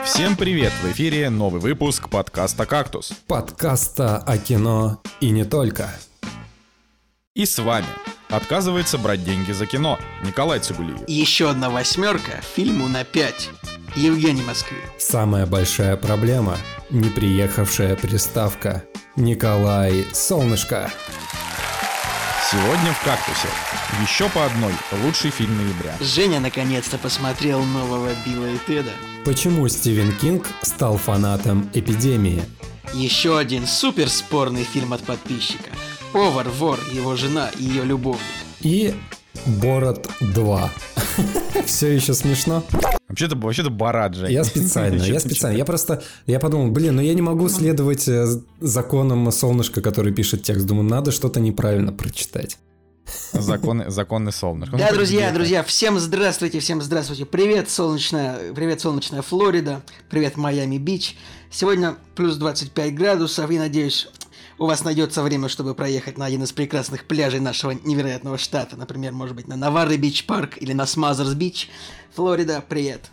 Всем привет! В эфире новый выпуск подкаста «Кактус». Подкаста о кино и не только. И с вами отказывается брать деньги за кино Николай Цигулиев. И еще одна восьмерка фильму на 5. Евгений Москвин. Самая большая проблема – не приехавшая приставка. Николай Солнышко. Сегодня в «Кактусе» еще по одной лучший фильм ноября. Женя наконец-то посмотрел нового Билла и Теда. Почему Стивен Кинг стал фанатом «Эпидемии»? Еще один суперспорный фильм от подписчика. Повар, вор, его жена и ее любовник. И Борат 2. Все еще смешно? Вообще-то Борат, Жень. Я специально. Я подумал, я не могу следовать законам Солнышка, который пишет текст. Думаю, надо что-то неправильно прочитать. Законы Солнышка. Да, друзья, всем здравствуйте. Привет, солнечная Флорида. Привет, Майами-Бич. Сегодня плюс 25 градусов, и, надеюсь, у вас найдется время, чтобы проехать на один из прекрасных пляжей нашего невероятного штата. Например, может быть, на Наварро-Бич-парк или на Смазерс-Бич. Флорида, привет.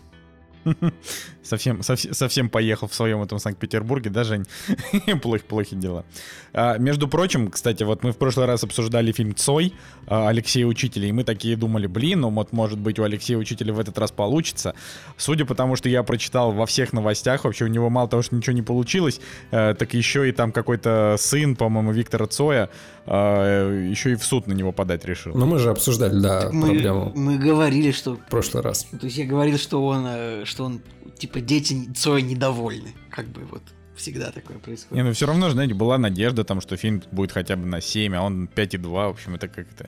Совсем поехал в своем этом Санкт-Петербурге, да, Жень? Плохи дела. Между прочим, кстати, вот мы в прошлый раз обсуждали фильм «Цой» Алексея Учителя, и мы такие думали, может быть, у Алексея Учителя в этот раз получится. Судя по тому, что я прочитал во всех новостях, вообще у него мало того, что ничего не получилось, так еще и там какой-то сын, по-моему, Виктора Цоя, еще и в суд на него подать решил. Но мы же обсуждали, проблему. Мы говорили, что... В прошлый раз. То есть я говорил, что он типа, дети Цоя недовольны. Как бы вот всегда такое происходит. Все равно, знаете, была надежда, там, что фильм будет хотя бы на 7, а он 5,2. В общем, это как-то...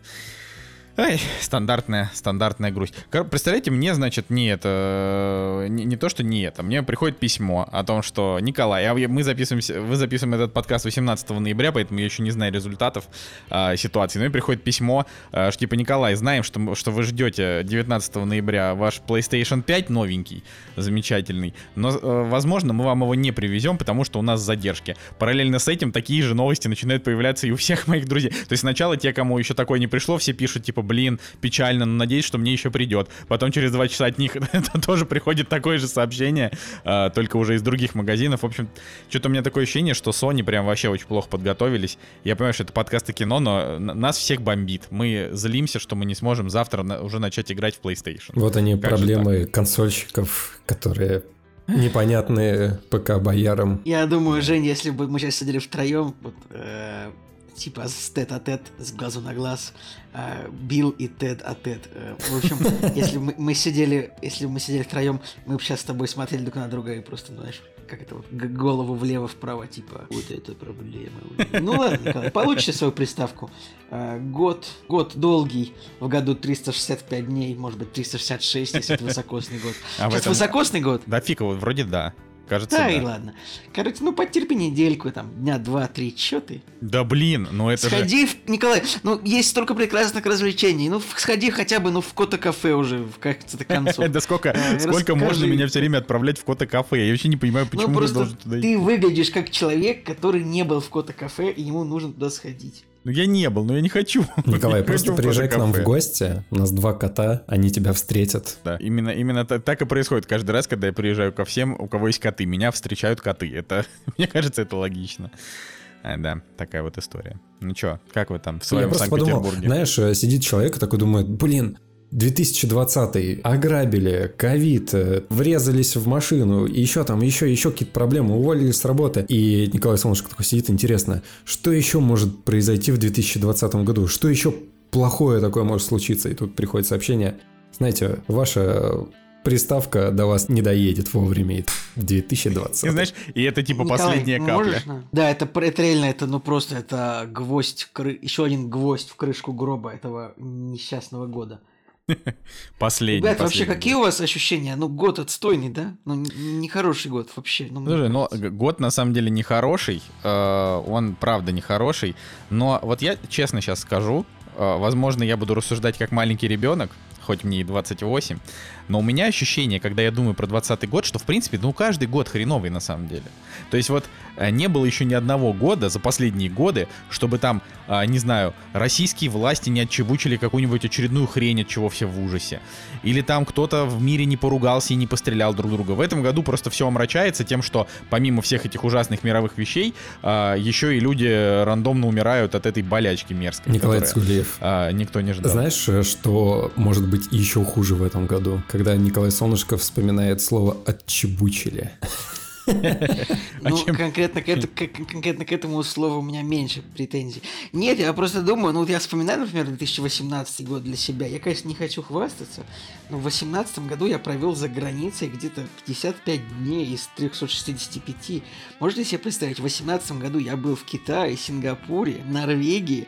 стандартная грусть. Представляете, мне, значит, не то, что не это. Мне приходит письмо о том, что Николай, вы записываем этот подкаст 18 ноября, поэтому я еще не знаю результатов ситуации. Но мне приходит письмо, что типа, Николай, знаем, что вы ждете 19 ноября ваш PlayStation 5 новенький, замечательный, но, возможно, мы вам его не привезем, потому что у нас задержки. Параллельно с этим такие же новости начинают появляться и у всех моих друзей. То есть сначала те, кому еще такое не пришло, все пишут, типа, печально, но надеюсь, что мне еще придет. Потом через 2 часа от них тоже приходит такое же сообщение, только уже из других магазинов. В общем, что-то у меня такое ощущение, что Sony прям вообще очень плохо подготовились. Я понимаю, что это подкаст о кино, но нас всех бомбит. Мы злимся, что мы не сможем завтра уже начать играть в PlayStation. Вот они, проблемы консольщиков, которые... непонятные ПК-боярам. Я думаю, Жень, если бы мы сейчас сидели втроем, типа с тет-а-тет, с глазу на глаз, Билл и тет-а-тет. В общем, если мы сидели втроем, мы бы сейчас с тобой смотрели друг на друга и просто, знаешь, как это вот, голову влево-вправо, типа, вот это проблема. Ну ладно, Николай, получите свою приставку. Год долгий, в году 365 дней, может быть 366, если это высокосный год. Сейчас высокосный год? Да фиг его, вроде да. Кажется, да. И ладно. Короче, потерпи недельку, там, дня 2-3, чё ты? Да блин, это сходи же... Николай, есть столько прекрасных развлечений, сходи хотя бы, в Кота-кафе уже, в конце концов. Да сколько можно меня все время отправлять в Кота-кафе? Я вообще не понимаю, почему я должен туда идти. Ты выглядишь как человек, который не был в Кота-кафе, и ему нужно туда сходить. Я не был, но я не хочу. Николай, просто приезжай к нам в гости, у нас 2 кота, они тебя встретят. Да, именно так и происходит каждый раз, когда я приезжаю ко всем, у кого есть коты. Меня встречают коты. Мне кажется, это логично. Да, такая вот история. Ну чё, как вы там в своем Санкт-Петербурге? Подумал, знаешь, сидит человек и такой думает, 2020 ограбили, ковид, врезались в машину, и еще какие-то проблемы, уволились с работы. И Николай Солнышко такой сидит, интересно, что еще может произойти в 2020 году? Что еще плохое такое может случиться? И тут приходит сообщение, знаете, ваша приставка до вас не доедет вовремя в 2020. И знаешь, и это типа Николай, последняя капля. Да, это реально, это гвоздь, еще один гвоздь в крышку гроба этого несчастного года. Последний. Ребят, вообще, какие у вас ощущения? Год отстойный, да? Нехороший год вообще. Слушай, год на самом деле нехороший. Он правда нехороший. Но вот я честно сейчас скажу, возможно, я буду рассуждать как маленький ребенок, хоть мне и 28, но у меня ощущение, когда я думаю про 2020 год, что, в принципе, каждый год хреновый на самом деле. То есть вот не было еще ни одного года за последние годы, чтобы там, не знаю, российские власти не отчебучили какую-нибудь очередную хрень, от чего все в ужасе. Или там кто-то в мире не поругался и не пострелял друг друга. В этом году просто все омрачается тем, что помимо всех этих ужасных мировых вещей, еще и люди рандомно умирают от этой болячки мерзкой. Николай Цигулиев. Никто не ждал. Знаешь, что может быть еще хуже в этом году? Когда Николай Солнышко вспоминает слово «отчебучили». Ну, конкретно к этому слову у меня меньше претензий. Нет, я просто думаю, вот я вспоминаю, например, 2018 год для себя. Я, конечно, не хочу хвастаться, но в 2018 году я провел за границей где-то 55 дней из 365. Можете себе представить, в 2018 году я был в Китае, Сингапуре, Норвегии,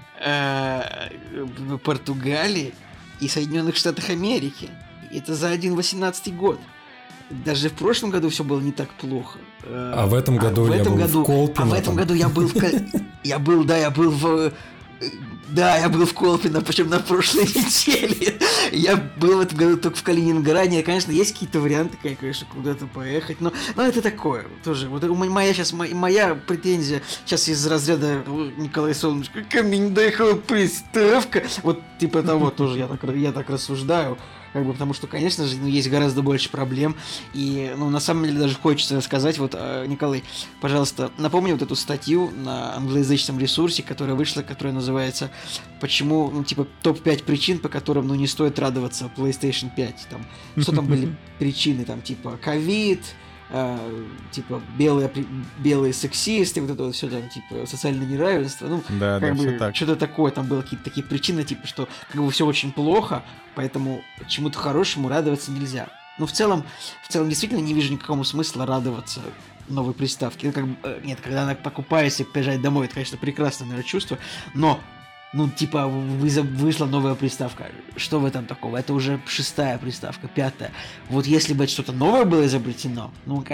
Португалии и Соединенных Штатах Америки. Это за один 18 год. Даже в прошлом году все было не так плохо. А в этом году я был в Колпино. А в этом году я был в... Я был в Колпино, причем на прошлой неделе. Я был в этом году только в Калининграде. Конечно, есть какие-то варианты, конечно, куда-то поехать. Но это такое тоже. Вот моя претензия сейчас из разряда Николая Солнышко. Ко мне не доехала приставка. Вот типа того тоже я так рассуждаю. Потому что, конечно же, есть гораздо больше проблем. И, на самом деле, даже хочется рассказать. Вот, Николай, пожалуйста, напомни вот эту статью на англоязычном ресурсе, которая вышла, которая называется «Почему, топ-5 причин, по которым, не стоит радоваться PlayStation 5». Там, что там были причины, там, типа, ковид, белые сексисты, вот это вот все там, социальное неравенство, что-то такое, там было какие-то такие причины, что все очень плохо, поэтому чему-то хорошему радоваться нельзя. Но в целом действительно не вижу никакого смысла радоваться новой приставке. Нет, когда она покупается и приезжает домой, это, конечно, прекрасное, наверное, чувство, но вышла новая приставка. Что в этом такого? Это уже 6-я приставка, 5-я. Вот если бы что-то новое было изобретено,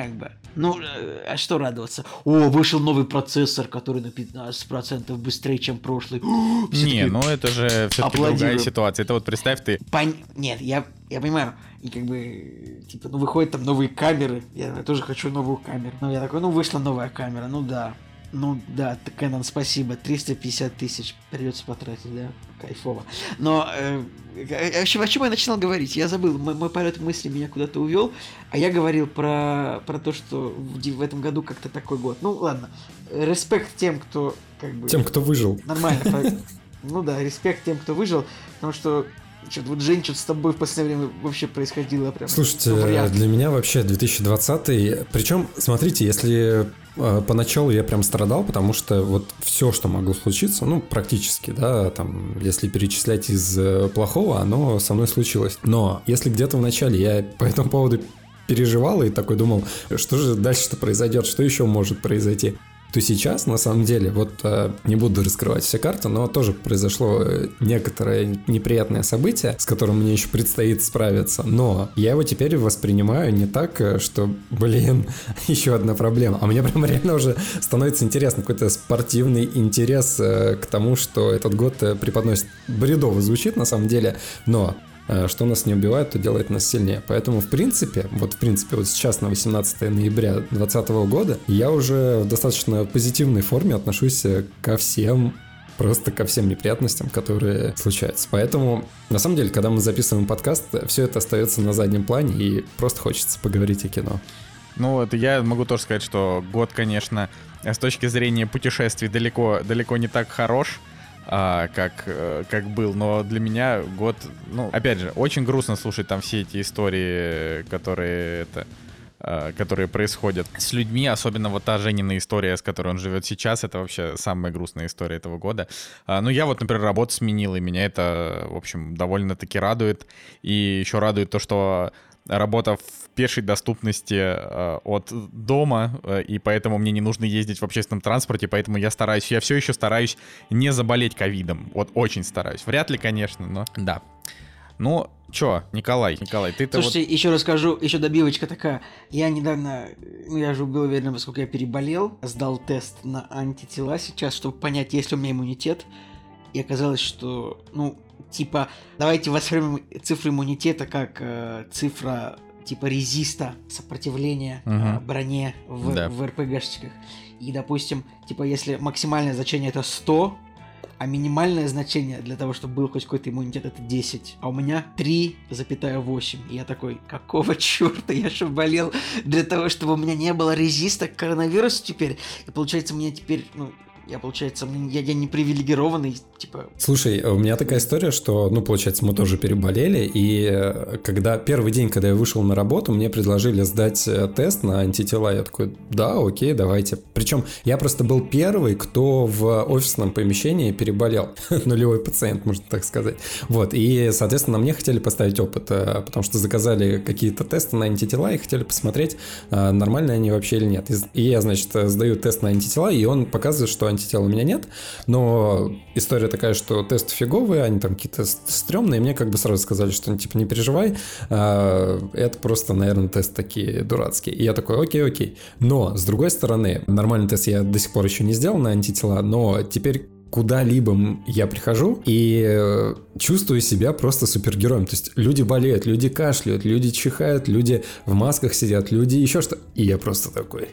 а что радоваться? Вышел новый процессор, который на 15% быстрее, чем прошлый. Не, это же все-таки другая ситуация. Это вот представь ты... Нет, я понимаю. И выходят там новые камеры. Я тоже хочу новую камеру. Я такой, вышла новая камера, да, Canon, спасибо, 350 тысяч придется потратить, да, кайфово. Но о чем я начинал говорить? Я забыл, мой полет мысли меня куда-то увел, а я говорил про то, что в этом году как-то такой год. Ладно, респект тем, кто Тем, кто выжил. Нормально. Респект тем, кто выжил, потому что вот, Жень, что-то с тобой в последнее время вообще происходило прям. Слушайте, для меня вообще 2020, причем, смотрите, если поначалу я прям страдал, потому что вот все, что могло случиться, практически, да, там, если перечислять из плохого, оно со мной случилось. Но если где-то в начале я по этому поводу переживал и такой думал, что же дальше-то произойдет, что еще может произойти, то сейчас, на самом деле, не буду раскрывать все карты, но тоже произошло некоторое неприятное событие, с которым мне еще предстоит справиться, но я его теперь воспринимаю не так, что, еще одна проблема, а мне прям реально уже становится интересно, какой-то спортивный интерес к тому, что этот год преподносит. Бредово звучит, на самом деле, но... Что нас не убивает, то делает нас сильнее. Поэтому, в принципе, вот сейчас на 18 ноября 2020 года я уже в достаточно позитивной форме отношусь ко всем неприятностям, которые случаются. Поэтому, на самом деле, когда мы записываем подкаст, все это остается на заднем плане, и просто хочется поговорить о кино. Я могу тоже сказать, что год, конечно, с точки зрения путешествий далеко не так хорош, как был, но для меня год, опять же, очень грустно слушать там все эти истории, которые происходят с людьми, особенно вот та Женина история, с которой он живет сейчас, это вообще самая грустная история этого года. Я вот, например, работу сменил, и меня это, в общем, довольно-таки радует, и еще радует то, что работа в пешей доступности от дома, и поэтому мне не нужно ездить в общественном транспорте, поэтому я все еще стараюсь не заболеть ковидом. Вот очень стараюсь. Вряд ли, конечно, но да. Николай, ты-то Слушайте, еще расскажу, еще добивочка такая. Я недавно, я же был уверен, поскольку я переболел, сдал тест на антитела сейчас, чтобы понять, есть ли у меня иммунитет. и оказалось, что, типа, давайте воспримем цифру иммунитета как цифра, типа, резиста, сопротивления броне в РПГшечках. И, допустим, типа, если максимальное значение это 100, а минимальное значение для того, чтобы был хоть какой-то иммунитет, это 10. А у меня 3,8. И я такой, какого черта? Я же болел для того, чтобы у меня не было резиста к коронавирусу теперь. И получается, мне теперь, я не привилегированный, типа... Слушай, у меня такая история, что, получается, мы тоже переболели, и когда первый день, когда я вышел на работу, мне предложили сдать тест на антитела, я такой, да, окей, давайте. Причем я просто был первый, кто в офисном помещении переболел, нулевой пациент, можно так сказать. Вот, и, соответственно, мне хотели поставить опыт, потому что заказали какие-то тесты на антитела и хотели посмотреть, нормальные они вообще или нет. И я, значит, сдаю тест на антитела, и он показывает, что антител у меня нет, но история такая, что тесты фиговые, они там какие-то стрёмные, и мне как бы сразу сказали, что типа не переживай, это просто, наверное, тесты такие дурацкие. И я такой, окей. Но, с другой стороны, нормальный тест я до сих пор еще не сделал на антитела, но теперь куда-либо я прихожу и чувствую себя просто супергероем. То есть люди болеют, люди кашляют, люди чихают, люди в масках сидят, люди еще что. И я просто такой...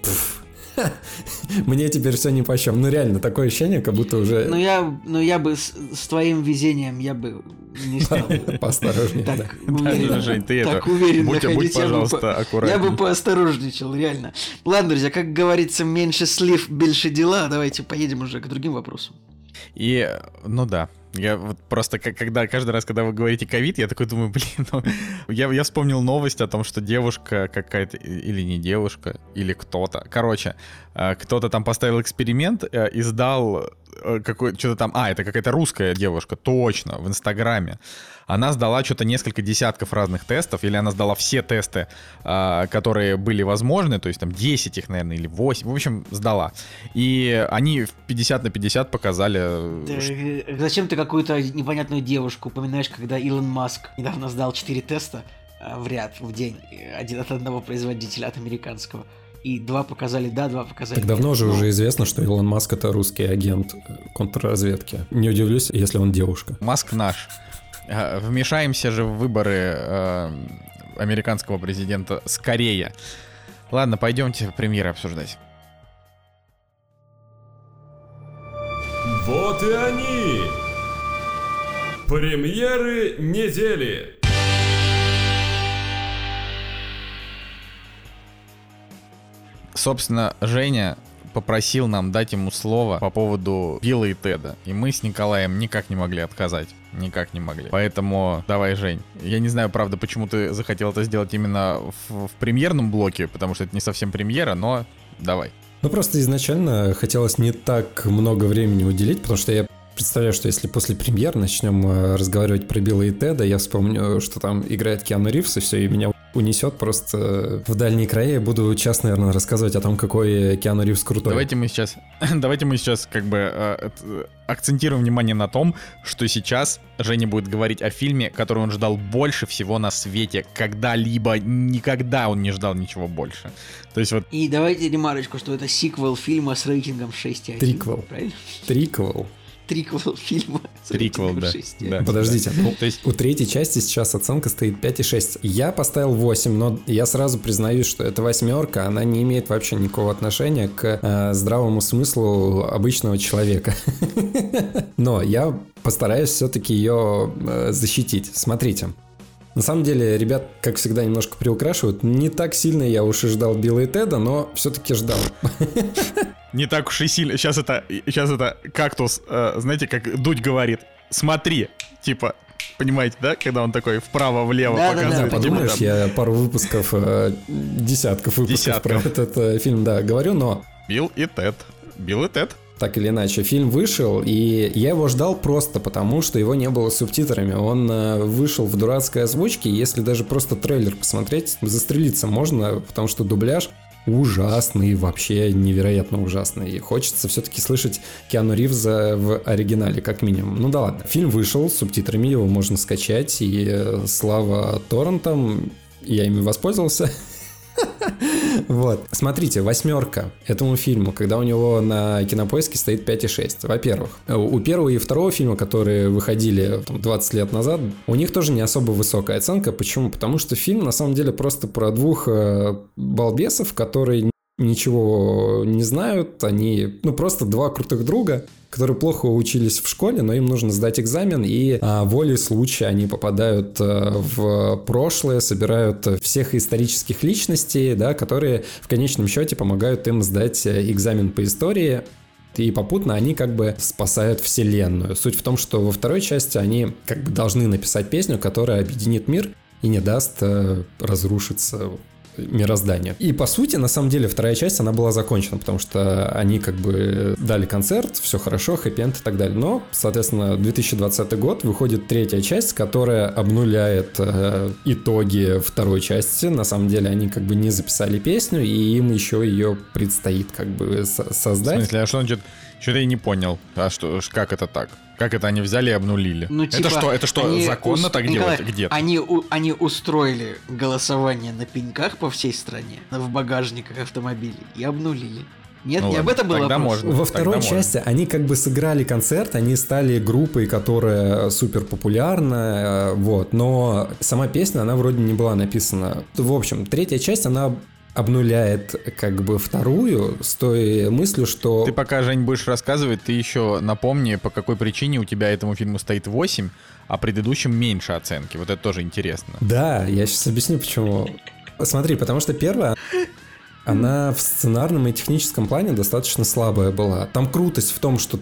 Мне теперь все нипочем. Реально, такое ощущение, как будто уже... я бы с твоим везением я бы не стал. Поосторожнее, да. Жень, ты так уверен будь, пожалуйста, аккуратней. Я бы поосторожничал, реально. Ладно, друзья, как говорится, меньше слив, больше дела. Давайте поедем уже к другим вопросам. И, да. Я вот просто, каждый раз, когда вы говорите ковид, я такой думаю, я вспомнил новость о том, что девушка какая-то, или не девушка, или кто-то, кто-то там поставил эксперимент и сдал что-то там, это какая-то русская девушка, точно, в Инстаграме. Она сдала что-то несколько десятков разных тестов, или она сдала все тесты, которые были возможны, то есть там 10 их, наверное, или 8, в общем, сдала. И они 50 на 50 показали... Зачем ты какую-то непонятную девушку упоминаешь, когда Илон Маск недавно сдал 4 теста в ряд, в день, один от одного производителя, от американского, и 2 показали да, 2 показали так давно же уже известно, что Илон Маск — это русский агент контрразведки. Не удивлюсь, если он девушка. Маск наш. Вмешаемся же в выборы американского президента скорее. Ладно, пойдемте премьеры обсуждать. Вот и они! Премьеры недели! Собственно, Женя попросил нам дать ему слово по поводу Билла и Теда. И мы с Николаем никак не могли отказать. Никак не могли. Поэтому давай, Жень. Я не знаю, правда, почему ты захотел это сделать именно в премьерном блоке, потому что это не совсем премьера, но давай. Просто изначально хотелось не так много времени уделить, потому что я представляю, что если после премьер начнем разговаривать про Билла и Теда, я вспомню, что там играет Киану Ривз, и все, и меня унесет просто в дальние края, и буду час, наверное, рассказывать о том, какой Киану Ривз крутой. Давайте мы сейчас как бы акцентируем внимание на том, что сейчас Женя будет говорить о фильме, который он ждал больше всего на свете когда-либо. Никогда он не ждал ничего больше. То есть вот... И давайте ремарочку, что это сиквел фильма с рейтингом 6,1. Триквел. Правильно? Триквел фильма. Триквел, да. Подождите, то есть у третьей части сейчас оценка стоит 5,6. Я поставил 8, но я сразу признаюсь, что эта 8, она не имеет вообще никакого отношения к здравому смыслу обычного человека. Но я постараюсь все-таки ее защитить. Смотрите. На самом деле, ребят, как всегда, немножко приукрашивают. Не так сильно я уж и ждал Билла и Теда, но все-таки ждал. Не так уж и сильно. Сейчас это кактус, знаете, как Дудь говорит. Смотри, типа, понимаете, да? Когда он такой вправо-влево показывает. Да, подумаешь, я пару выпусков, десятков выпусков про этот фильм, да, говорю, но... Билл и Тед. Так или иначе, фильм вышел, и я его ждал просто потому, что его не было с субтитрами. Он вышел в дурацкой озвучке, и если даже просто трейлер посмотреть, застрелиться можно, потому что дубляж ужасный, вообще невероятно ужасный. И хочется все-таки слышать Киану Ривза в оригинале, как минимум. Ну да ладно. Фильм вышел с субтитрами, его можно скачать, и слава торрентам, я ими воспользовался. Вот. Смотрите, 8 этому фильму, когда у него на Кинопоиске стоит 5,6. Во-первых, у первого и второго фильма, которые выходили там, 20 лет назад, у них тоже не особо высокая оценка. Почему? Потому что фильм на самом деле просто про двух балбесов, которые ничего не знают. Они, просто два крутых друга, которые плохо учились в школе, но им нужно сдать экзамен, и волей случая они попадают в прошлое, собирают всех исторических личностей, да, которые в конечном счете помогают им сдать экзамен по истории. И попутно они как бы спасают вселенную. Суть в том, что во второй части они как бы должны написать песню, которая объединит мир и не даст разрушиться мирозданию. И по сути, на самом деле, вторая часть, она была закончена, потому что они как бы дали концерт, все хорошо, хэппи-энд и так далее. Но, соответственно, 2020 год выходит третья часть, которая обнуляет итоги второй части. На самом деле, они как бы не записали песню, и им еще ее предстоит как бы создать. В смысле, а что он что-то я не понял. А что, как это так? Как это они взяли и обнулили? Ну, типа, это что законно так Николай, делать где-то? Они устроили голосование на пеньках по всей стране, в багажниках автомобилей, и обнулили. Нет, не об этом было тогда вопрос. можно. Во второй Тогда части можно. они как бы сыграли концерт, они стали группой, которая супер популярна, вот, но сама песня, она вроде не была написана. В общем, третья часть, она обнуляет как бы вторую с той мыслью, что... Ты пока, Жень, будешь рассказывать, ты еще напомни, по какой причине у тебя этому фильму стоит 8, а предыдущим меньше оценки. Вот это тоже интересно. Да, я сейчас объясню, почему. Смотри, потому что первая, она в сценарном и техническом плане достаточно слабая была. Там крутость в том, что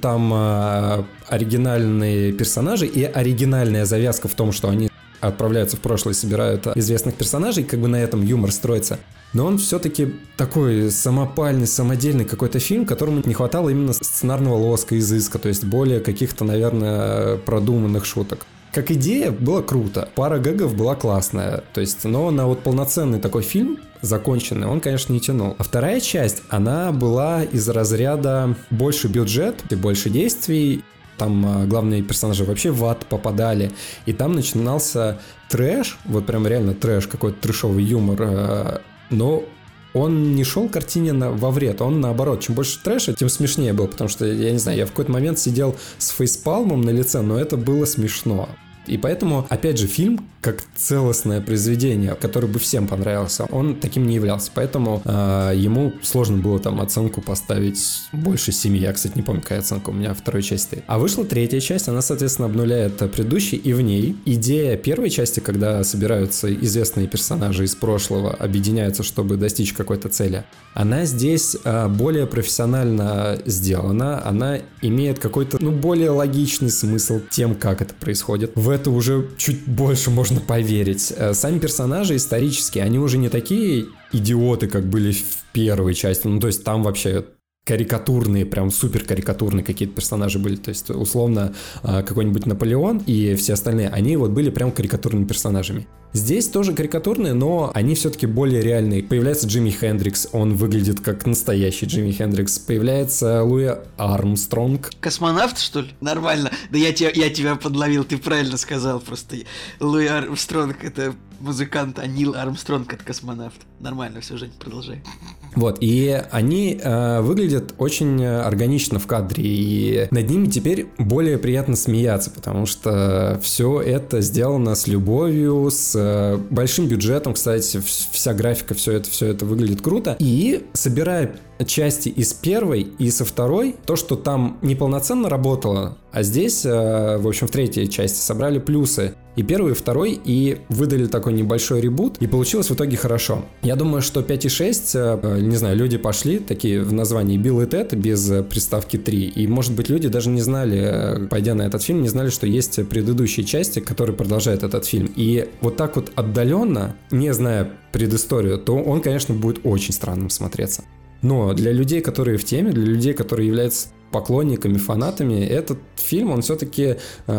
там оригинальные персонажи и оригинальная завязка в том, что они отправляются в прошлое и собирают известных персонажей, как бы на этом юмор строится. Но он все-таки такой самопальный, самодельный какой-то фильм, которому не хватало именно сценарного лоска, изыска, то есть более каких-то, наверное, продуманных шуток. Как идея было круто, пара гэгов была классная, то есть, но на вот полноценный такой фильм, законченный, он, конечно, не тянул. А вторая часть, она была из разряда больше бюджет и больше действий. Там главные персонажи вообще в ад попадали. И там начинался трэш, вот прям реально трэш, какой-то трэшовый юмор. Но он не шел картине во вред, он наоборот, чем больше трэша, тем смешнее был, потому что, я не знаю, я в какой-то момент сидел с фейспалмом на лице, но это было смешно. И поэтому, опять же, фильм, как целостное произведение, которое бы всем понравился, он таким не являлся. Поэтому ему сложно было там оценку поставить больше 7. Я, кстати, не помню, какая оценка у меня второй части. А вышла третья часть, она, соответственно, обнуляет предыдущий, и в ней идея первой части, когда собираются известные персонажи из прошлого, объединяются, чтобы достичь какой-то цели, она здесь более профессионально сделана, она имеет какой-то, более логичный смысл тем, как это происходит. В это уже чуть больше можно поверить. Сами персонажи исторические, они уже не такие идиоты, как были в первой части. То есть там вообще карикатурные, прям супер карикатурные какие-то персонажи были. То есть, условно, какой-нибудь Наполеон и все остальные, они вот были прям карикатурными персонажами. Здесь тоже карикатурные, но они все-таки более реальные. Появляется Джимми Хендрикс, он выглядит как настоящий Джимми Хендрикс. Появляется Луи Армстронг. Космонавт, что ли? Нормально. Да я тебя подловил, ты правильно сказал просто. Луи Армстронг — это музыкант, а Нил Армстронг — это космонавт. Нормально, все, Жень, продолжай. Вот, и они выглядят очень органично в кадре, и над ними теперь более приятно смеяться, потому что все это сделано с любовью, с большим бюджетом, кстати, вся графика, все это выглядит круто, и собирая части из первой и со второй, то, что там неполноценно работало, а здесь, в общем, в третьей части собрали плюсы и первый, и второй, и выдали такой небольшой ребут, и получилось в итоге хорошо. Я думаю, что 5,6, не знаю, люди пошли такие в названии Билл и Тед без приставки 3, и, может быть, люди даже не знали, пойдя на этот фильм, не знали, что есть предыдущие части, которые продолжают этот фильм. И вот так вот отдаленно, не зная предысторию, то он, конечно, будет очень странным смотреться. Но для людей, которые в теме, для людей, которые являются поклонниками, фанатами, этот фильм, он все-таки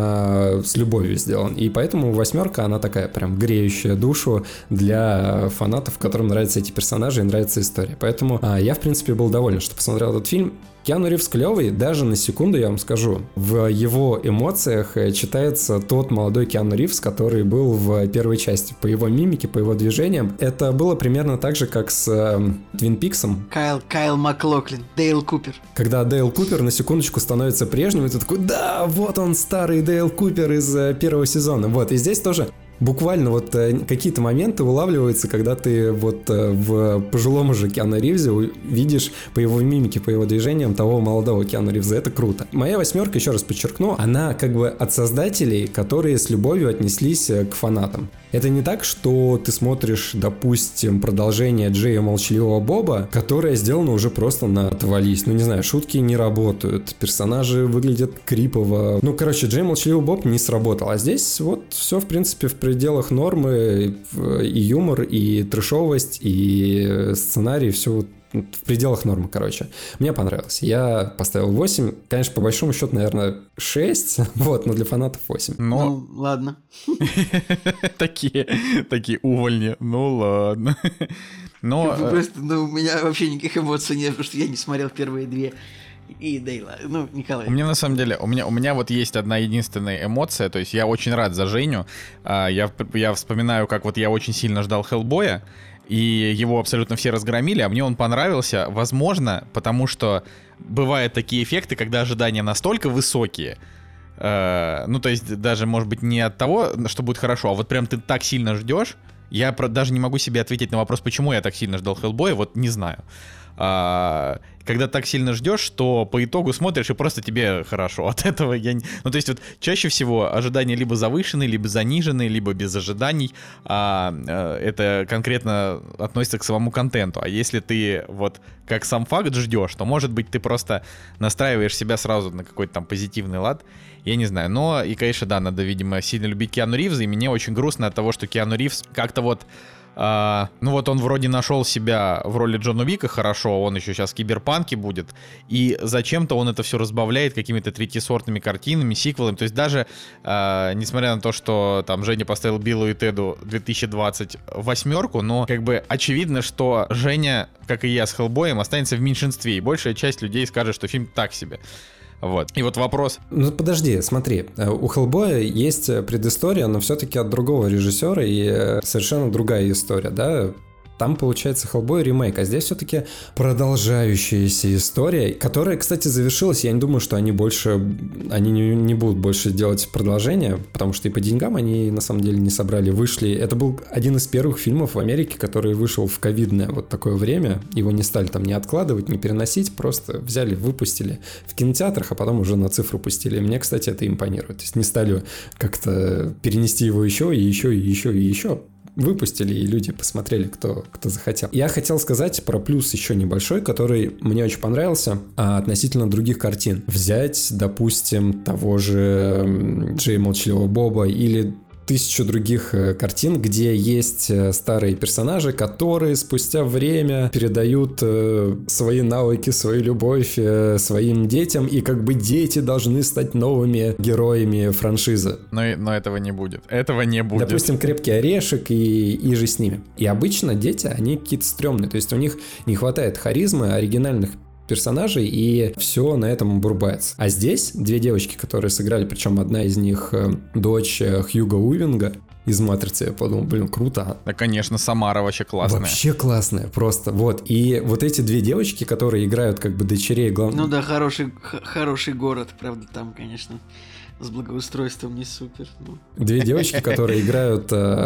с любовью сделан. И поэтому 8, она такая прям греющая душу для фанатов, которым нравятся эти персонажи и нравится история. Поэтому я, в принципе, был доволен, что посмотрел этот фильм. Киану Ривз клевый, даже на секунду, я вам скажу. В его эмоциях читается тот молодой Киану Ривз, который был в первой части. По его мимике, по его движениям. Это было примерно так же, как с Твин Пиксом. Кайл Маклоклин, Дейл Купер. Когда Дейл Купер на секундочку становится прежним, и ты такой, да, вот он, старый Дейл Купер из первого сезона. Вот, и здесь тоже буквально вот какие-то моменты улавливаются, когда ты вот в пожилом уже Киану Ривзе видишь по его мимике, по его движениям того молодого Киану Ривза. Это круто. Моя 8, еще раз подчеркну, она как бы от создателей, которые с любовью отнеслись к фанатам. Это не так, что ты смотришь, допустим, продолжение Джея Молчаливого Боба, которое сделано уже просто на отвались. Ну, не знаю, шутки не работают, персонажи выглядят крипово. Ну, короче, Джей Молчаливый Боб не сработал. А здесь вот все, в принципе, в пределах нормы, и юмор, и трэшовость, и сценарий, все в пределах нормы, короче. Мне понравилось. Я поставил 8. Конечно, по большому счету, наверное, 6. Вот, но для фанатов 8. Ну, ладно. Такие увольни. Ну, ладно. Но... Просто, у меня вообще никаких эмоций нет, потому что я не смотрел первые 2. И Дейла. Ну, Николай. У меня на самом деле, у меня вот есть одна единственная эмоция, то есть я очень рад за Женю. Я вспоминаю, как вот я очень сильно ждал Хеллбоя, и его абсолютно все разгромили, а мне он понравился, возможно, потому что бывают такие эффекты, когда ожидания настолько высокие, ну, то есть даже, может быть, не от того, что будет хорошо, а вот прям ты так сильно ждешь, я даже не могу себе ответить на вопрос, почему я так сильно ждал Хеллбоя, вот не знаю. Когда так сильно ждешь, что по итогу смотришь и просто тебе хорошо. От этого я не... Ну, то есть вот чаще всего ожидания либо завышены, либо занижены, либо без ожиданий. Это конкретно относится к самому контенту. А если ты вот как сам факт ждешь, то, может быть, ты просто настраиваешь себя сразу на какой-то там позитивный лад. Я не знаю. Но и, конечно, да, надо, видимо, сильно любить Киану Ривза. И мне очень грустно от того, что Киану Ривз как-то вот... ну вот он вроде нашел себя в роли Джона Уика хорошо, он еще сейчас в Киберпанке будет, и зачем-то он это все разбавляет какими-то третьесортными картинами, сиквелами, то есть даже несмотря на то, что там Женя поставил Биллу и Теду 2020 8, но как бы очевидно, что Женя, как и я с Хеллбоем, останется в меньшинстве, и большая часть людей скажет, что фильм так себе. Вот. И вот вопрос. Ну подожди, смотри, у Хеллбоя есть предыстория, но все-таки от другого режиссера и совершенно другая история, да? Там, получается, Хеллбой ремейк, а здесь все-таки продолжающаяся история, которая, кстати, завершилась. Я не думаю, что они не будут больше делать продолжение, потому что и по деньгам они, на самом деле, не собрали. Вышли. Это был один из первых фильмов в Америке, который вышел в ковидное вот такое время. Его не стали там ни откладывать, ни переносить, просто взяли, выпустили в кинотеатрах, а потом уже на цифру пустили. Мне, кстати, это импонирует. То есть не стали как-то перенести его еще и еще и еще и еще. Выпустили, и люди посмотрели, кто захотел. Я хотел сказать про плюс еще небольшой, который мне очень понравился относительно других картин. Взять, допустим, того же Джея Молчаливого Боба или 1000 других картин, где есть старые персонажи, которые спустя время передают свои навыки, свою любовь своим детям, и как бы дети должны стать новыми героями франшизы. Но этого не будет. Этого не будет. Допустим, «Крепкий орешек» и же с ними. И обычно дети, они какие-то стрёмные, то есть у них не хватает харизмы, оригинальных персонажей, и все на этом обрубается. А здесь 2 девочки, которые сыграли, причем одна из них дочь Хьюго Уивинга из «Матрицы», я подумал, блин, круто. Да, конечно, Самара вообще классная. Вообще классная, просто, вот. И вот эти 2 девочки, которые играют как бы дочерей главных... Ну да, хороший город, правда, там, конечно, с благоустройством не супер. Но... 2 девочки, которые играют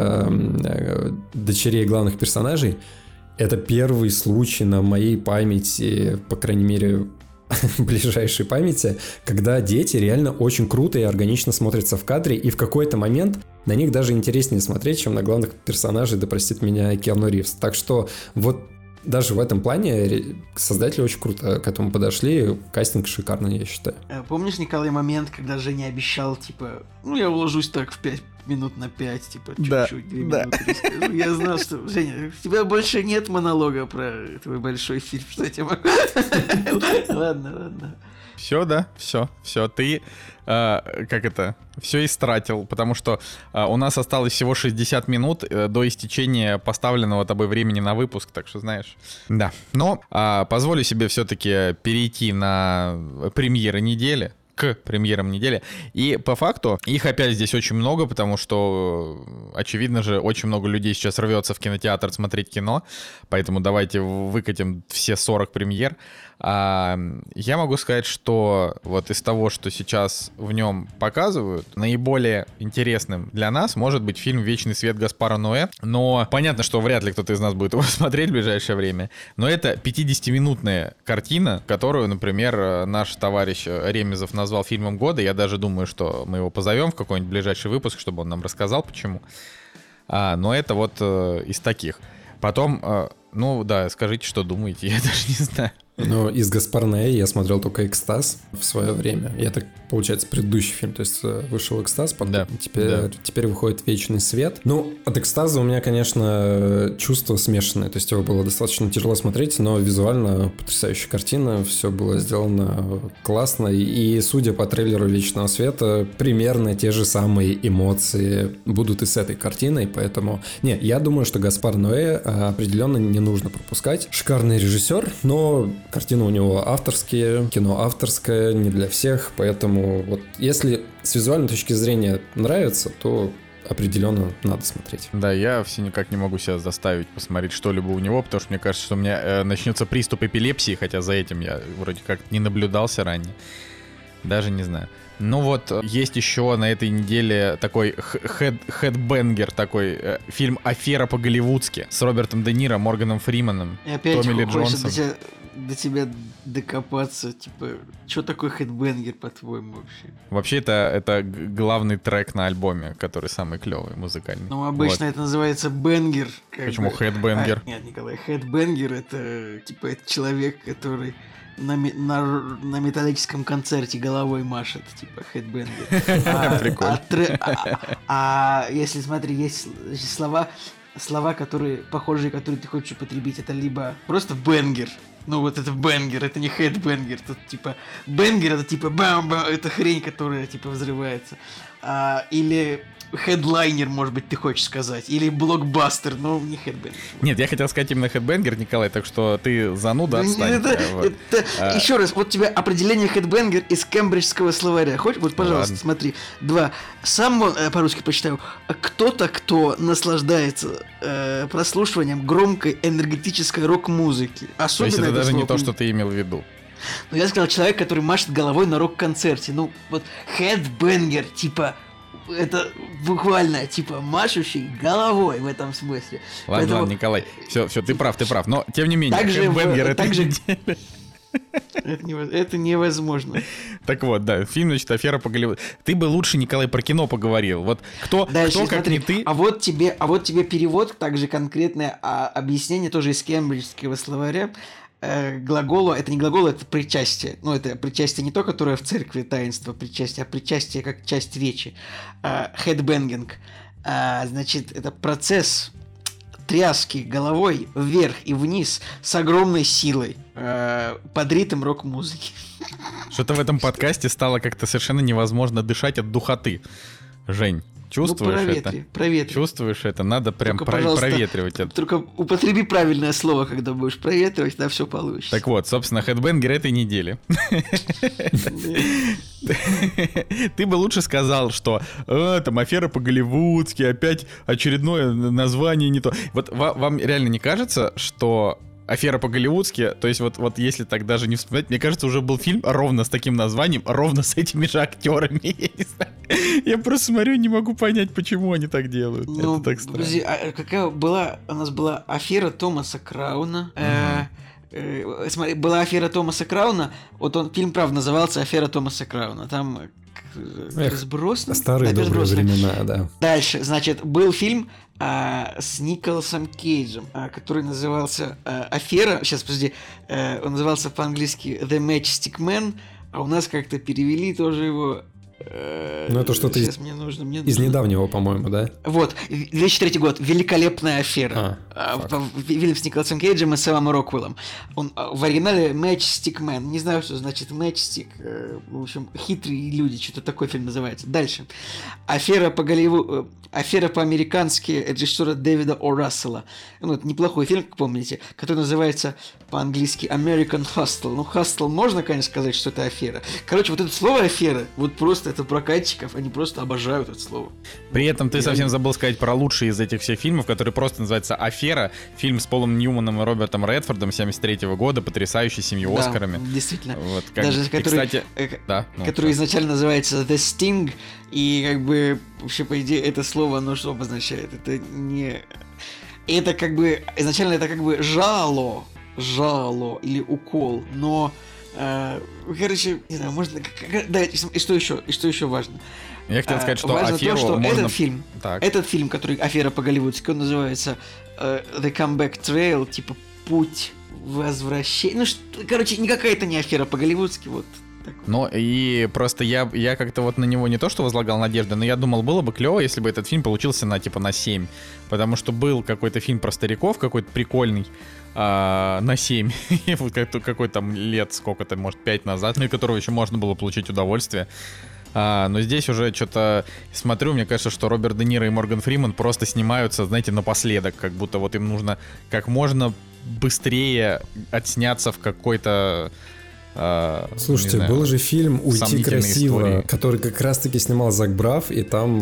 дочерей главных персонажей. Это первый случай на моей памяти, по крайней мере, ближайшей памяти, когда дети реально очень круто и органично смотрятся в кадре, и в какой-то момент на них даже интереснее смотреть, чем на главных персонажей, да простит меня Киану Ривз. Так что вот даже в этом плане создатели очень круто к этому подошли, кастинг шикарный, я считаю. Помнишь, Николай, момент, когда Женя обещал, типа, я уложусь так в 5 минут на 5, типа, чуть-чуть, 2 минуты расскажу. Я знал, что, Женя, у тебя больше нет монолога про твой большой фильм, что я тебе могу... Ладно. Все, да, все, ты, все истратил, потому что у нас осталось всего 60 минут до истечения поставленного тобой времени на выпуск, так что знаешь. Да, но позволю себе все-таки перейти на премьеры недели. К премьерам недели. И по факту их опять здесь очень много, потому что, очевидно же, очень много людей сейчас рвется в кинотеатр смотреть кино, поэтому давайте выкатим все 40 премьер. Я могу сказать, что вот из того, что сейчас в нем показывают, наиболее интересным для нас может быть фильм «Вечный свет» Гаспара Ноэ, но понятно, что вряд ли кто-то из нас будет его смотреть в ближайшее время, но это 50-минутная картина, которую, например, наш товарищ Ремезов назвал фильмом года. Я даже думаю, что мы его позовем в какой-нибудь ближайший выпуск, чтобы он нам рассказал, почему. Но это вот из таких. Потом, ну да, скажите, что думаете, я даже не знаю. Ну, из Гаспар Ноэ я смотрел только «Экстаз» в свое время. Я так, получается, предыдущий фильм. То есть вышел «Экстаз», потом да, теперь выходит «Вечный свет». Ну, от «Экстаза» у меня, конечно, чувства смешанные. То есть его было достаточно тяжело смотреть, но визуально потрясающая картина. Все было сделано классно. И, судя по трейлеру «Вечного света», примерно те же самые эмоции будут и с этой картиной. Поэтому, не, я думаю, что Гаспар Ноэ определенно не нужно пропускать. Шикарный режиссер, но картины у него авторские, кино авторское, не для всех, поэтому вот если с визуальной точки зрения нравится, то определенно надо смотреть. Да, я все никак не могу себя заставить посмотреть что-либо у него, потому что мне кажется, что у меня начнется приступ эпилепсии, хотя за этим я вроде как не наблюдался ранее. Даже не знаю. Ну вот, есть еще на этой неделе такой хедбэнгер, такой фильм «Афера по-голливудски» с Робертом Де Ниро, Морганом Фрименом, и опять Томми Ли Джонсом. До тебя докопаться, типа, что такое хедбэнгер, по-твоему, вообще? Вообще, это главный трек на альбоме, который самый клевый, музыкальный. Ну, обычно вот. Это называется бэнгер. Почему хедбэнгер? Нет, Николай, хедбэнгер — это, типа, это человек, который на металлическом концерте головой машет, типа, хедбэнгер. Прикольно. Если, смотри, есть слова, которые похожие, которые ты хочешь употребить, это либо просто бэнгер. Ну вот это бэнгер, это не хедбэнгер. Тут типа бэнгер, это типа бам-бам, это хрень, которая типа взрывается. Или хедлайнер, может быть, ты хочешь сказать. Или блокбастер, но не хедбэнгер. Нет, я хотел сказать именно хедбэнгер, Николай, так что ты зануда, отстань. Еще раз, вот тебе определение хедбэнгер из кембриджского словаря. Хочешь? Вот, пожалуйста, смотри. 2. Сам по-русски почитаю. Кто-то, кто наслаждается прослушиванием громкой энергетической рок-музыки. Особенно то есть это даже не то, что ты имел в виду. Ну, я сказал, человек, который машет головой на рок-концерте. Ну, вот хедбэнгер, типа... Это буквально, типа, машущий головой в этом смысле. Ладно, ладно, Николай, все, ты прав. Но, тем не менее, хедбэнгер это неделя. Это невозможно. Так вот, да, фильм, значит, «Афера по Голливуду». Ты бы лучше, Николай, про кино поговорил. Вот кто как смотри, не ты... А вот тебе перевод, также конкретное объяснение тоже из кембриджского словаря. Глаголу, это не глагол, это причастие. Ну, это причастие не то, которое в церкви таинство причастие, а причастие как часть речи. Headbanging. Значит, это процесс тряски головой вверх и вниз с огромной силой под ритм рок-музыки. Что-то в этом подкасте стало как-то совершенно невозможно дышать от духоты. Жень, чувствуешь это? Проветри. Чувствуешь это? Надо прям только, проветривать это. Только употреби правильное слово, когда будешь проветривать, тогда все получится. Так вот, собственно, хедбэнгер этой недели. Ты бы лучше сказал, что там «Афера по-голливудски», опять очередное название не то. Вот вам реально не кажется, что «Афера по-голливудски», то есть вот если так даже не вспоминать, мне кажется, уже был фильм ровно с таким названием, ровно с этими же актерами, я не знаю. Я просто смотрю и не могу понять, почему они так делают. Ну, это так странно. Подожди, какая была, у нас была «Афера Томаса Крауна», смотри, была «Афера Томаса Крауна», вот фильм, правда, назывался «Афера Томаса Крауна», там разбросно. Старые добрые времена, да. Дальше, значит, был фильм с Николасом Кейджем, который назывался «Афера». Сейчас, подожди, он назывался по-английски «The Matchstick Man», а у нас как-то перевели тоже его... Ну, это что-то из недавнего, по-моему, да? Вот, 2003 год, «Великолепная афера». Фильм с Николасом Кейджем и Сэмом Роквеллом. Он в оригинале Matchstick Man. Не знаю, что значит Matchstick. В общем, хитрые люди, что-то такой фильм называется. Дальше. Афера по-американски режиссера Дэвида О. Рассела. Ну, это неплохой фильм, как помните, который называется по-английски American Hustle. Ну, Hustle можно, конечно, сказать, что это афера. Короче, вот это слово афера, вот просто это прокатчиков, они просто обожают это слово. При этом ты совсем забыл сказать про лучший из этих всех фильмов, который просто называется «Афера». Фильм с Полом Ньюманом и Робертом Редфордом 73-го года, потрясающий, с 7 Оскарами. Действительно. Вот, даже который изначально называется The Sting, и как бы вообще, по идее, это слово, оно что обозначает? Это не... Это как бы... Изначально это как бы жало или укол, но... короче, не знаю, можно... Да, и что еще важно? Я хотел сказать, что важно аферу то, что можно... этот фильм, который «Афера по-голливудски», он называется The Comeback Trail, типа «Путь возвращения». Ну, короче, никакая это не афера по-голливудски, вот. Ну, и просто я как-то вот на него не то что возлагал надежды, но я думал, было бы клево, если бы этот фильм получился на 7. Потому что был какой-то фильм про стариков, какой-то прикольный, на 7. Вот какой там лет, сколько-то, может, 5 назад, на которого еще можно было получить удовольствие. Но здесь уже что-то смотрю, мне кажется, что Роберт Де Ниро и Морган Фриман просто снимаются, знаете, напоследок, как будто вот им нужно как можно быстрее отсняться в какой-то... Слушайте, был же фильм «Уйти красиво», истории, который как раз-таки снимал Зак Брафф, и там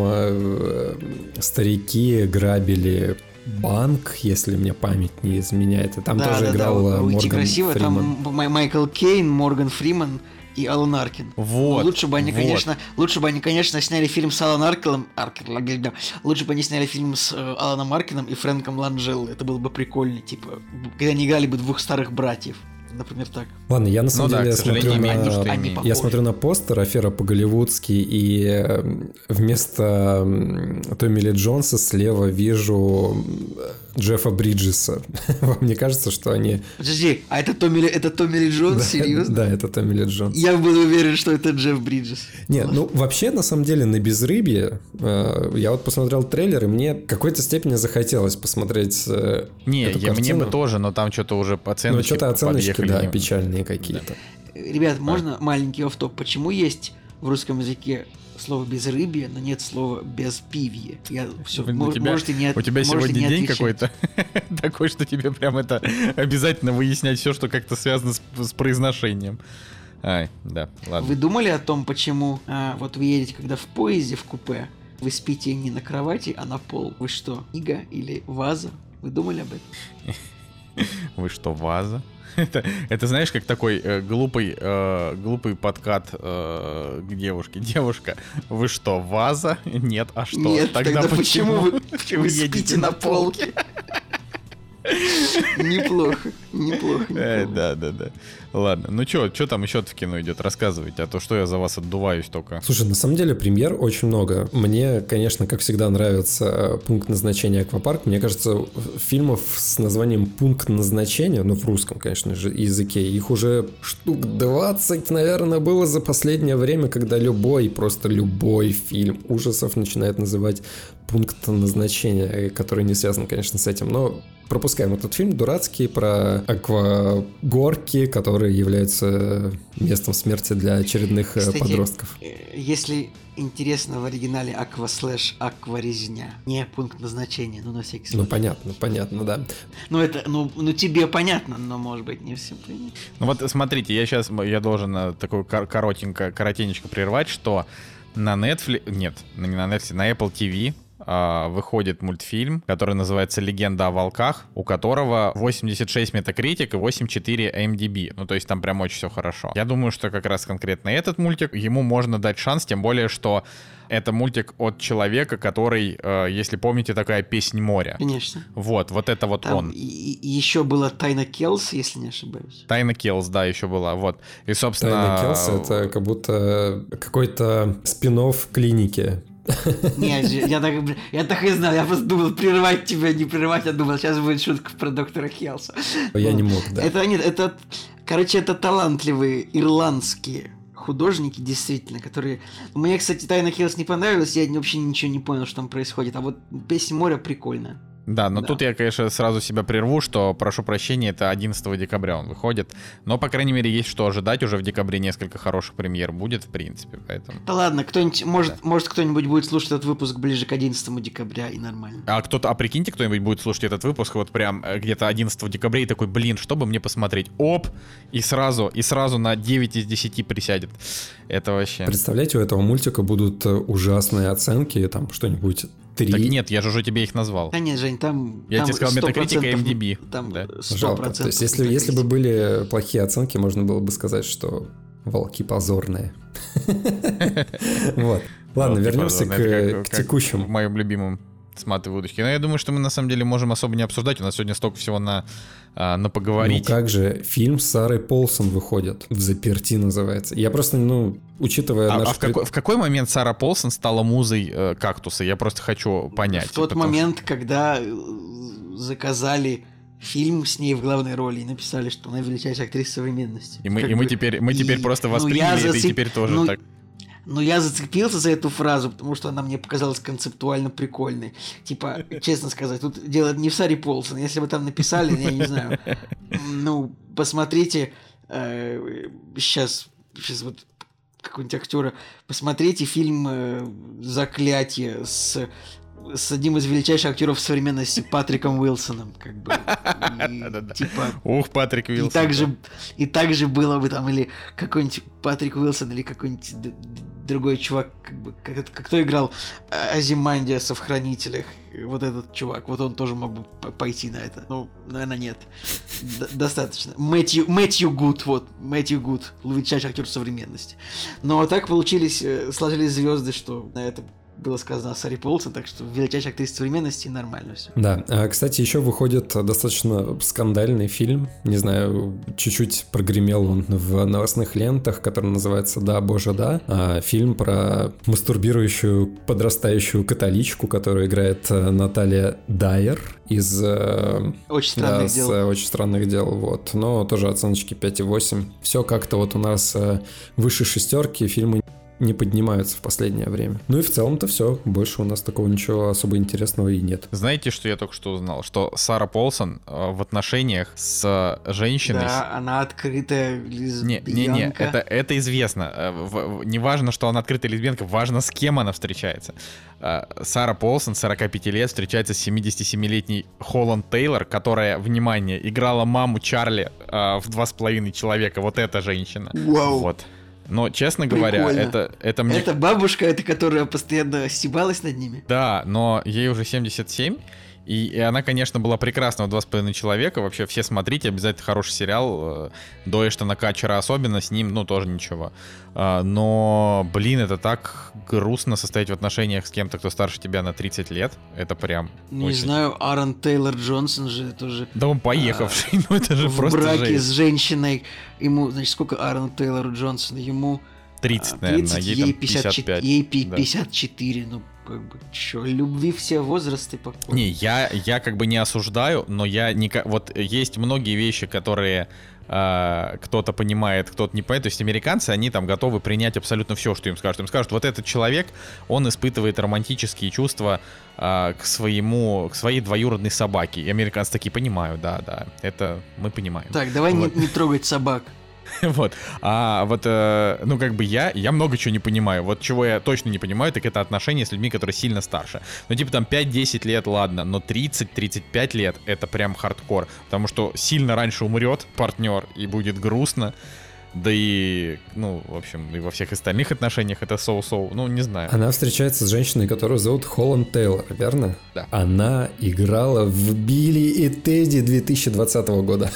старики грабили банк, если мне память не изменяет. И там тоже играл Морган «Уйти красиво», Фриман. Там Майкл Кейн, Морган Фриман и Алан Аркин. Вот. Лучше бы они, конечно, сняли фильм с Аланом Аркином. Лучше бы они сняли фильм с Аланом Аркином и Фрэнком Ланджелло. Это было бы прикольно, типа, когда они играли бы двух старых братьев. Например, так. Ладно, я на самом деле смотрю на постер «Афера по-голливудски», и вместо Томми Ли Джонса слева вижу Джеффа Бриджеса. Вам не кажется, что они... Подожди, а это Томми Ли Джонс? Серьезно? Да, это Томми Ли Джонс. Я был уверен, что это Джефф Бриджес. Нет, ну вообще, на самом деле, на безрыбье я вот посмотрел трейлер, и мне в какой-то степени захотелось посмотреть эту картину. Мне бы тоже, но там что-то уже оценочки подъехали. Да, печальные какие-то. Ребят, можно маленький офф-топ? Почему есть в русском языке слово безрыбье, но нет слова безпивье? У тебя сегодня день какой-то такой, что тебе прям это обязательно выяснять все, что как-то связано с произношением. Да, ладно. Вы думали о том, почему вот вы едете, когда в поезде, в купе, вы спите не на кровати, а на пол? Вы что, книга или ваза? Вы думали об этом? Вы что, ваза? Это знаешь, как такой глупый подкат к девушке. Девушка, вы что, ваза? Нет, а что? Нет, тогда почему вы едете на полке? Неплохо. Да. Ладно, ну что там еще-то в кино идет? Рассказывайте, а то что я за вас отдуваюсь только. Слушай, на самом деле премьер очень много. Мне, конечно, как всегда нравится «Пункт назначения Аквапарк». Мне кажется, фильмов с названием «Пункт назначения», ну в русском, конечно же, языке, их уже штук 20, наверное, было за последнее время, когда просто любой фильм ужасов начинает называть «Пункт назначения», который не связан, конечно, с этим, но пропускаем этот фильм дурацкий про аквагорки, которые являются местом смерти для очередных подростков. Если интересно, в оригинале аква/акварезня, не пункт назначения, ну на всякий случай. Ну понятно, да. Ну тебе понятно, но может быть не всем понятно. Ну вот смотрите, я должен такую коротенечко прервать, что на Netflix, нет, не на Netflix, на Apple TV выходит мультфильм, который называется «Легенда о волках», у которого 86 Metacritic и 8.4 IMDb. Ну, то есть там прям очень все хорошо. Я думаю, что как раз конкретно этот мультик, ему можно дать шанс, тем более, что это мультик от человека, который, если помните, такая «Песнь моря». Конечно. Вот это вот там он. И еще была Тайна Келс, если не ошибаюсь. Тайна Келс, да, еще была, вот. И, собственно... Тайна Келс — это как будто какой-то спин-офф клиники. Нет, я так и знал, я просто думал прерывать тебя, не прерывать, я думал, сейчас будет шутка про доктора Хелса. Я не мог, да. Это талантливые ирландские художники, действительно, которые... Мне, кстати, Тайна Хелс не понравилась, я вообще ничего не понял, что там происходит, а вот «Песнь моря» прикольная. Да, но тут я, конечно, сразу себя прерву, что, прошу прощения, это 11 декабря он выходит. Но, по крайней мере, есть что ожидать. Уже в декабре несколько хороших премьер будет, в принципе, поэтому... Да ладно, кто-нибудь, может кто-нибудь будет слушать этот выпуск ближе к 11 декабря, и нормально. А прикиньте, кто-нибудь будет слушать этот выпуск вот прям где-то 11 декабря и такой, блин, что бы мне посмотреть? Оп! И сразу на 9 из 10 присядет. Это вообще... Представляете, у этого мультика будут ужасные оценки, там что-нибудь 3. Так нет, я же уже тебе их назвал. Да нет, Жень, там... Я тебе сказал Metacritic и MDB. Там да. 100%. Жалко. То есть если бы были плохие оценки, можно было бы сказать, что волки позорные. Вот. Ладно, вернемся к текущему. В моем любимом с матой в удочке. Но я думаю, что мы на самом деле можем особо не обсуждать. У нас сегодня столько всего на поговорить. Ну как же, фильм с Сарой Полсон выходит. «Взаперти» называется. Я просто, учитывая... В какой момент Сара Полсон стала музой «Кактуса»? Я просто хочу понять. В тот момент, когда заказали фильм с ней в главной роли и написали, что она величайшая актриса современности. И мы теперь просто восприняли это, и теперь тоже так... Но я зацепился за эту фразу, потому что она мне показалась концептуально прикольной. Типа, честно сказать, тут дело не в Саре Полсон. Если бы там написали, я не знаю. Посмотрите, сейчас вот какого-нибудь актера, посмотрите фильм «Заклятие» с одним из величайших актеров современности Патриком Уилсоном, как бы. Типа. Ух, Патрик Уилсон. И также было бы там или какой-нибудь Патрик Уилсон, или какой-нибудь другой чувак, как бы, кто играл Азимандиаса в «Хранителях», вот этот чувак, вот он тоже мог бы пойти на это. Ну, наверное, нет. Достаточно. Мэтью Гуд, величайший актер современности. Но так сложились звезды, что на это было сказано о Саре Полсон, так что величайшая актриса современности, нормально все. Да, кстати, еще выходит достаточно скандальный фильм, не знаю, чуть-чуть прогремел он в новостных лентах, который называется «Да, боже, да», фильм про мастурбирующую подрастающую католичку, которую играет Наталья Дайер из «Очень странных дел». «Очень странных дел», вот, но тоже оценочки 5,8. Все как-то вот у нас выше шестерки, фильмы не поднимаются в последнее время. Ну и в целом-то все. Больше у нас такого ничего особо интересного и нет. Знаете, что я только что узнал? Что Сара Полсон в отношениях с женщиной... Да, она открытая лесбиянка. Не, это известно. Не важно, что она открытая лесбиянка, важно, с кем она встречается. Сара Полсон, 45 лет, встречается с 77-летней Холланд Тейлор, которая, внимание, играла маму Чарли в «2,5 человека». Вот эта женщина. Вау. Вот. Но, честно говоря, это мне... Это бабушка, которая постоянно стебалась над ними? Да, но ей уже 77, и она, конечно, была прекрасна в «2,5 человека». Вообще, все смотрите, обязательно хороший сериал. До Эштона Катчера особенно, с ним, тоже ничего. Но, блин, это так грустно состоять в отношениях с кем-то, кто старше тебя на 30 лет. Это прям... Не знаю, Аарон Тейлор Джонсон же тоже... Да он поехавший, это же просто жесть. В браке с женщиной. Ему, значит, сколько Аарону Тейлору Джонсону? Ему... 30, наверное, ей 55. Ей 54, как бы, чё, любви все возрасты покоя. Не, я как бы не осуждаю, но вот есть многие вещи, которые кто-то понимает, кто-то не понимает. То есть американцы, они там готовы принять абсолютно все, что им скажут. Им скажут, вот этот человек, он испытывает романтические чувства к своей двоюродной собаке. И американцы такие, понимаю, да, это мы понимаем. Так, давай вот. не трогать собак. Вот. Как бы я много чего не понимаю. Вот чего я точно не понимаю, так это отношения с людьми, которые сильно старше. Ну, типа там 5-10 лет, ладно, но 30-35 лет это прям хардкор. Потому что сильно раньше умрет партнер, и будет грустно. Да и, в общем, и во всех остальных отношениях это соу-соу, не знаю. Она встречается с женщиной, которую зовут Холланд Тейлор, верно? Да. Она играла в «Билли и Тедди» 2020 года.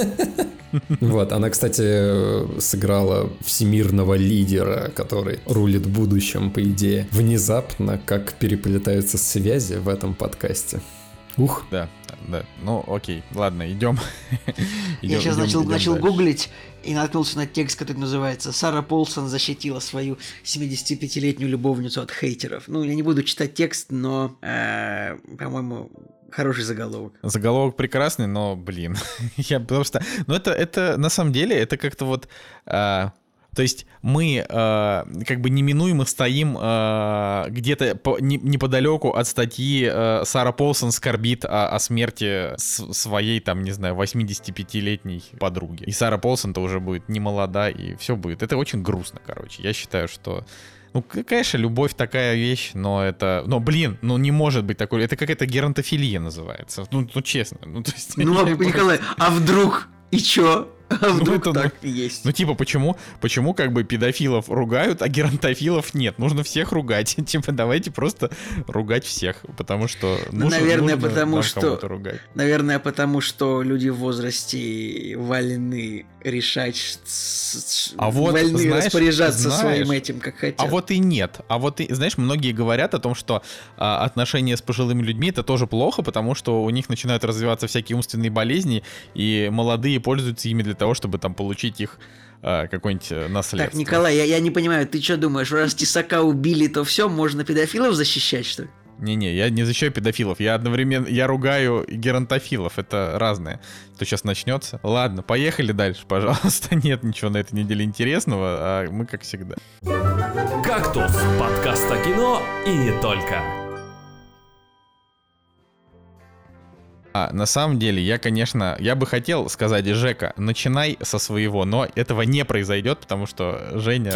Вот, она, кстати, сыграла всемирного лидера, который рулит будущим, по идее. Внезапно, как переплетаются связи в этом подкасте. Ух. Да. Ну, окей, ладно, идем. Я сейчас начал гуглить и наткнулся на текст, который называется «Сара Полсон защитила свою 75-летнюю любовницу от хейтеров». Я не буду читать текст, но, по-моему, хороший заголовок. Заголовок прекрасный, но, блин, я просто... это на самом деле, это как-то вот... То есть мы как бы неминуемо стоим где-то неподалеку от статьи Сара Полсон скорбит о смерти своей, там, не знаю, 85-летней подруги. И Сара Полсон-то уже будет не молода, и все будет. Это очень грустно, короче. Я считаю, что... Ну, конечно, любовь такая вещь, но это... Ну, блин, ну не может быть такой... Это какая-то геронтофилия называется. Ну честно. Ну, то есть, Николай, а вдруг? И чё? А вдруг это, так и есть? Ну, типа, почему как бы педофилов ругают, а геронтофилов нет? Нужно всех ругать. Типа, давайте просто ругать всех, потому что нужно кого-то ругать. Наверное, потому что люди в возрасте вольны решать, вольны распоряжаться своим этим, как хотят. А вот и нет. А вот и, знаешь, многие говорят о том, что отношения с пожилыми людьми — это тоже плохо, потому что у них начинают развиваться всякие умственные болезни, и молодые пользуются ими для того, чтобы там получить их какое-нибудь наследство. Так, Николай, я не понимаю, ты что думаешь, раз Тесака убили, то все, можно педофилов защищать, что ли? Не-не, я не защищаю педофилов, я ругаю геронтофилов, это разное. Что сейчас начнется? Ладно, поехали дальше, пожалуйста. Нет ничего на этой неделе интересного, а мы как всегда. «Кактус» — подкаст о кино и не только. На самом деле, я бы хотел сказать, Жека, начинай со своего, но этого не произойдет, потому что Женя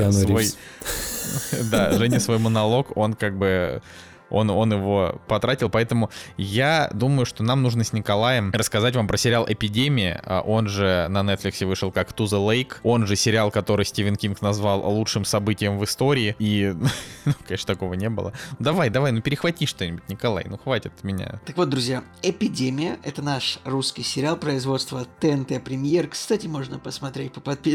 Женя свой монолог, он как бы... Он его потратил, поэтому я думаю, что нам нужно с Николаем рассказать вам про сериал «Эпидемия». Он же на Netflix вышел как «To the Lake». Он же сериал, который Стивен Кинг назвал лучшим событием в истории. И, конечно, такого не было. Давай, ну перехвати что-нибудь, Николай, ну хватит меня. Так вот, друзья, «Эпидемия» — это наш русский сериал производства ТНТ Премьер. Кстати, можно посмотреть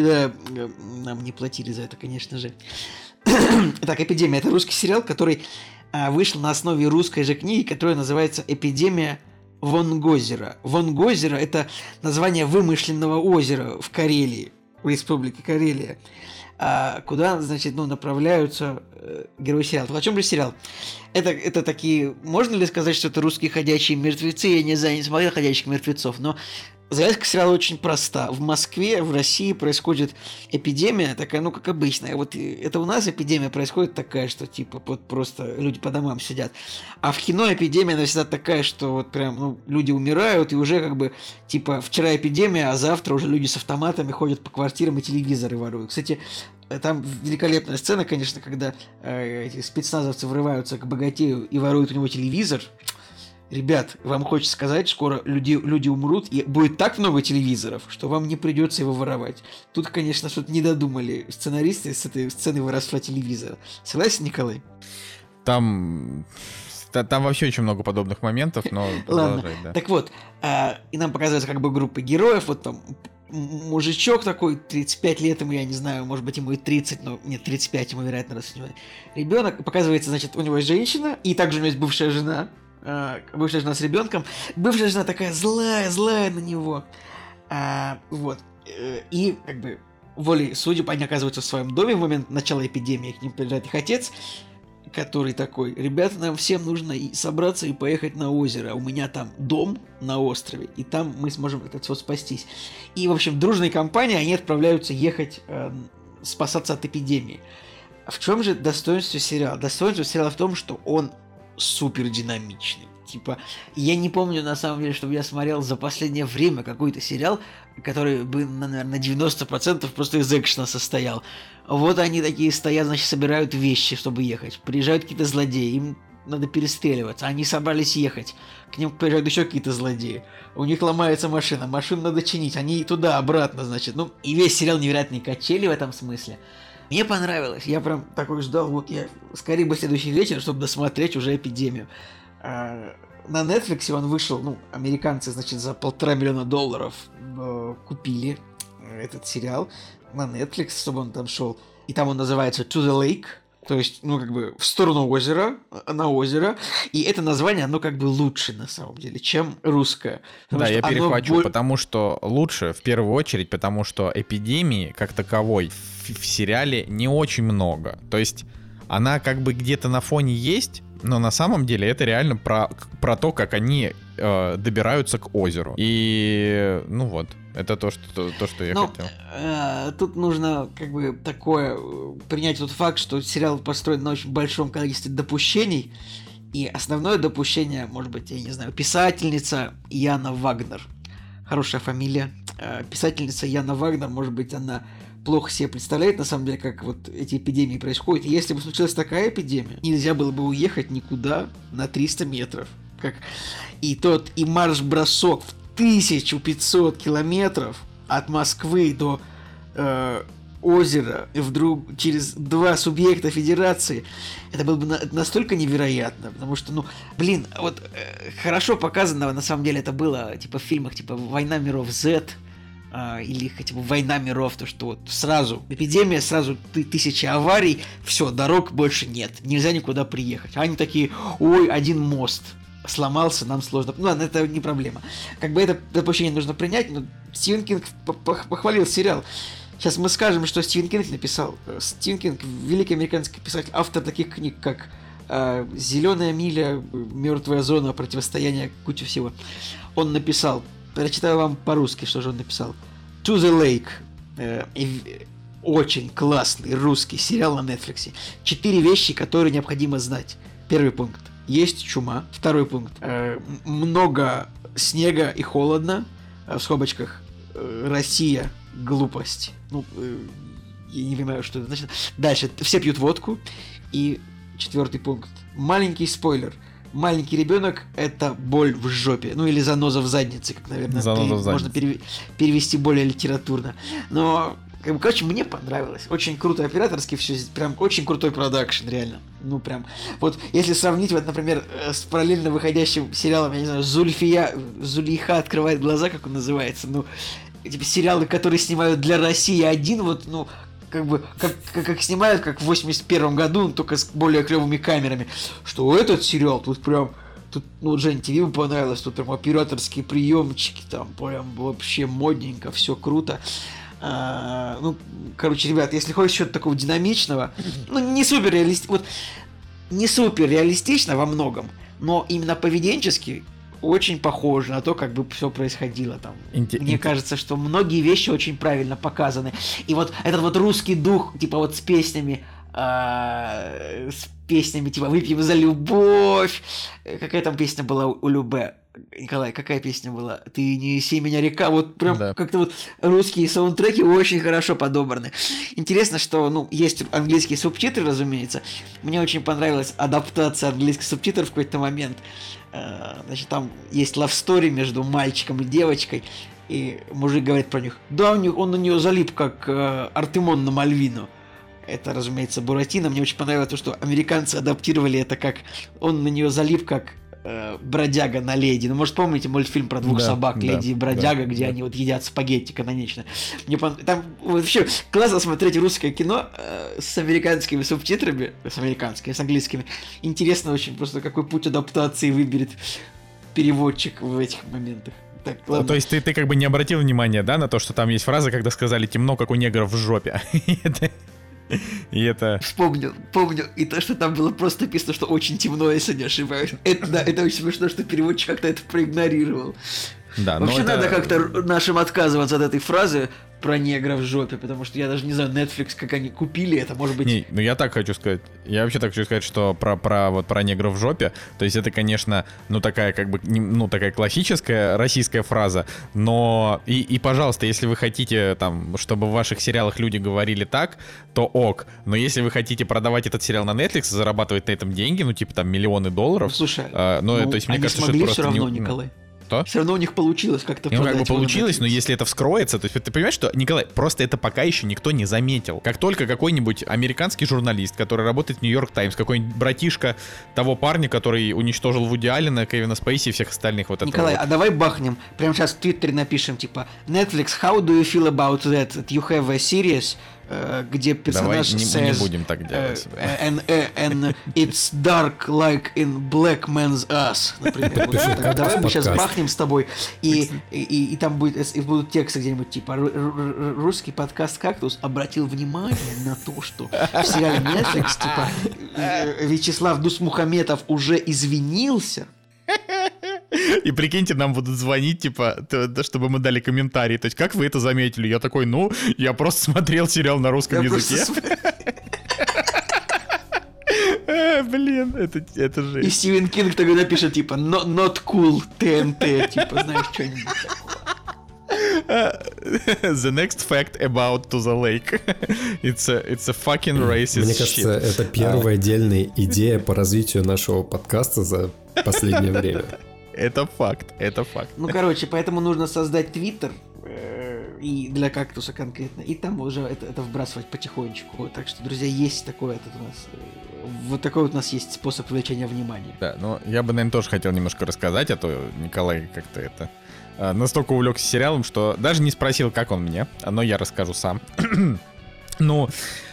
нам не платили за это, конечно же. Итак, «Эпидемия» — это русский сериал, который вышел на основе русской же книги, которая называется «Эпидемия Вонгозера». Вонгозера – это название вымышленного озера в Карелии, в Республике Карелия, куда, значит, направляются герои сериала. О чем же сериал? Это такие... Можно ли сказать, что это русские ходячие мертвецы? Я не знаю, не смотрел «Ходячих мертвецов», но завязка сериала очень проста. В Москве, в России происходит эпидемия такая, как обычно. Вот это у нас эпидемия происходит такая, что типа вот просто люди по домам сидят. А в кино эпидемия, она всегда такая, что вот прям люди умирают, и уже как бы типа вчера эпидемия, а завтра уже люди с автоматами ходят по квартирам и телевизоры воруют. Кстати, там великолепная сцена, конечно, когда эти спецназовцы врываются к богатею и воруют у него телевизор. Ребят, вам хочется сказать, скоро люди умрут, и будет так много телевизоров, что вам не придется его воровать. Тут, конечно, что-то не додумали сценаристы с этой сцены воровства телевизора. Согласен, Николай? Там вообще очень много подобных моментов, но продолжай, да. Так вот, и нам показывается как бы группа героев, вот там мужичок такой, 35 лет ему, я не знаю, может быть, ему и 30, но нет, 35 ему, вероятно, раз у него ребенок. Показывается, значит, у него есть женщина, и также у него есть бывшая жена с ребенком. Бывшая жена такая злая на него. Вот. И, как бы, волей судеб, они оказываются в своем доме в момент начала эпидемии. К ним приезжает их отец, который такой: ребята, нам всем нужно собраться и поехать на озеро. У меня там дом на острове, и там мы сможем от всего спастись. И, в общем, в дружной компании они отправляются ехать спасаться от эпидемии. В чем же достоинство сериала? Достоинство сериала в том, что он супер динамичный. Типа, я не помню, на самом деле, чтобы я смотрел за последнее время какой-то сериал, который бы, наверное, на 90% просто из экшена состоял. Вот они такие стоят, значит, собирают вещи, чтобы ехать. Приезжают какие-то злодеи, им надо перестреливаться. Они собрались ехать. К ним приезжают еще какие-то злодеи. У них ломается машину надо чинить. Они туда-обратно, значит. И весь сериал невероятные качели в этом смысле. Мне понравилось. Я прям такой ждал. Вот я скорее бы следующий вечер, чтобы досмотреть уже «Эпидемию». На Netflix он вышел, американцы, значит, за $1,5 миллиона купили этот сериал на Netflix, чтобы он там шел. И там он называется «To the Lake», то есть, как бы в сторону озера, на озеро. И это название, оно как бы лучше, на самом деле, чем русское. Да, я перехвачу, потому что лучше, в первую очередь, потому что эпидемии, как таковой, в сериале не очень много. То есть, она как бы где-то на фоне есть, но на самом деле это реально про то, как они добираются к озеру. И, вот. Это то, что я хотел. Тут нужно как бы такое принять тот факт, что сериал построен на очень большом количестве допущений. И основное допущение, может быть, я не знаю, писательница Яна Вагнер. Хорошая фамилия. Писательница Яна Вагнер, может быть, она плохо себе представляет, на самом деле, как вот эти эпидемии происходят. И если бы случилась такая эпидемия, нельзя было бы уехать никуда на 300 метров. И марш-бросок в 1500 километров от Москвы до озера, вдруг через 2 субъекта федерации, это было бы настолько невероятно, потому что, хорошо показано, на самом деле, это было, типа, в фильмах, типа, «Война миров Z», или хотя бы «Война миров», то, что вот сразу эпидемия, сразу 1000 аварий, все, дорог больше нет, нельзя никуда приехать. А они такие: ой, один мост сломался, нам сложно. Ну ладно, это не проблема. Как бы это допущение нужно принять, но Стивен Кинг похвалил сериал. Сейчас мы скажем, что Стивен Кинг написал. Стивен Кинг — великий американский писатель, автор таких книг, как «Зеленая миля», «Мертвая зона», «Противостояние», куча всего. Он написал, прочитаю вам по-русски, что же он написал. «To the Lake». Очень классный русский сериал на Netflix. 4 вещи, которые необходимо знать. Первый пункт. Есть чума. Второй пункт. Много снега и холодно. В скобочках. Россия. Глупость. Я не понимаю, что это значит. Дальше. Все пьют водку. И 4 пункт. Маленький спойлер. Маленький ребенок — это боль в жопе. Ну или заноза в заднице, как, наверное, можно перевести более литературно. Но, короче, мне понравилось. Очень круто операторски все. Прям очень крутой продакшн, реально. Ну, прям. Вот, если сравнить, вот, например, с параллельно выходящим сериалом, я не знаю, Зулейха открывает глаза, как он называется. Ну, типа сериалы, которые снимают для России один, вот, ну, как снимают, как в 81 году, но только с более клевыми камерами. Что этот сериал, тут, Жень, тебе понравилось, тут прям операторские приемчики, там прям вообще модненько, все круто. Ребят, если хочешь чего-то такого динамичного, не супер реалистично во многом, но именно поведенчески очень похоже на то, как бы все происходило там. Мне кажется, что многие вещи очень правильно показаны. И вот этот вот русский дух, типа вот с песнями, типа «Выпьем за любовь». Какая там песня была у Любе? Николай, какая песня была? «Ты неси меня, река». Вот прям как-то вот русские саундтреки очень хорошо подобраны. Интересно, что, есть английские субтитры, разумеется. Мне очень понравилась адаптация английских субтитров в какой-то момент. Значит, там есть love story между мальчиком и девочкой, и мужик говорит про них: да, он на нее залип, как Артемон на Мальвину. Это, разумеется, Буратино. Мне очень понравилось то, что американцы адаптировали это как он на нее залип, как бродяга на леди. Может, помните мультфильм про 2 собак, леди и бродяга, где они вот едят спагетти канонично. Там вообще классно смотреть русское кино с американскими субтитрами, с английскими. Интересно очень, просто какой путь адаптации выберет переводчик в этих моментах. Так, то есть ты как бы не обратил внимания, да, на то, что там есть фраза, когда сказали «темно, как у негров в жопе». И это... Помню. И то, что там было просто написано, что очень темно, если не ошибаюсь. Это очень смешно, что переводчик как-то это проигнорировал. Да, вообще надо как-то нашим отказываться от этой фразы про негра в жопе, потому что я даже не знаю, Netflix, как они купили это, может быть... Я так хочу сказать. Я вообще так хочу сказать, что про негра в жопе, то есть это, конечно, такая как бы, такая классическая российская фраза, но... И, пожалуйста, если вы хотите, там, чтобы в ваших сериалах люди говорили так, то ок. Но если вы хотите продавать этот сериал на Netflix и зарабатывать на этом деньги, там, миллионы долларов... Слушай, то есть, мне кажется, что это просто... все равно, Николай. Что? Все равно у них получилось как-то продать. Как бы получилось, но если это вскроется, то есть ты понимаешь, что, Николай, просто это пока еще никто не заметил. Как только какой-нибудь американский журналист, который работает в Нью-Йорк Таймс, какой-нибудь братишка того парня, который уничтожил Вуди Аллена, Кевина Спейси и всех остальных вот Николай, этого. А давай бахнем, прямо сейчас в Твиттере напишем, типа, Netflix, how do you feel about that you have a series, где персонаж Давай не будем так делать. And it's dark like in black man's ass, например. Давай мы сейчас бахнем с тобой, и там будут тексты где-нибудь типа русский подкаст «Кактус» обратил внимание на то, что в сериале Netflix типа Вячеслав Дусмухаметов уже извинился. И прикиньте, нам будут звонить, типа, чтобы мы дали комментарий. То есть, как вы это заметили? Я такой, ну, я просто смотрел сериал на русском языке. Блин, это же... И Стивен Кинг тогда напишет, типа, not cool, ТНТ, типа, знаешь, что-нибудь такое. The next fact about To the Lake. It's a fucking racist Мне кажется, это первая отдельная идея по развитию нашего подкаста за последнее время. Это факт, это факт. Ну, короче, поэтому нужно создать Твиттер, и для кактуса конкретно, и там уже это вбрасывать потихонечку. Так что, друзья, есть такой у нас... Вот такой вот у нас есть способ привлечения внимания. Да, ну, я бы, наверное, тоже хотел немножко рассказать, а то Николай как-то настолько увлекся сериалом, что даже не спросил, как он мне, но я расскажу сам. Ну,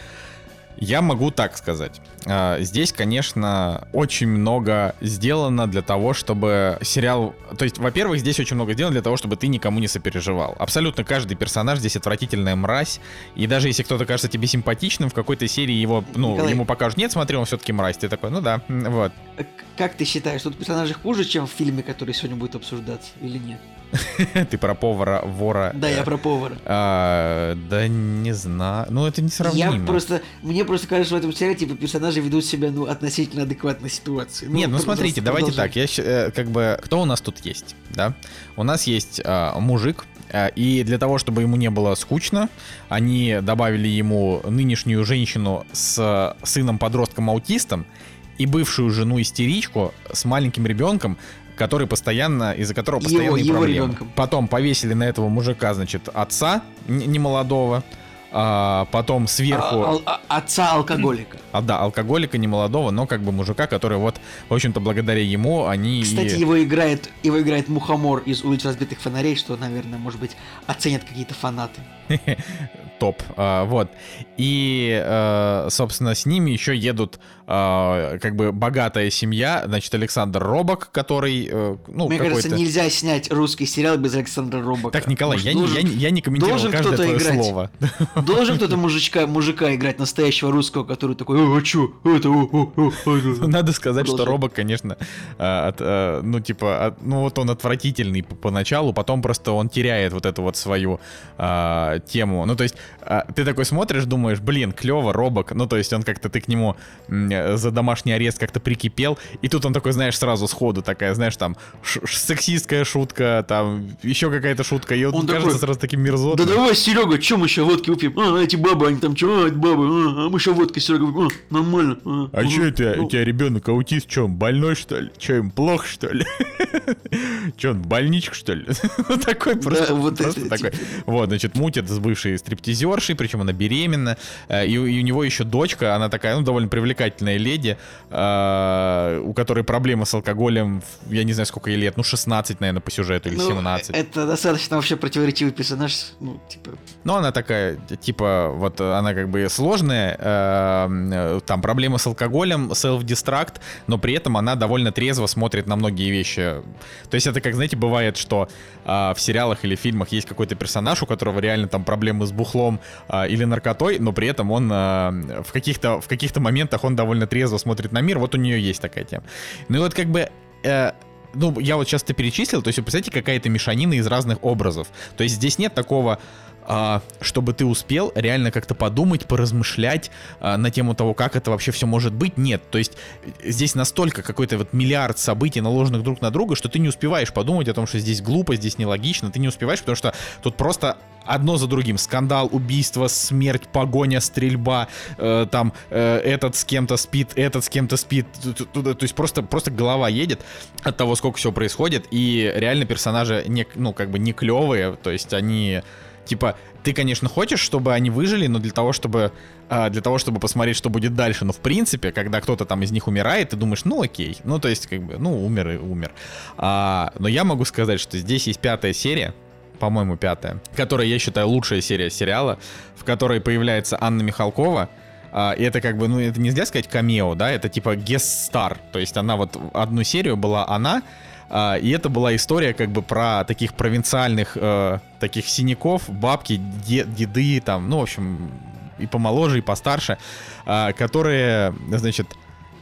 я могу так сказать. Здесь, конечно, очень много сделано для того, чтобы сериал... То есть, во-первых, здесь очень много сделано для того, чтобы ты никому не сопереживал. Абсолютно каждый персонаж здесь отвратительная мразь. И даже если кто-то кажется тебе симпатичным, в какой-то серии его, Николай, ему покажут, нет, смотри, он все-таки мразь. Ты такой, ну да, вот. Как ты считаешь, тут персонажи хуже, чем в фильме, который сегодня будет обсуждаться, или нет? Ты про повара, вора. Да, я про повара. Да не знаю. Ну, это не сравнимо. Мне просто кажется, что в этом сериале, типа, персонажи ведут себя, ну, относительно адекватной ситуации. Нет, ну смотрите, давайте так. Как бы, кто у нас тут есть, да? У нас есть мужик, и для того, чтобы ему не было скучно, они добавили ему нынешнюю женщину с сыном-подростком-аутистом и бывшую жену-истеричку с маленьким ребенком, из-за которого постоянные проблемы. Ребенком. Потом повесили на этого мужика, значит, отца немолодого, потом сверху... Отца-алкоголика. Да, алкоголика немолодого, но как бы мужика, который вот, в общем-то, благодаря ему они... Кстати, его играет Мухомор из «Улиц разбитых фонарей», что, наверное, может быть, оценят какие-то фанаты. Топ. Вот. И, собственно, с ними еще едут как бы богатая семья, значит, Александр Робок, который, Мне кажется, нельзя снять русский сериал без Александра Робока. Так, Николай, я не комментировал каждое твое слово. Должен кто-то мужика играть, настоящего русского, который такой, а чё, это, Надо сказать, что Робок, конечно, вот он отвратительный поначалу, потом просто он теряет вот эту вот свою тему. Ну, то есть, ты такой смотришь, думаешь, блин, клево, Робок, ну, то есть, он как-то, ты к нему за домашний арест как-то прикипел, и тут он такой, знаешь, сразу сходу такая, знаешь, там, сексистская шутка, там, еще какая-то шутка, и он кажется такой, сразу таким мерзотным. Да давай, Серега, чем мы еще водки выпьем? Эти бабы, они там, что, эти бабы, мы еще водки, Серега, выпьем, нормально. А что это, у тебя ребенок аутист, что, он больной, что ли? Что, им плохо, что ли? Что, он больничек, что ли? Такой просто такой. Вот, значит, мутит с бывшей стриптизершей, причем она беременна, и у него еще дочка, она такая, ну, довольно привлекательная леди, у которой проблемы с алкоголем, я не знаю, сколько ей лет, 16, наверное, по сюжету, или 17. Это достаточно вообще противоречивый персонаж, ну, типа... Ну, она такая, типа, вот она как бы сложная, там проблемы с алкоголем, self-destruct, но при этом она довольно трезво смотрит на многие вещи. То есть это, как, знаете, бывает, что в сериалах или фильмах есть какой-то персонаж, у которого реально там проблемы с бухлом или наркотой, но при этом он в каких-то моментах он довольно трезво смотрит на мир. Вот у нее есть такая тема. Ну и вот как бы... Ну, я вот сейчас это перечислил, то есть вы представляете, какая-то мешанина из разных образов. То есть здесь нет такого, чтобы ты успел реально как-то подумать, поразмышлять на тему того, как это вообще все может быть. Нет, то есть здесь настолько какой-то вот миллиард событий, наложенных друг на друга, что ты не успеваешь подумать о том, что здесь глупо, здесь нелогично, ты не успеваешь, потому что тут просто одно за другим. Скандал, убийство, смерть, погоня, стрельба, этот с кем-то спит, то есть просто голова едет от того, сколько всего происходит, и реально персонажи не клевые, то есть они... Типа, ты, конечно, хочешь, чтобы они выжили, но для того, чтобы посмотреть, что будет дальше. Но, в принципе, когда кто-то там из них умирает, ты думаешь, ну, окей. Ну, то есть, как бы, ну, умер и умер. Но я могу сказать, что здесь есть 5-я серия, по-моему, 5-я, которая, я считаю, лучшая серия сериала, в которой появляется Анна Михалкова. И это как бы, ну, это нельзя сказать камео, да, это типа guest-star. То есть она вот одну серию была она, и это была история как бы про таких провинциальных таких синяков, бабки, деды, там, ну, в общем, и помоложе, и постарше, которые, значит,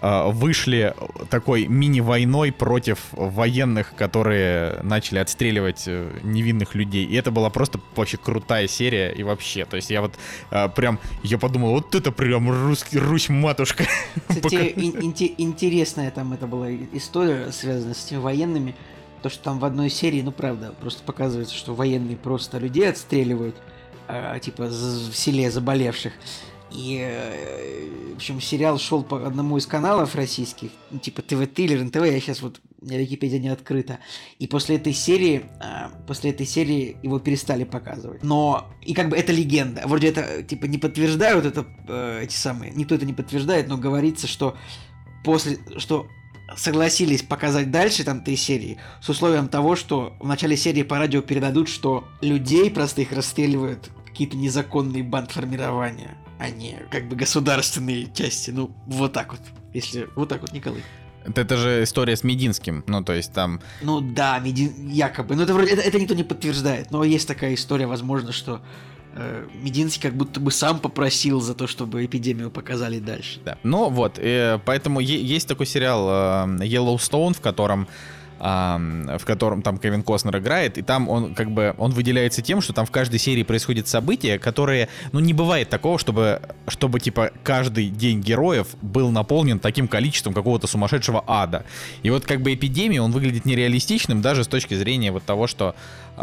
вышли такой мини-войной против военных, которые начали отстреливать невинных людей. И это была просто вообще крутая серия и вообще. То есть я вот прям, я подумал, вот это прям Русь-матушка. Кстати, интересная там это была история, связанная с этими военными. То, что там в одной серии, ну правда, просто показывается, что военные просто людей отстреливают, типа в селе заболевших. И, в общем, сериал шел по одному из каналов российских, типа ТВ-3 или РЕН-ТВ, я сейчас вот, у меня Википедия не открыта. И после этой серии его перестали показывать. Но, и как бы это легенда. Вроде это, типа, не подтверждают это, эти самые, никто это не подтверждает, но говорится, что что согласились показать дальше там 3 серии с условием того, что в начале серии по радио передадут, что людей простых расстреливают какие-то незаконные бандформирования, а не как бы государственные части. Ну, вот так вот. Если... Вот так вот, Николай. Это же история с Мединским, ну, то есть там... Ну да, якобы. Но это вроде... Это никто не подтверждает, но есть такая история, возможно, что Мединский как будто бы сам попросил за то, чтобы эпидемию показали дальше. Да. Ну вот, поэтому есть такой сериал Yellowstone, в котором там Кевин Костнер играет, и там он как бы он выделяется тем, что там в каждой серии происходят события, которые, ну, не бывает такого, чтобы типа каждый день героев был наполнен таким количеством какого-то сумасшедшего ада. И вот как бы эпидемия, он выглядит нереалистичным даже с точки зрения вот того, что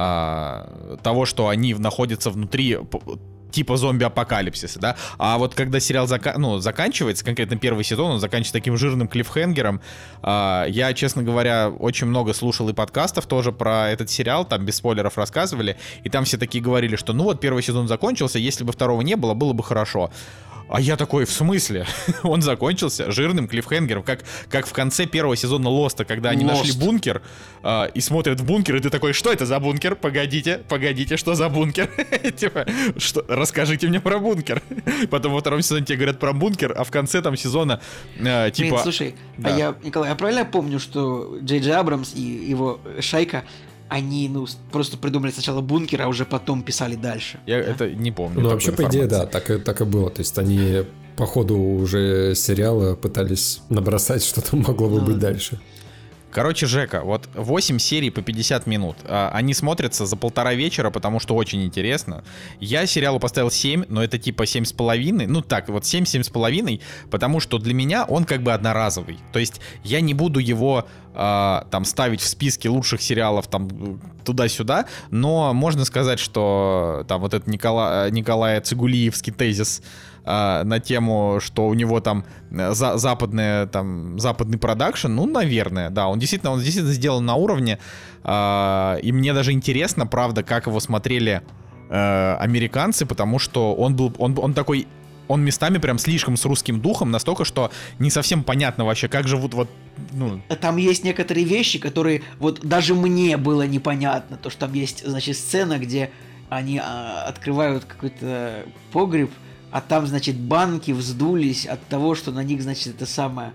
они находятся внутри типа зомби-апокалипсиса, да, а вот когда сериал заканчивается, конкретно первый сезон, он заканчивается таким жирным клиффхенгером. Я, честно говоря, очень много слушал и подкастов тоже про этот сериал, там без спойлеров рассказывали, и там все такие говорили, что ну вот первый сезон закончился, если бы второго не было, было бы хорошо. А я такой, в смысле? Он закончился жирным клиффхенгером, как в конце первого сезона Лоста, когда они нашли бункер и смотрят в бункер, и ты такой, что это за бункер? Погодите, что за бункер? Типа, расскажите мне про бункер. Потом во втором сезоне тебе говорят про бункер, а в конце там сезона типа... Блин, слушай, Николай, я правильно помню, что Джей Джей Абрамс и его шайка, они, просто придумали сначала бункер, а уже потом писали дальше. Я это не помню. Ну, вообще, по идее, да, так и было. То есть они по ходу уже сериала пытались набросать, что там могло бы быть дальше. Короче, Жека, вот 8 серий по 50 минут. Они смотрятся за 1,5 вечера, потому что очень интересно. Я сериалу поставил 7, но это типа 7,5. Ну так, вот 7-7,5, потому что для меня он как бы одноразовый. То есть я не буду его там ставить в списке лучших сериалов там туда-сюда, но можно сказать, что там вот этот Николая Цигулиевский тезис на тему, что у него там западный продакшн, ну, наверное, да, он действительно сделан на уровне, и мне даже интересно, правда, как его смотрели американцы, потому что он такой, он местами прям слишком с русским духом, настолько, что не совсем понятно вообще, как живут вот, ну... Там есть некоторые вещи, которые вот даже мне было непонятно, то, что там есть, значит, сцена, где они открывают какой-то погреб, а там, значит, банки вздулись от того, что на них, значит, это самая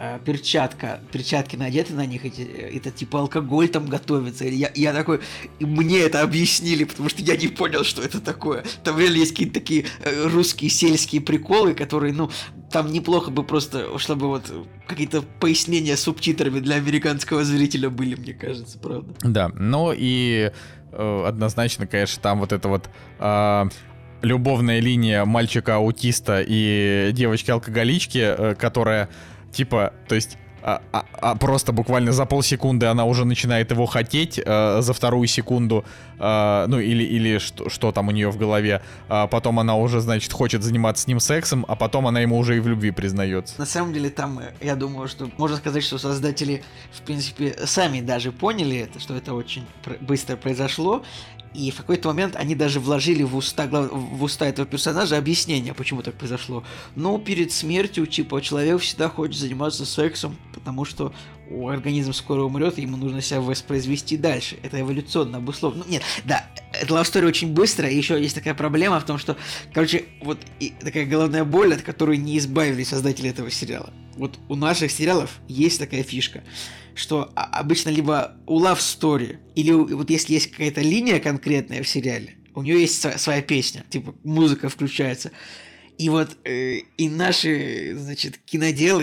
перчатки надеты на них, это типа алкоголь там готовится. Я такой, и мне это объяснили, потому что я не понял, что это такое. Там реально есть какие-то такие русские сельские приколы, которые, ну, там неплохо бы просто, чтобы вот какие-то пояснения с субтитрами для американского зрителя были, мне кажется, правда. Да, ну и однозначно, конечно, там вот это вот... любовная линия мальчика-аутиста и девочки-алкоголички, которая, типа, то есть просто буквально за полсекунды она уже начинает его хотеть, за вторую секунду, ну или что там у нее в голове, потом она уже, значит, хочет заниматься с ним сексом, а потом она ему уже и в любви признается. На самом деле там, я думаю, что можно сказать, что создатели, в принципе, сами даже поняли это, что это очень быстро произошло, и в какой-то момент они даже вложили в уста этого персонажа объяснение, почему так произошло. Ну, перед смертью, типа, человек всегда хочет заниматься сексом, потому что организм скоро умрет, и ему нужно себя воспроизвести дальше. Это эволюционно обусловлено. Ну, нет, да, эта лавстори очень быстрая, и еще есть такая проблема в том, что, короче, вот и такая головная боль, от которой не избавились создатели этого сериала. Вот у наших сериалов есть такая фишка, что обычно либо у love story, или вот если есть какая-то линия конкретная в сериале, у нее есть своя песня, типа музыка включается. И вот и наши, значит, киноделы,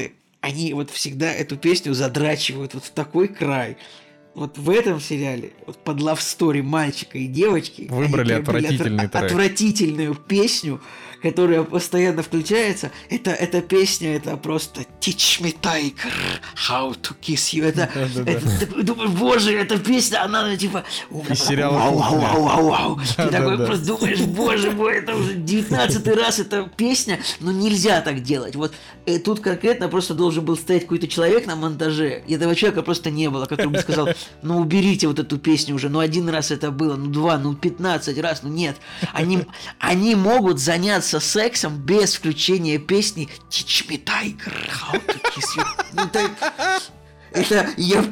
они вот всегда эту песню задрачивают вот в такой край. Вот в этом сериале, вот под love story мальчика и девочки, выбрали отвратительный трек. Отвратительную песню, которая постоянно включается. Эта песня, это просто Teach me, tiger, how to kiss you. Ты думаешь, боже, эта песня, она типа... Из сериала вау. Ты такой просто думаешь, боже мой, это уже 19-й раз эта песня, но нельзя так делать. Вот тут конкретно просто должен был стоять какой-то человек на монтаже, и этого человека просто не было, который бы сказал, ну уберите вот эту песню уже, ну 1 раз это было, ну 2, ну 15 раз, ну нет. Они могут заняться сексом без включения песни Teach me, tiger, how to kiss you. Ну так, это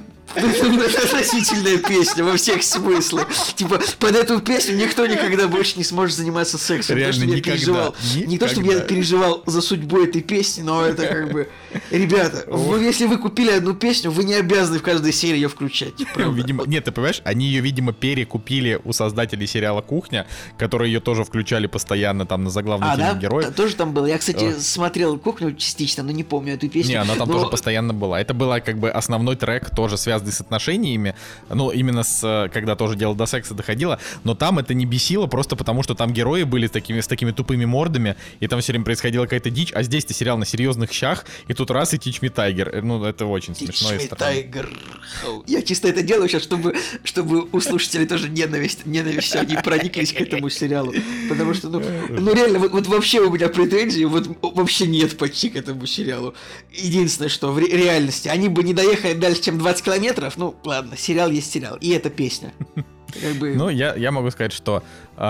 отвратительная песня во всех смыслах. Типа, под эту песню никто никогда больше не сможет заниматься сексом. Реально, Не то, чтобы я переживал за судьбу этой песни, но это как бы... Ребята, если вы купили одну песню, вы не обязаны в каждой серии ее включать. Видимо, нет, ты понимаешь, они ее, видимо, перекупили у создателей сериала «Кухня», которые ее тоже включали постоянно там на заглавный фильм героя. Тоже там было. Я, кстати, смотрел «Кухню» частично, но не помню эту песню. Не, она там тоже постоянно была. Это была как бы основной трек, тоже связанный с отношениями, ну, именно когда тоже дело до секса доходило, но там это не бесило просто потому, что там герои были с такими тупыми мордами, и там все время происходила какая-то дичь, а здесь-то сериал на серьезных щах, и тут раз и Teach me, tiger. Ну, это очень смешно и странно. Tiger. Я чисто это делаю сейчас, чтобы у слушателей тоже ненавистью они прониклись к этому сериалу, потому что, ну реально, вот вообще у меня претензий вот вообще нет почти к этому сериалу. Единственное, что в реальности, они бы не доехали дальше, чем 20 километров, ну, ладно, сериал есть сериал. И эта песня. Ну, я могу сказать, что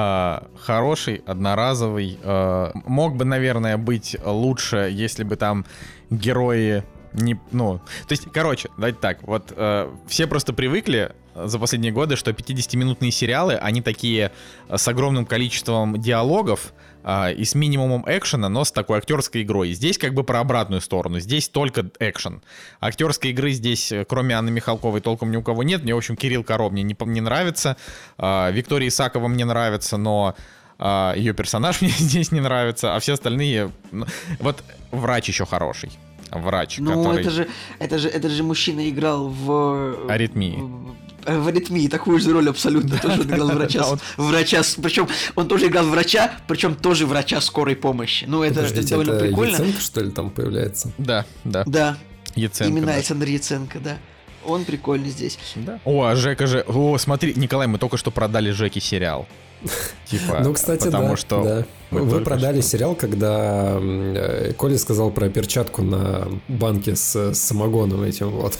хороший, одноразовый, мог бы, наверное, быть лучше, если бы там герои не... Ну, то есть, короче, давайте так, вот все просто привыкли за последние годы, что 50-минутные сериалы, они такие с огромным количеством диалогов, и с минимумом экшена, но с такой актерской игрой. Здесь как бы про обратную сторону. Здесь только экшен. Актерской игры здесь, кроме Анны Михалковой, толком ни у кого нет. Мне, в общем, Кирилл Коро мне не нравится. Виктория Исакова мне нравится, но ее персонаж мне здесь не нравится. А все остальные... Вот врач еще хороший. Врач, ну, который... это же мужчина играл в... «Аритмии». В «Аритмии» такую же роль абсолютно. Тоже играл врача. Причем он тоже играл врача, причем тоже врача скорой помощи. Ну, это довольно прикольно. Яценко, что ли, там появляется? Да. Яценко. Именно Александр Яценко, да. Он прикольный здесь. Да. О, а Жека же... О, смотри, Николай, мы только что продали Жеке сериал. Типа, ну, кстати, потому что да. Вы продали сериал, когда Коля сказал про перчатку на банке с самогоном этим вот.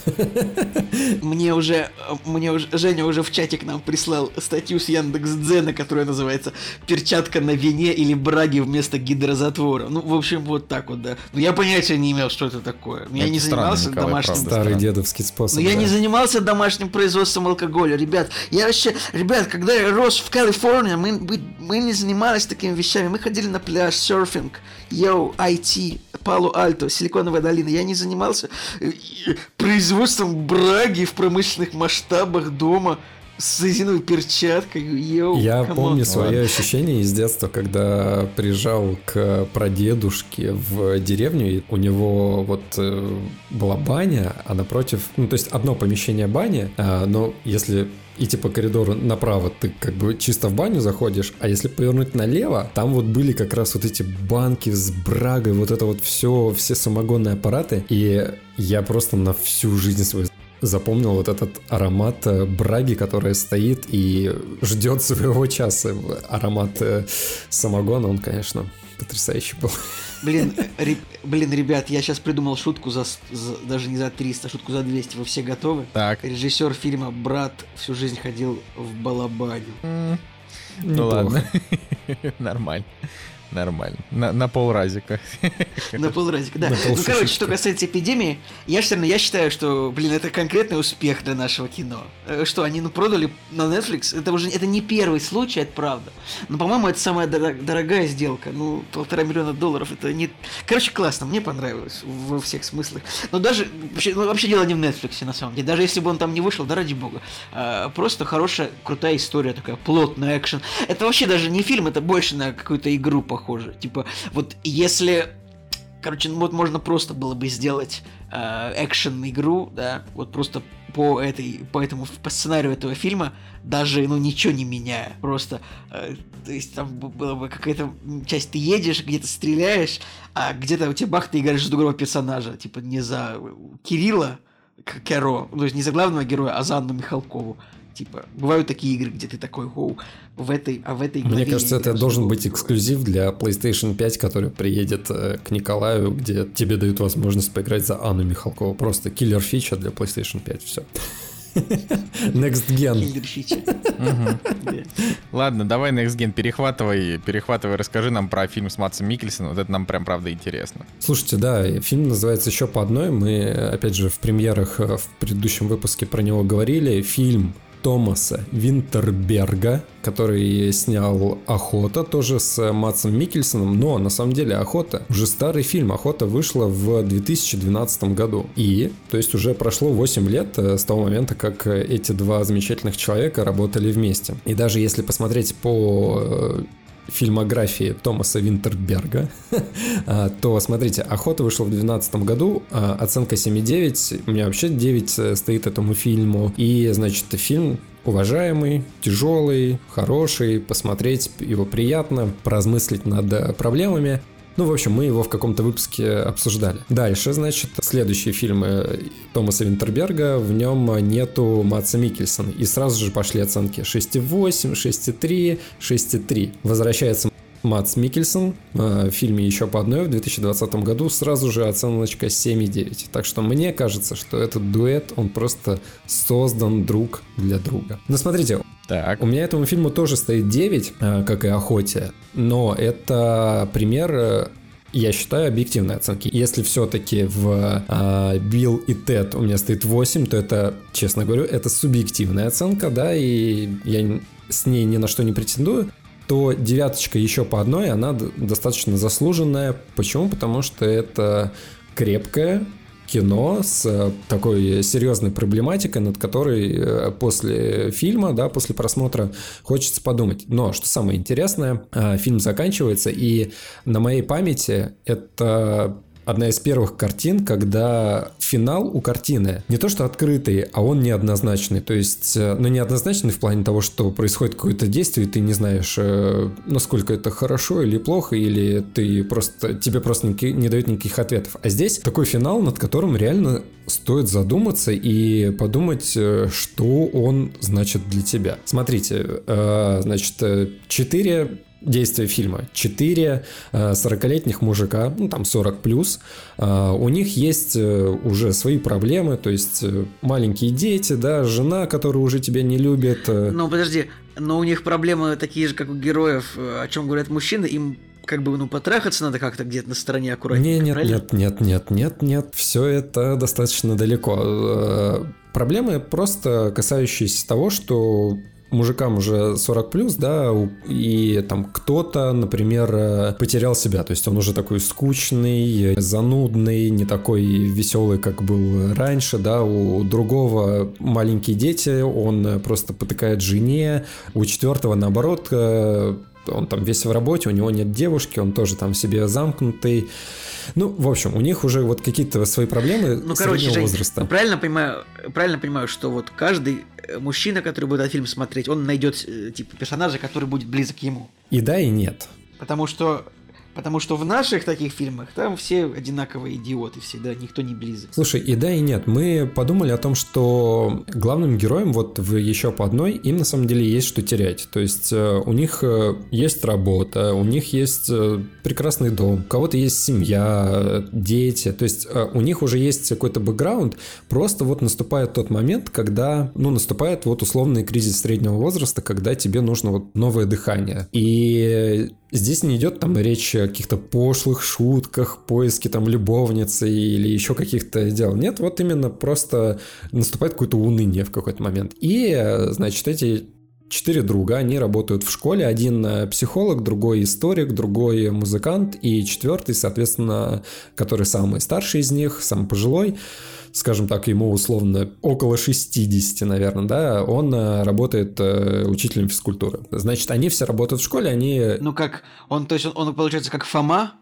Мне уже Женя уже в чате к нам прислал статью с Яндекс.Дзена, которая называется «Перчатка на вине или браге вместо гидрозатвора». Ну, в общем, вот так вот, да. Но я понятия не имел, что это такое. Я не занимался домашним... Старый дедовский способ. Но я не занимался домашним производством алкоголя, ребят. Ребят, когда я рос в Калифорнии, мы не занимались такими вещами. Мы ходили на пляж, серфинг, IT, Пало-Альто, Силиконовая долина. Я не занимался производством браги в промышленных масштабах дома с резиновой перчаткой. Я помню свои ощущения из детства, когда приезжал к прадедушке в деревню, и у него вот была баня, а напротив, ну то есть одно помещение баня, но если идти по коридору направо, ты как бы чисто в баню заходишь, а если повернуть налево, там вот были как раз вот эти банки с брагой, вот это вот все самогонные аппараты, и я просто на всю жизнь свою запомнил вот этот аромат браги, которая стоит и ждет своего часа. Аромат самогона, он, конечно, потрясающий был. Блин, ребят, я сейчас придумал шутку даже не за 300, шутку за 200. Вы все готовы? Так. Режиссер фильма «Брат» всю жизнь ходил в балабаню. Ну ладно, нормально. На полразика. На полразика, да. Ну, короче, что касается эпидемии, я считаю, что, это конкретный успех для нашего кино. Что, они продали на Netflix, это не первый случай, это правда. Но, по-моему, это самая дорогая сделка. $1,5 миллиона, это не... Короче, классно, мне понравилось во всех смыслах. Но даже, вообще дело не в Netflix, на самом деле. Даже если бы он там не вышел, да ради бога. Просто хорошая, крутая история такая, плотный экшен. Это вообще даже не фильм, это больше на какую-то игру похоже. Типа, вот если Короче, ну вот можно просто было бы сделать экшен-игру, да, вот просто по сценарию этого фильма, даже, ну, ничего не меняя, просто, то есть там была бы какая-то часть, ты едешь, где-то стреляешь, а где-то у тебя бах, ты играешь за другого персонажа, типа не за Кирилла Керо, то есть не за главного героя, а за Анну Михалкову. Типа, бывают такие игры, где ты такой, в этой главе... Мне кажется, это должен быть эксклюзив для PlayStation 5, который приедет к Николаю, где тебе дают возможность поиграть за Анну Михалкову. Просто киллер-фича для PlayStation 5, все. Next Gen. Киллер-фича. Ладно, давай Next Gen перехватывай, расскажи нам про фильм с Мадсом Миккельсеном, вот это нам прям правда интересно. Слушайте, да, фильм называется «Еще по одной», мы, опять же, в премьерах в предыдущем выпуске про него говорили. Фильм Томаса Винтерберга, который снял «Охота», тоже с Мадсом Миккельсеном, но на самом деле «Охота» уже старый фильм. «Охота» вышла в 2012 году. И, то есть уже прошло 8 лет с того момента, как эти два замечательных человека работали вместе. И даже если посмотреть по фильмографии Томаса Винтерберга, то, смотрите, «Охота» вышла в 2012 году, оценка 7,9, у меня вообще 9 стоит этому фильму, и, значит, фильм уважаемый, тяжелый, хороший, посмотреть его приятно, поразмыслить над проблемами. Ну, в общем, мы его в каком-то выпуске обсуждали. Дальше, значит, следующие фильмы Томаса Винтерберга, в нем нету Мадса Миккельсена. И сразу же пошли оценки 6,8, 6,3, 6,3. Возвращается Мадс Миккельсен в фильме «Еще по одной» в 2020 году, сразу же оценочка 7,9. Так что мне кажется, что этот дуэт, он просто создан друг для друга. Но смотрите, так. У меня этому фильму тоже стоит 9, как и «Охоте», но это пример, я считаю, объективной оценки. Если все-таки в Билл и Тед у меня стоит 8, то это, честно говорю, это субъективная оценка, да, и я с ней ни на что не претендую, то 9 «Еще по одной», она достаточно заслуженная. Почему? Потому что это крепкое кино с такой серьезной проблематикой, над которой после фильма, да, после просмотра хочется подумать. Но, что самое интересное, фильм заканчивается, и на моей памяти это одна из первых картин, когда финал у картины не то что открытый, а он неоднозначный. То есть, ну, неоднозначный в плане того, что происходит какое-то действие, и ты не знаешь, насколько это хорошо или плохо, или тебе просто не дают никаких ответов. А здесь такой финал, над которым реально стоит задуматься и подумать, что он значит для тебя. Смотрите, значит, 4 действия фильма. 4 40-летних мужика, ну там 40 плюс, у них есть уже свои проблемы, то есть маленькие дети, да, жена, которая уже тебя не любит. Ну подожди, но у них проблемы такие же, как у героев, о чем говорят мужчины, им как бы, ну, потрахаться надо как-то где-то на стороне аккуратненько. Нет, все это достаточно далеко. Проблемы просто касающиеся того, что мужикам уже 40 плюс, да, и там кто-то, например, потерял себя, то есть он уже такой скучный, занудный, не такой веселый, как был раньше, да, у другого маленькие дети, он просто потыкает жене, у 4-го наоборот, он там весь в работе, у него нет девушки, он тоже там в себе замкнутый. Ну, в общем, у них уже вот какие-то свои проблемы среднего возраста. Ну, правильно понимаю, что вот каждый мужчина, который будет этот фильм смотреть, он найдет типа персонажа, который будет близок ему. И да, и нет. Потому что в наших таких фильмах там все одинаковые идиоты всегда, никто не близок. Слушай, и да, и нет. Мы подумали о том, что главным героям вот в «Еще по одной» им на самом деле есть что терять. То есть у них есть работа, у них есть прекрасный дом, у кого-то есть семья, дети. То есть у них уже есть какой-то бэкграунд. Просто вот наступает тот момент, когда, ну, наступает вот условный кризис среднего возраста, когда тебе нужно вот новое дыхание. И здесь не идет там речь о каких-то пошлых шутках, поиске там любовницы или еще каких-то дел. Нет, вот именно просто наступает какое-то уныние в какой-то момент. И, значит, эти 4 друга, они работают в школе. Один психолог, другой историк, другой музыкант и 4-й, соответственно, который самый старший из них, самый пожилой, скажем так, ему условно около 60, наверное, да, он работает учителем физкультуры. Значит, они все работают в школе, они... Ну как, он получается как Фома,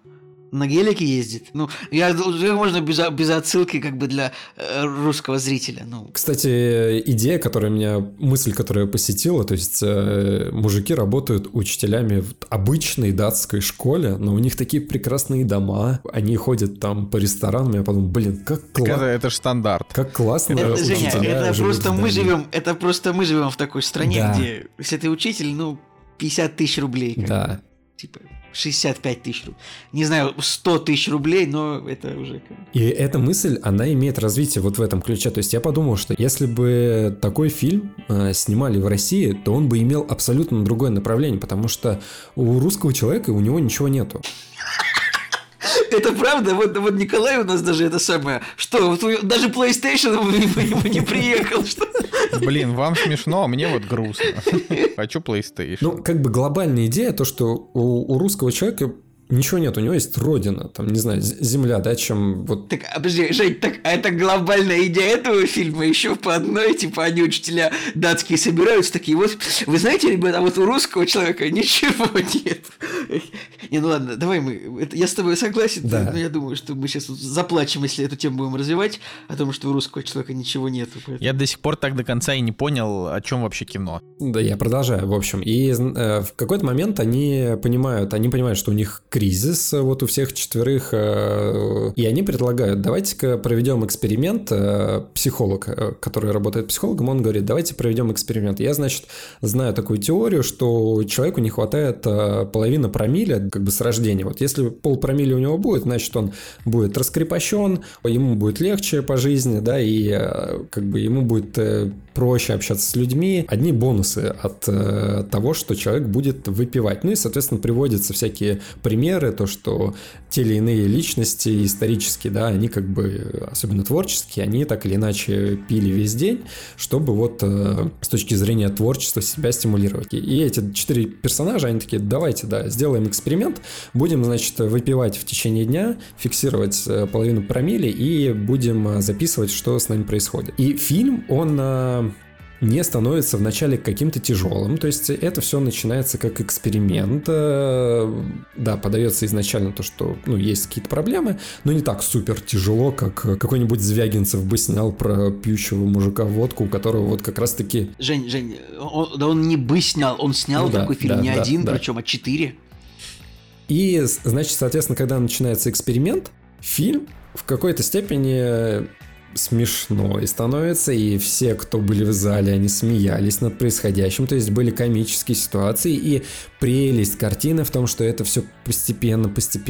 на гелике ездит. Ну, можно без отсылки как бы для русского зрителя. Ну. Кстати, мысль, которая посетила, то есть мужики работают учителями в обычной датской школе, но у них такие прекрасные дома, они ходят там по ресторанам, я подумал, как классно. Это же стандарт. Как классно. Женя, это просто мы живем в такой стране, где, если ты учитель, 50 тысяч рублей. Да. Типа 65 тысяч рублей. Не знаю, 100 тысяч рублей, но это уже... И эта мысль, она имеет развитие вот в этом ключе. То есть я подумал, что если бы такой фильм снимали в России, то он бы имел абсолютно другое направление, потому что у русского человека у него ничего нету. Это правда? Вот Николай у нас даже это самое... Что, даже PlayStation ему не приехал, что... Блин, вам смешно, а мне вот грустно. Хочу PlayStation. Ну, как бы глобальная идея, то, что у русского человека ничего нет, у него есть родина, там, не знаю, земля, да, чем вот... Так, подожди, Жень, а это глобальная идея этого фильма еще по одной, типа, они, учителя датские, собираются такие, вот, вы знаете, ребята, вот у русского человека ничего нет. Не, ну ладно, давай я с тобой согласен, да. Но я думаю, что мы сейчас заплачем, если эту тему будем развивать, о том, что у русского человека ничего нет. Поэтому... Я до сих пор так до конца и не понял, о чем вообще кино. Да, я продолжаю, в общем. И в какой-то момент они понимают, что у них кризис вот у всех четверых, и они предлагают, давайте-ка проведем эксперимент. Психолог, который работает психологом, он говорит, давайте проведем эксперимент. Я, значит, знаю такую теорию, что человеку не хватает половины промилле, как бы с рождения. Вот если полпромилле у него будет, значит, он будет раскрепощен, ему будет легче по жизни, да, и как бы ему будет проще общаться с людьми. Одни бонусы от того, что человек будет выпивать. Ну и, соответственно, приводятся всякие примеры, то, что те или иные личности исторические, да, они как бы, особенно творческие, они так или иначе пили весь день, чтобы вот с точки зрения творчества себя стимулировать. И эти 4 персонажа, они такие, давайте, да, сделаем эксперимент, будем, значит, выпивать в течение дня, фиксировать половину промилле и будем записывать, что с нами происходит. И фильм, он не становится вначале каким-то тяжелым, то есть это все начинается как эксперимент, да, подается изначально то, что, есть какие-то проблемы, но не так супер тяжело, как какой-нибудь Звягинцев бы снял про пьющего мужика водку, у которого вот как раз-таки... Жень, он не бы снял, он снял такой фильм не один, причем, а 4. И, значит, соответственно, когда начинается эксперимент, фильм в какой-то степени смешно и становится, и все, кто были в зале, они смеялись над происходящим, то есть были комические ситуации, и прелесть картины в том, что это все постепенно,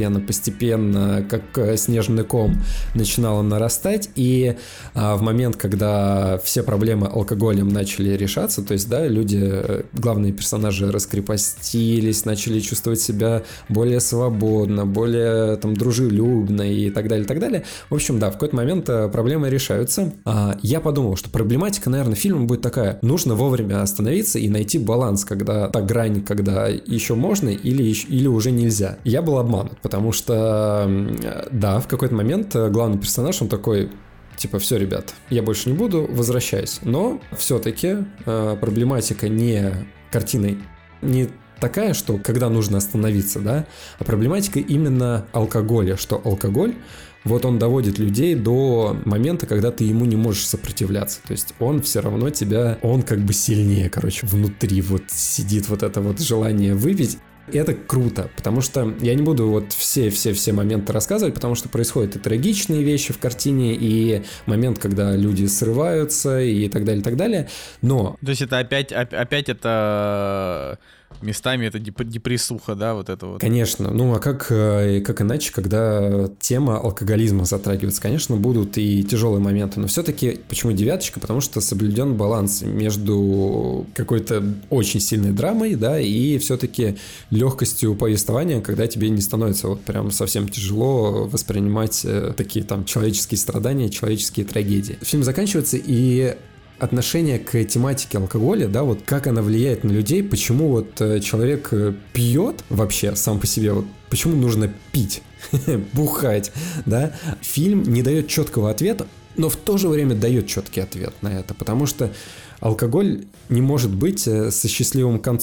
как снежный ком начинало нарастать, и в момент, когда все проблемы алкоголем начали решаться, то есть, да, люди, главные персонажи раскрепостились, начали чувствовать себя более свободно, более там дружелюбно и так далее. В общем, да, в какой-то момент проблемы решаются. Я подумал, что проблематика, наверное, фильма будет такая: нужно вовремя остановиться и найти баланс, когда та грань, когда еще можно или уже нельзя. Я был обманут, потому что, да, в какой-то момент главный персонаж, он такой... Типа, все, ребят, я больше не буду, возвращаюсь. Но все-таки проблематика не картиной, не такая, что когда нужно остановиться, да, а проблематика именно алкоголя, что алкоголь, вот он доводит людей до момента, когда ты ему не можешь сопротивляться. То есть он все равно тебя, он как бы сильнее, внутри вот сидит вот это вот желание выпить. И это круто, потому что я не буду вот все моменты рассказывать, потому что происходят и трагичные вещи в картине, и момент, когда люди срываются, и так далее, но... То есть это опять это... Местами это депрессуха, да, вот это вот. Конечно, а как иначе, когда тема алкоголизма затрагивается? Конечно, будут и тяжелые моменты, но все-таки почему 9? Потому что соблюден баланс между какой-то очень сильной драмой, да, и все-таки легкостью повествования, когда тебе не становится вот прям совсем тяжело воспринимать такие там человеческие страдания, человеческие трагедии. Фильм заканчивается, и отношение к тематике алкоголя, да, вот как она влияет на людей, почему вот человек пьет вообще сам по себе, вот почему нужно пить, бухать, да, фильм не дает четкого ответа, но в то же время дает четкий ответ на это, потому что алкоголь не может быть со счастливым концом,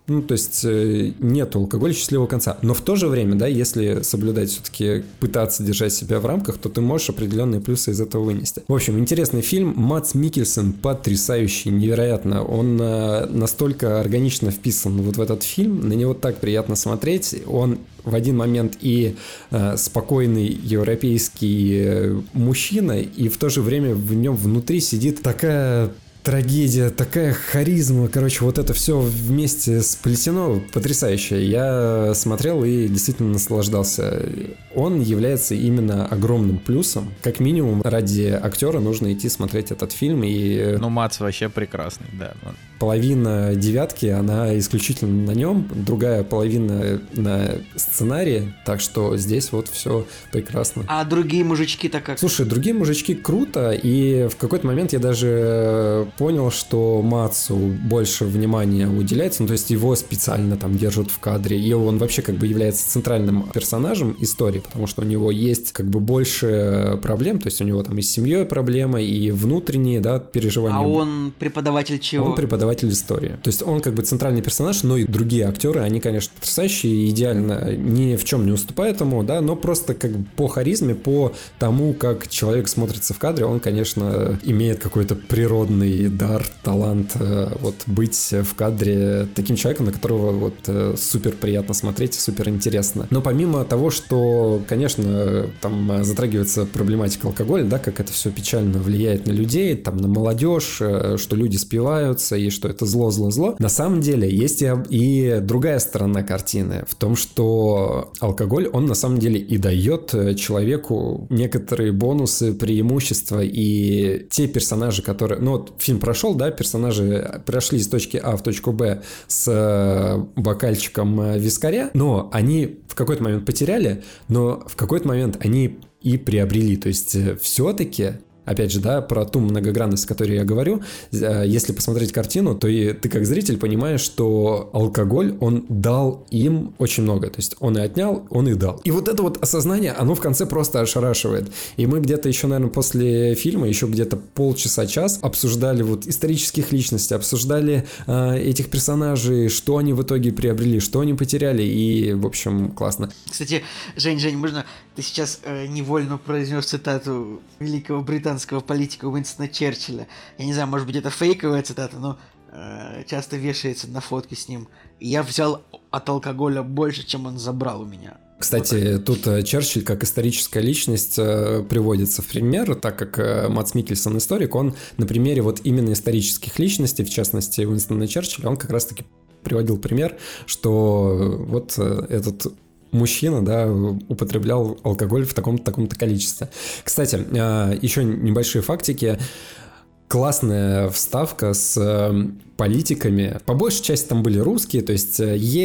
Ну, то есть нет алкоголя счастливого конца. Но в то же время, да, если соблюдать все-таки, пытаться держать себя в рамках, то ты можешь определенные плюсы из этого вынести. В общем, интересный фильм. Мадс Миккельсен потрясающий, невероятно. Он настолько органично вписан вот в этот фильм, на него так приятно смотреть. Он в один момент и спокойный европейский мужчина, и в то же время в нем внутри сидит такая трагедия, такая харизма, короче, вот это все вместе сплетено потрясающе. Я смотрел и действительно наслаждался. Он является именно огромным плюсом. Как минимум, ради актера нужно идти смотреть этот фильм. И Ну, Мадс вообще прекрасный, да. половина девятки, она исключительно на нем, другая половина на сценарии, так что здесь вот все прекрасно. А другие мужички-то как? Слушай, другие мужички круто, и в какой-то момент я даже понял, что Мадсу больше внимания уделяется, ну, то есть его специально там держат в кадре, и он вообще как бы является центральным персонажем истории, потому что у него есть как бы больше проблем, то есть у него там и с семьей проблемы, и внутренние, да, переживания. А он преподаватель чего? Он преподаватель истории. То есть он как бы центральный персонаж, но и другие актеры, они, конечно, потрясающие, идеально ни в чем не уступают ему, да, но просто как бы по харизме, по тому, как человек смотрится в кадре, он, конечно, имеет какой-то природный дар, талант вот быть в кадре таким человеком, на которого вот супер приятно смотреть, супер интересно. Но помимо того, что, конечно, там затрагивается проблематика алкоголя, да, как это все печально влияет на людей, там, на молодежь, что люди спиваются и что это зло. На самом деле есть и другая сторона картины в том, что алкоголь, он на самом деле и дает человеку некоторые бонусы, преимущества, и те персонажи, которые... Ну, вот фильм прошел, да, персонажи прошли из точки А в точку Б с бокальчиком вискаря, но они в какой-то момент потеряли, но в какой-то момент они и приобрели. То есть все-таки... Опять же, да, про ту многогранность, о которой я говорю, если посмотреть картину, то и ты как зритель понимаешь, что алкоголь, он дал им очень много. То есть он и отнял, он и дал. И вот это вот осознание, оно в конце просто ошарашивает. И мы где-то еще, наверное, после фильма, еще где-то полчаса-час обсуждали вот исторических личностей, обсуждали этих персонажей, что они в итоге приобрели, что они потеряли. И, в общем, классно. Кстати, Жень, можно... Ты сейчас невольно произнес цитату великого британского политика Уинстона Черчилля. Я не знаю, может быть, это фейковая цитата, но часто вешается на фотке с ним. Я взял от алкоголя больше, чем он забрал у меня. Кстати, вот тут Черчилль как историческая личность приводится в пример, так как Мадс Миккельсен историк, он на примере вот именно исторических личностей, в частности Уинстона Черчилля, он как раз-таки приводил пример, что вот этот... мужчина, да, употреблял алкоголь в таком-то количестве. Кстати, еще небольшие фактики. Классная вставка с политиками. По большей части там были русские, то есть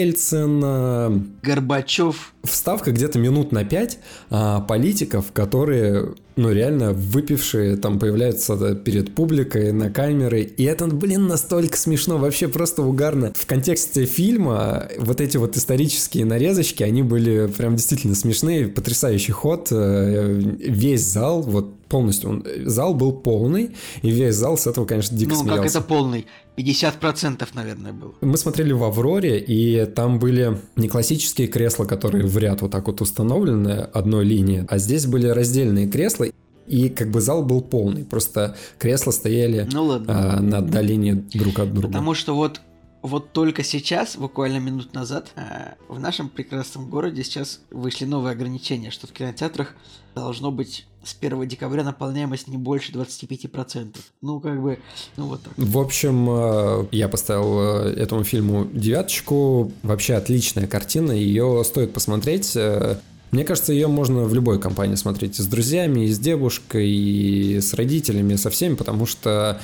Ельцин, Горбачев. Вставка где-то минут на 5 политиков, которые, ну, реально выпившие, там появляются перед публикой, на камеры. И это, блин, настолько смешно, вообще просто угарно. В контексте фильма вот эти вот исторические нарезочки, они были прям действительно смешные, потрясающий ход. Весь зал, вот полностью, зал был полный, и весь зал с этого, конечно, дико смеялся. Ну, как это полный? 50%, наверное, был. Мы смотрели в «Авроре», и там были не классические кресла, которые в ряд вот так вот установлены одной линией, а здесь были раздельные кресла, и как бы зал был полный, просто кресла стояли на отдалении друг от друга. Потому что вот только сейчас, буквально минут назад, в нашем прекрасном городе сейчас вышли новые ограничения, что в кинотеатрах должно быть с 1 декабря наполняемость не больше 25%. Ну, как бы, ну вот так. В общем, я поставил этому фильму 9. Вообще отличная картина, ее стоит посмотреть. Мне кажется, ее можно в любой компании смотреть. И с друзьями, и с девушкой, и с родителями, и со всеми, потому что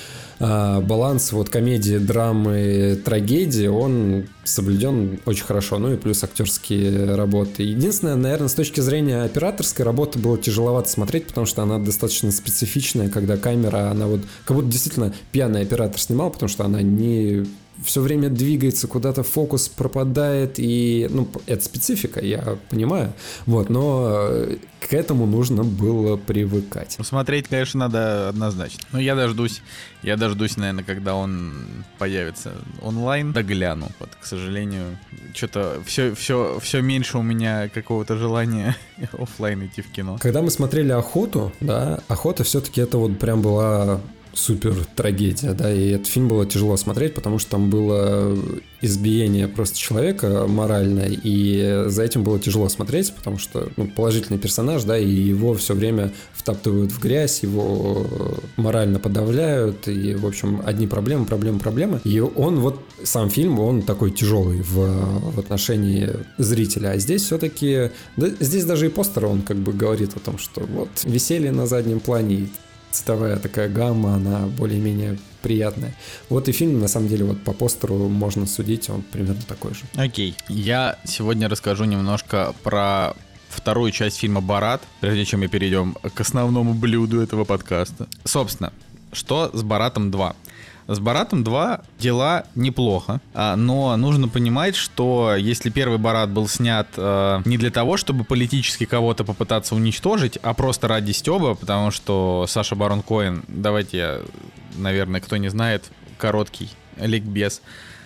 баланс вот комедии, драмы, трагедии, он соблюден очень хорошо, ну и плюс актерские работы. Единственное, наверное, с точки зрения операторской работы было тяжеловато смотреть, потому что она достаточно специфичная, когда камера, она вот как будто действительно пьяный оператор снимал, потому что она не все время двигается, куда-то фокус пропадает, и, ну, это специфика, я понимаю, вот, но к этому нужно было привыкать. Смотреть, конечно, надо однозначно. Но я дождусь, наверное, когда он появится онлайн, догляну. Вот, к сожалению, что-то все меньше у меня какого-то желания офлайн идти в кино. Когда мы смотрели «Охоту», да, «Охота» все-таки это вот прям была супер трагедия, да, и этот фильм было тяжело смотреть, потому что там было избиение просто человека моральное, и за этим было тяжело смотреть, потому что, ну, положительный персонаж, да, и его все время втаптывают в грязь, его морально подавляют, и, в общем, одни проблемы, и он вот, сам фильм, он такой тяжелый в отношении зрителя, а здесь все-таки, да, здесь даже и постер, он как бы говорит о том, что вот веселье на заднем плане, цветовая такая гамма, она более-менее приятная. Вот и фильм, на самом деле, вот по постеру можно судить, он примерно такой же. Окей. Я сегодня расскажу немножко про вторую часть фильма «Борат», прежде чем мы перейдем к основному блюду этого подкаста. Собственно, что с «Боратом 2»? С «Боратом 2» дела неплохо, но нужно понимать, что если первый «Борат» был снят не для того, чтобы политически кого-то попытаться уничтожить, а просто ради стёба, потому что Саша Барон Коэн, давайте я, наверное, кто не знает, короткий ликбез.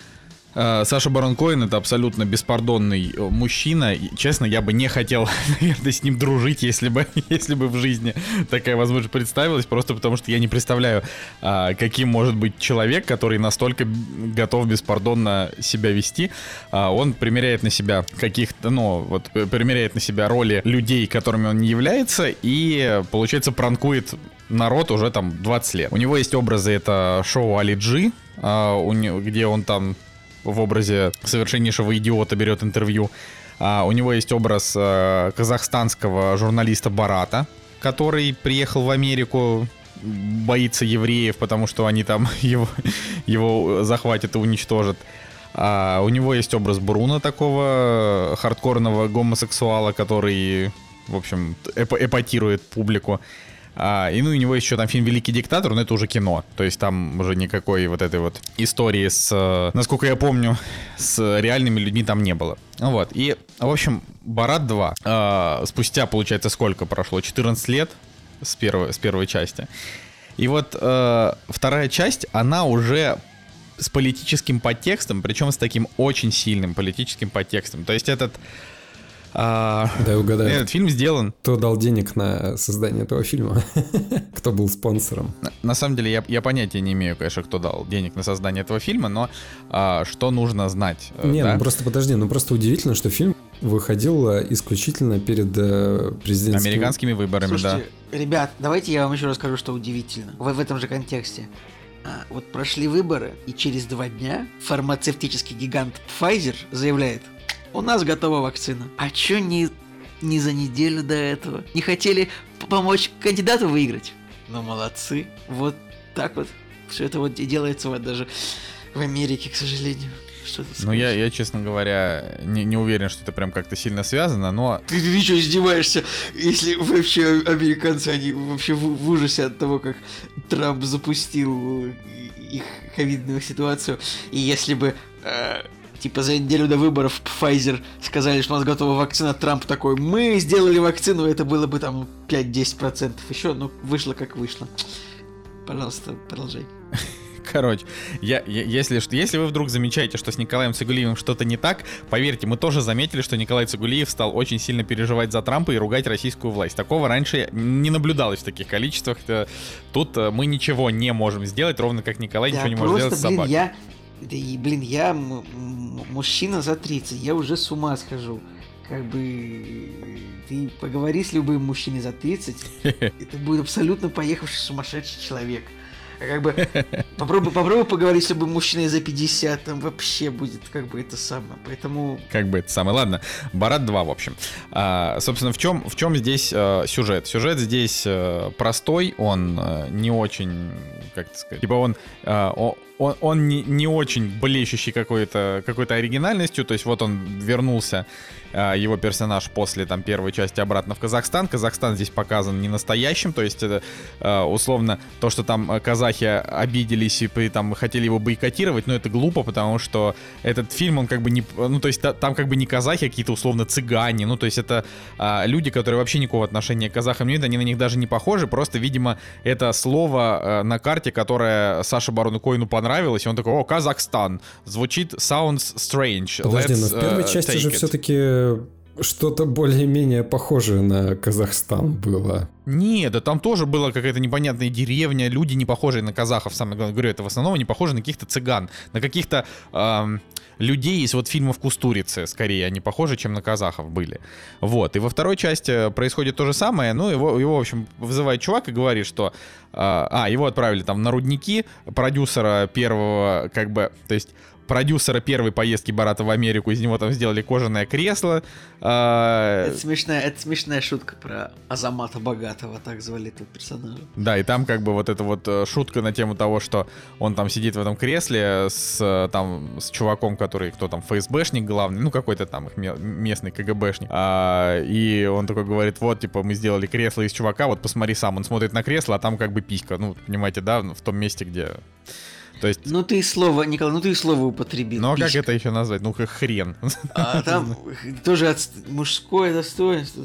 Саша Барон Коэн — это абсолютно беспардонный мужчина. И, честно, я бы не хотел, наверное, с ним дружить, если бы в жизни такая возможность представилась, просто потому что я не представляю, каким может быть человек, который настолько готов беспардонно себя вести. Он примеряет на себя примеряет на себя роли людей, которыми он не является, и, получается, пранкует народ уже там 20 лет. У него есть образы, это шоу Али Джи, где он там в образе совершеннейшего идиота берет интервью. У него есть образ казахстанского журналиста Бората, который приехал в Америку, боится евреев, потому что они там его захватят и уничтожат. У него есть образ Бруно, такого хардкорного гомосексуала, который, в общем, эпатирует публику. И у него есть еще там фильм «Великий диктатор», но это уже кино. То есть там уже никакой вот этой вот истории с, насколько я помню, с реальными людьми там не было. Вот. И, в общем, «Борат 2» спустя, получается, сколько прошло? 14 лет с первой части. И вот вторая часть, она уже с политическим подтекстом, причем с таким очень сильным политическим подтекстом. То есть Дай угадаю. Этот фильм сделан. Кто дал денег на создание этого фильма? Кто был спонсором? На самом деле я понятия не имею, конечно, кто дал денег на создание этого фильма, но что нужно знать? Не, да? ну просто подожди, просто удивительно, что фильм выходил исключительно перед президентскими... Американскими выборами. Слушайте, ребят, давайте я вам еще расскажу, что удивительно. В этом же контексте. Вот прошли выборы, и через 2 дня фармацевтический гигант Pfizer заявляет: у нас готова вакцина. А чё не за неделю до этого? Не хотели помочь кандидату выиграть? Ну, молодцы. Вот так вот. Все это вот и делается вот даже в Америке, к сожалению. Что тут Ну, я, честно говоря, не уверен, что это прям как-то сильно связано, но... Ты что, издеваешься? Если вообще американцы, они вообще в ужасе от того, как Трамп запустил их ковидную ситуацию. И если бы... Типа за неделю до выборов Pfizer сказали, что у нас готова вакцина, Трамп такой: мы сделали вакцину, это было бы там 5-10% еще, но вышло как вышло. Пожалуйста, продолжай. Короче, если вы вдруг замечаете, что с Николаем Цигулиевым что-то не так, поверьте, мы тоже заметили, что Николай Цигулиев стал очень сильно переживать за Трампа и ругать российскую власть. Такого раньше не наблюдалось в таких количествах. Тут мы ничего не можем сделать, ровно как Николай ничего не может сделать с собакой. Я мужчина за 30, я уже с ума схожу. Как бы ты поговори с любым мужчиной за 30, это будет абсолютно поехавший сумасшедший человек. А как бы попробуй поговорить с любым мужчиной за 50, там вообще будет как бы это самое. Поэтому... Как бы это самое. Ладно, «Борат 2», в общем. Собственно, в чем здесь сюжет? Сюжет здесь простой, он не очень, как это сказать, типа он не очень блещущий какой-то оригинальностью, то есть вот он вернулся, его персонаж после там первой части обратно в Казахстан. Казахстан здесь показан не настоящим, то есть это условно то, что там казахи обиделись и там хотели его бойкотировать, но это глупо, потому что этот фильм, он как бы не, ну то есть там как бы не казахи, а какие-то условно цыгане, ну то есть это люди, которые вообще никакого отношения к казахам не имеют, они на них даже не похожи, просто, видимо, это слово на карте, которое Саше Барону Коэну понравилось, и он такой: о, Казахстан, звучит, sounds strange. Подожди, но в первой части же все-таки что-то более-менее похожее на Казахстан было. Нет, да там тоже была какая-то непонятная деревня, люди не похожие на казахов, самое главное, говорю, это в основном не похожи на каких-то цыган, на каких-то людей из вот фильмов «Кустурицы», скорее, они похожи, чем на казахов были. Вот, и во второй части происходит то же самое, ну, его в общем, вызывает чувак и говорит, что... его отправили там на рудники, продюсера первого, как бы, то есть... продюсера первой поездки Барата в Америку, из него там сделали кожаное кресло. Это смешная шутка про Азамата Богатого, так звали этого персонажа. Да, и там как бы вот эта вот шутка на тему того, что он там сидит в этом кресле с чуваком, который, кто там, ФСБшник главный, ну какой-то там их местный КГБшник. И он такой говорит: вот, типа, мы сделали кресло из чувака, вот посмотри сам. Он смотрит на кресло, а там как бы писька, ну, понимаете, да, в том месте, где... То есть... Ну ты слово, Николай, слово употребил. Ну а как это еще назвать? Ну как хрен. А там тоже мужское достоинство.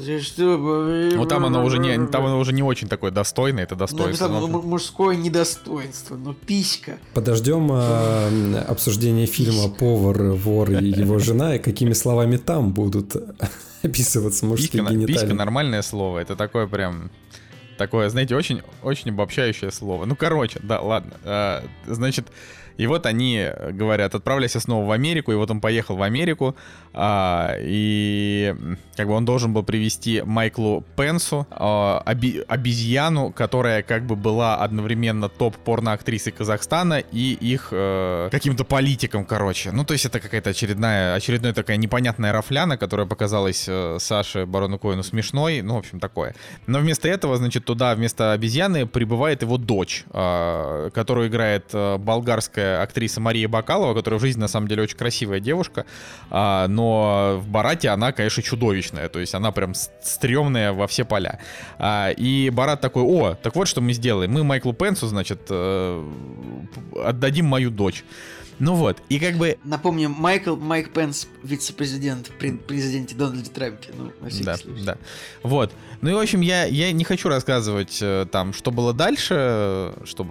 Ну там оно уже не очень такое достойное, это достоинство. Ну, мужское недостоинство, но писька. Подождем обсуждение фильма «Повар, вор и его жена», и какими словами там будут описываться мужские гениталии. Писька — нормальное слово, это такое прям... Такое, знаете, очень, очень обобщающее слово. Ну, короче, да, ладно. Значит, и вот они говорят: отправляйся снова в Америку. И вот он поехал в Америку. И как бы он должен был привезти Майклу Пенсу, обезьяну, которая как бы была одновременно топ-порно-актрисой Казахстана и их каким-то политиком, короче. Ну, то есть это какая-то очередная такая непонятная рафляна, которая показалась Саше Барону Коэну смешной. Ну, в общем, такое. Но вместо этого, значит, туда вместо обезьяны прибывает его дочь, которую играет болгарская актриса Мария Бакалова, которая в жизни на самом деле очень красивая девушка, но в Барате она, конечно, чудовищная, то есть она прям стрёмная во все поля. И Барат такой: о, так вот что мы сделаем, мы Майклу Пенсу, значит, отдадим мою дочь. Ну вот, и как бы... Напомним, Майк Пенс, вице-президент при президенте Дональде Трампе. Ну, на всякий случай. Да. Вот. Ну и, в общем, я не хочу рассказывать там, что было дальше.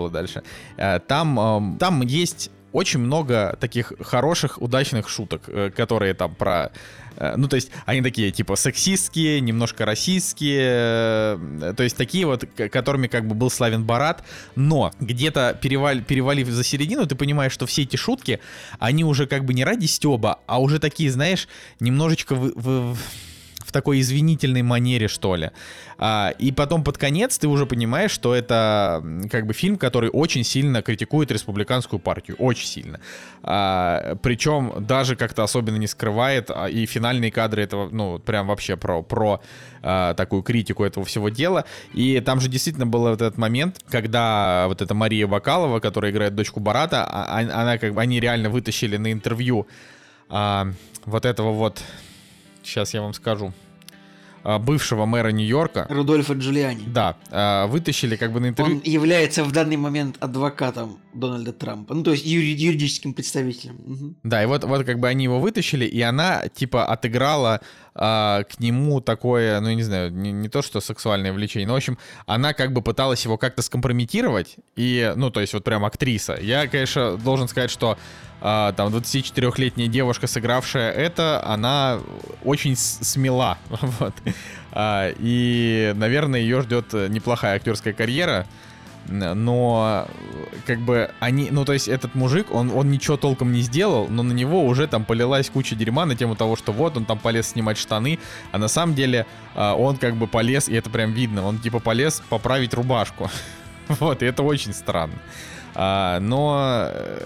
Там есть очень много таких хороших, удачных шуток, которые там про... Ну, то есть, они такие, типа, сексистские, немножко расистские, то есть, такие вот, которыми как бы был славен Барат, но где-то перевалив за середину, ты понимаешь, что все эти шутки, они уже как бы не ради стёба, а уже такие, знаешь, немножечко в такой извинительной манере, что ли. И потом под конец ты уже понимаешь, что это как бы фильм, который очень сильно критикует республиканскую партию. Очень сильно. Причем даже как-то особенно не скрывает. И финальные кадры этого, ну, прям вообще про такую критику этого всего дела. И там же действительно был вот этот момент, когда вот эта Мария Бакалова, которая играет дочку Барата, она как бы, они реально вытащили на интервью вот этого вот... Сейчас я вам скажу. Бывшего мэра Нью-Йорка. Рудольфо Джулиани. Да. Вытащили как бы на интервью. Он является в данный момент адвокатом Дональда Трампа. Ну, то есть юридическим представителем. Угу. Да, и вот как бы они его вытащили, и она типа отыграла к нему такое, ну, я не знаю, не то, что сексуальное влечение, но, в общем, она как бы пыталась его как-то скомпрометировать, и, ну, то есть вот прям актриса. Я, конечно, должен сказать, что там 24-летняя девушка, сыгравшая это, она очень смела, вот. И, наверное, ее ждет неплохая актерская карьера. Но как бы они, ну то есть этот мужик, он ничего толком не сделал, но на него уже там полилась куча дерьма на тему того, что вот он там полез снимать штаны, а на самом деле он как бы полез, и это прям видно, он типа полез поправить рубашку. Вот, и это очень странно. Но, в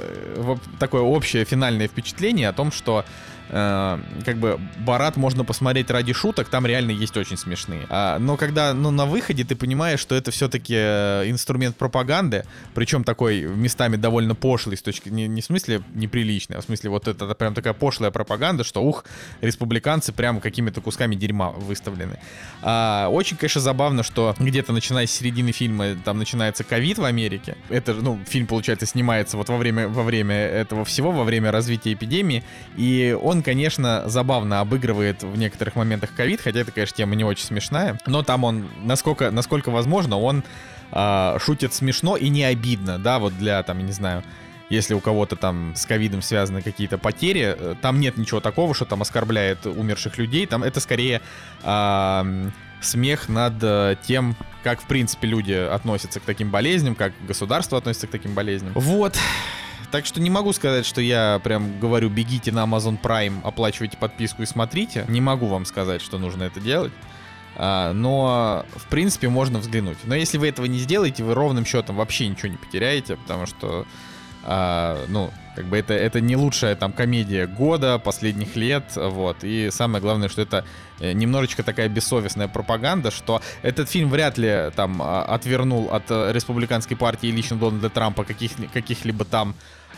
такое общее финальное впечатление о том, что как бы Борат можно посмотреть ради шуток, там реально есть очень смешные. Но когда на выходе ты понимаешь, что это все-таки инструмент пропаганды, причем такой местами довольно пошлый, с точки не в смысле неприличный, а в смысле вот это прям такая пошлая пропаганда, что республиканцы прям какими-то кусками дерьма выставлены. Очень, конечно, забавно, что где-то начиная с середины фильма там начинается ковид в Америке. Это, фильм, получается, снимается вот во время этого всего, во время развития эпидемии, и он, конечно, забавно обыгрывает в некоторых моментах ковид, хотя это, конечно, тема не очень смешная, но там он, насколько возможно, он шутит смешно и не обидно, да, вот для, там, я не знаю, если у кого-то там с ковидом связаны какие-то потери, там нет ничего такого, что там оскорбляет умерших людей, там это скорее смех над тем, как, в принципе, люди относятся к таким болезням, как государство относится к таким болезням. Вот. Так что не могу сказать, что я прям говорю, бегите на Amazon Prime, оплачивайте подписку и смотрите. Не могу вам сказать, что нужно это делать. Но, в принципе, можно взглянуть. Но если вы этого не сделаете, вы ровным счетом вообще ничего не потеряете, потому что, как бы это не лучшая там комедия года, последних лет, вот. И самое главное, что это немножечко такая бессовестная пропаганда, что этот фильм вряд ли там отвернул от республиканской партии и лично Дональда Трампа каких-либо там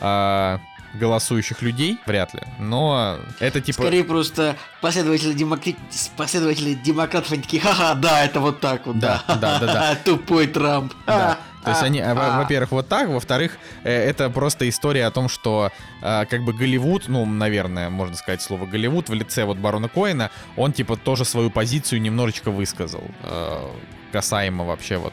голосующих людей, вряд ли, но это типа... Скорее просто последователи демократов, они такие, ха-ха, да, это вот так вот, да. Тупой Трамп. Да. То есть они, во-первых, вот так, во-вторых, это просто история о том, что как бы Голливуд, наверное, можно сказать слово Голливуд в лице вот барона Коэна, он типа тоже свою позицию немножечко высказал касаемо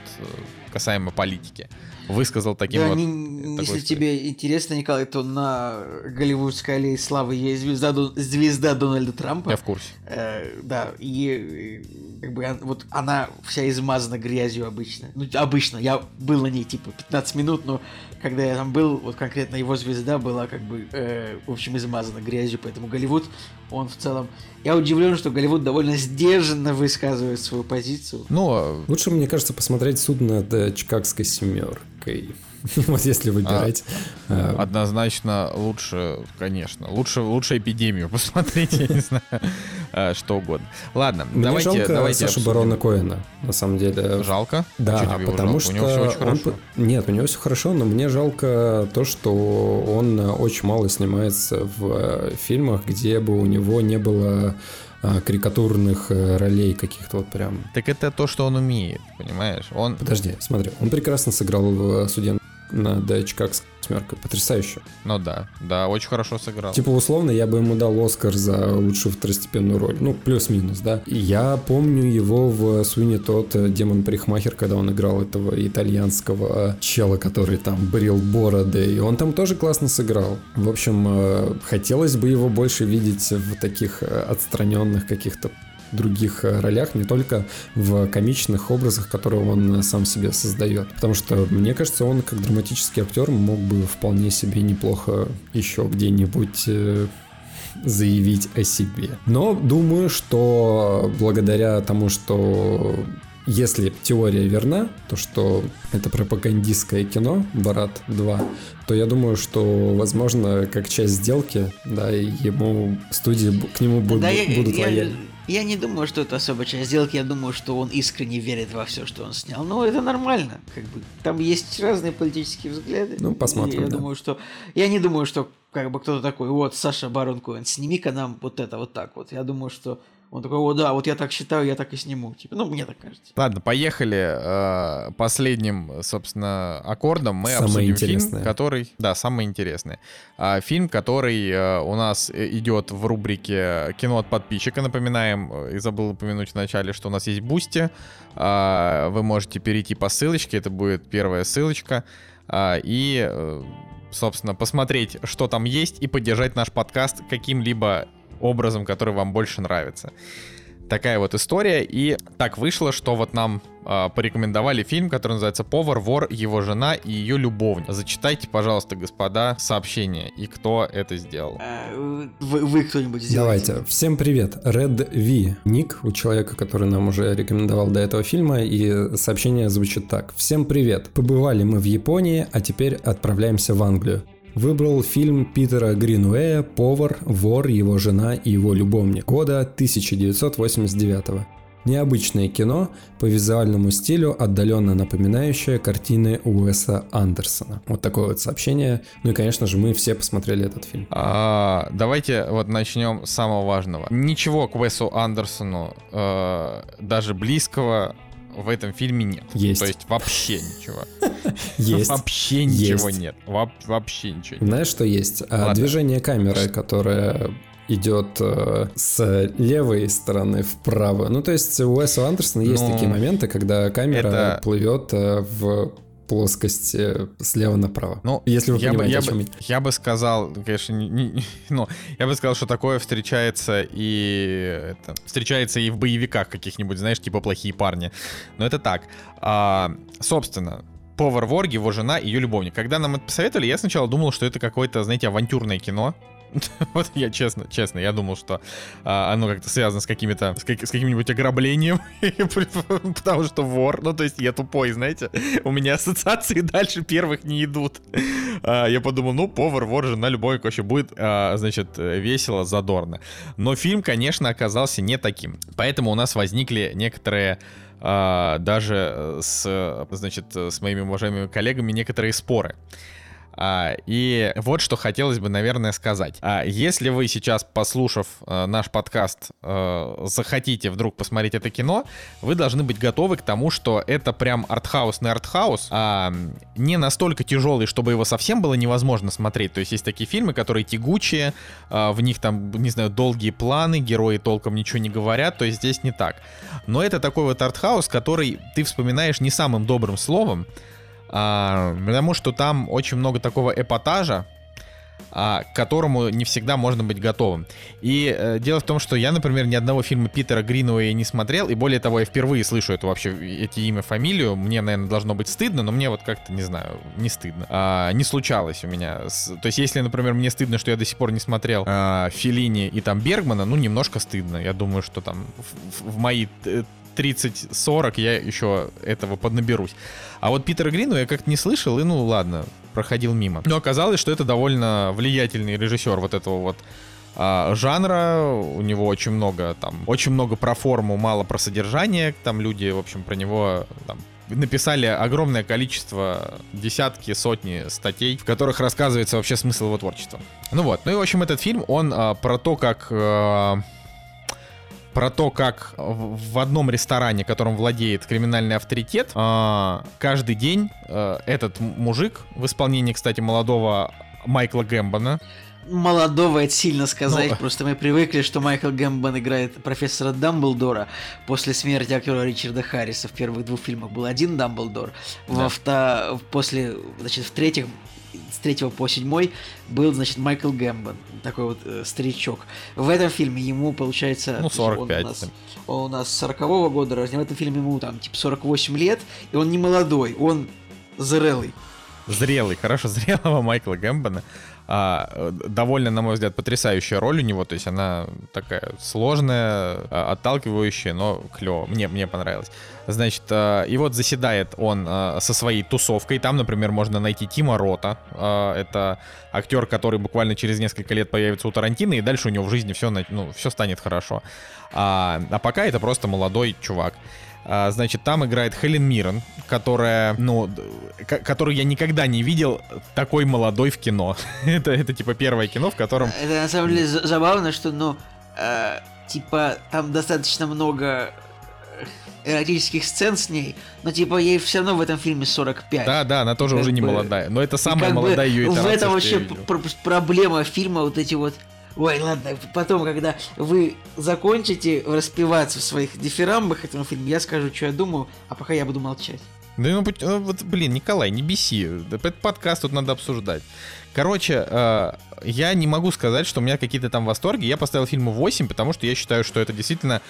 политики. Высказал таким если тебе интересно, Николай, то на Голливудской аллее славы есть звезда Дональда Трампа. Я в курсе. Да, и как бы вот она вся измазана грязью обычно. Обычно. Я был на ней типа 15 минут, но когда я там был, вот конкретно его звезда была как бы, в общем, измазана грязью, поэтому Голливуд, он в целом... Я удивлен, что Голливуд довольно сдержанно высказывает свою позицию. Лучше, мне кажется, посмотреть «Суд над Чикагской семеркой». Вот если выбирать. Однозначно лучше, конечно. Лучше «Эпидемию» посмотреть, я не знаю, что угодно. Ладно, мне жалко Сашу Барона Коэна, на самом деле. Жалко? Да, потому что... У него все очень хорошо. Нет, у него все хорошо, но мне жалко то, что он очень мало снимается в фильмах, где бы у него не было карикатурных ролей каких-то вот прям. Так это то, что он умеет, понимаешь? Подожди, смотри, он прекрасно сыграл в «Суде над Чикагской семеркой». Потрясающе. Да, очень хорошо сыграл. Типа, условно, я бы ему дал Оскар за лучшую второстепенную роль. Плюс-минус, да. Я помню его в «Суини Тодд. Демон-парикмахер», когда он играл этого итальянского чела, который там брил бороды, и он там тоже классно сыграл. В общем, хотелось бы его больше видеть в таких отстраненных каких-то других ролях, не только в комичных образах, которые он сам себе создает. Потому что, мне кажется, он как драматический актер мог бы вполне себе неплохо еще где-нибудь заявить о себе. Но думаю, что благодаря тому, что если теория верна, то что это пропагандистское кино «Борат 2», то я думаю, что, возможно, как часть сделки, да, и ему студии к нему будут лояльны. Я не думаю, что это особо часть сделки, я думаю, что он искренне верит во все, что он снял. Это нормально, как бы. Там есть разные политические взгляды. Посмотрим, Я не думаю, что как бы кто-то такой, вот, Саша Барон Коэн, сними-ка нам вот это вот так вот. Я думаю, что он такой, да, вот я так считаю, я так и сниму. Типа, мне так кажется. Ладно, поехали. Последним, собственно, аккордом мы обсудим фильм, который... Да, самое интересное. Фильм, который у нас идет в рубрике «Кино от подписчика». Напоминаем, и забыл упомянуть в начале, что у нас есть Boosty. Вы можете перейти по ссылочке, это будет первая ссылочка. И, собственно, посмотреть, что там есть, и поддержать наш подкаст каким-либо образом, который вам больше нравится. Такая вот история. И так вышло, что вот нам порекомендовали фильм, который называется «Повар, вор, его жена и ее любовник». Зачитайте, пожалуйста, господа, сообщение. И кто это сделал? Вы кто-нибудь сделаете? Давайте. Всем привет. Red V. Ник у человека, который нам уже рекомендовал до этого фильма. И сообщение звучит так. Всем привет. Побывали мы в Японии, а теперь отправляемся в Англию. выбрал фильм Питера Гринуэя «Повар, вор, его жена и его любовник» года 1989. Необычное кино, по визуальному стилю отдаленно напоминающее картины Уэса Андерсона. Вот такое вот сообщение. Ну и, конечно же, мы все посмотрели этот фильм. Давайте вот начнем с самого важного. Ничего к Уэсу Андерсону даже близкого в этом фильме нет. Есть. То есть вообще ничего. Есть. Вообще ничего нет. Вообще ничего нет. Знаешь, что есть? Движение камеры, которое идет с левой стороны вправо. Ну, то есть у Уэса Андерсона есть такие моменты, когда камера плывет в плоскости слева направо. Ну, если вы понимаете, о чем я бы сказал, конечно, я бы сказал, что такое встречается и в боевиках каких-нибудь, знаешь, типа «Плохие парни». Но это так. Собственно, «Повар, вор, его жена и ее любовник». Когда нам это посоветовали, я сначала думал, что это какое-то, знаете, авантюрное кино. Вот я честно, я думал, что оно как-то связано с каким-нибудь ограблением, потому что вор, ну то есть я тупой, знаете, у меня ассоциации дальше первых не идут. Я подумал, ну повар, вор, жена, любовник, вообще будет, значит, весело, задорно. Но фильм, конечно, оказался не таким, поэтому у нас возникли некоторые даже с моими уважаемыми коллегами некоторые споры. И вот что хотелось бы, наверное, сказать. Если вы сейчас, послушав наш подкаст, захотите вдруг посмотреть это кино, вы должны быть готовы к тому, что это прям артхаусный артхаус, не настолько тяжелый, чтобы его совсем было невозможно смотреть. То есть есть такие фильмы, которые тягучие, в них там, не знаю, долгие планы, герои толком ничего не говорят, то есть здесь не так. Но это такой вот артхаус, который ты вспоминаешь не самым добрым словом, потому что там очень много такого эпатажа, к которому не всегда можно быть готовым. И дело в том, что я, например, ни одного фильма Питера Гринуэя не смотрел, и более того, я впервые слышу эти имя, фамилию. Мне, наверное, должно быть стыдно, но мне вот как-то, не знаю, не стыдно. Не случалось у меня. То есть, если, например, мне стыдно, что я до сих пор не смотрел Феллини и там Бергмана, ну, немножко стыдно. Я думаю, что там в мои 30-40 я еще этого поднаберусь. А вот Питера Гринуэя я как-то не слышал, и ну ладно, проходил мимо. Но оказалось, что это довольно влиятельный режиссер вот этого вот жанра. У него очень много про форму, мало про содержание. Там люди, в общем, про него там написали огромное количество, десятки, сотни статей, в которых рассказывается вообще смысл его творчества. Ну вот, ну и в общем этот фильм, он про то, как в одном ресторане, которым владеет криминальный авторитет, каждый день этот мужик, в исполнении, кстати, молодого Майкла Гэмбона. Молодого, это сильно сказать, просто мы привыкли, что Майкл Гэмбон играет профессора Дамблдора. После смерти актера Ричарда Харриса в первых двух фильмах был один Дамблдор, да. С 3 по 7 был, значит, Майкл Гэмбон, такой вот старичок. В этом фильме ему, получается... 45. Он у нас 40-го года рождения, в этом фильме ему там, типа, 48 лет, и он не молодой, он зрелый. Зрелого Майкла Гэмбона. Довольно, на мой взгляд, потрясающая роль у него, то есть она такая сложная, отталкивающая, но клево, мне понравилось. Значит, и вот заседает он со своей тусовкой, там, например, можно найти Тима Рота, это актер, который буквально через несколько лет появится у Тарантино, и дальше у него в жизни все станет хорошо. А пока это просто молодой чувак. Значит, там играет Хелен Миррен, которую я никогда не видел такой молодой в кино. это типа первое кино, в котором... Это на самом деле забавно, что, типа, там достаточно много эротических сцен с ней, но, типа, ей все равно в этом фильме 45. Да, она тоже уже не молодая, но это самая молодая ее итерация. В этом вообще проблема фильма, вот эти вот... Ой, ладно, потом, когда вы закончите распеваться в своих дифирамбах этому фильму, я скажу, что я думаю, а пока я буду молчать. Николай, не беси. Этот подкаст тут надо обсуждать. Короче, я не могу сказать, что у меня какие-то там восторги. Я поставил фильму 8, потому что я считаю, что это действительно,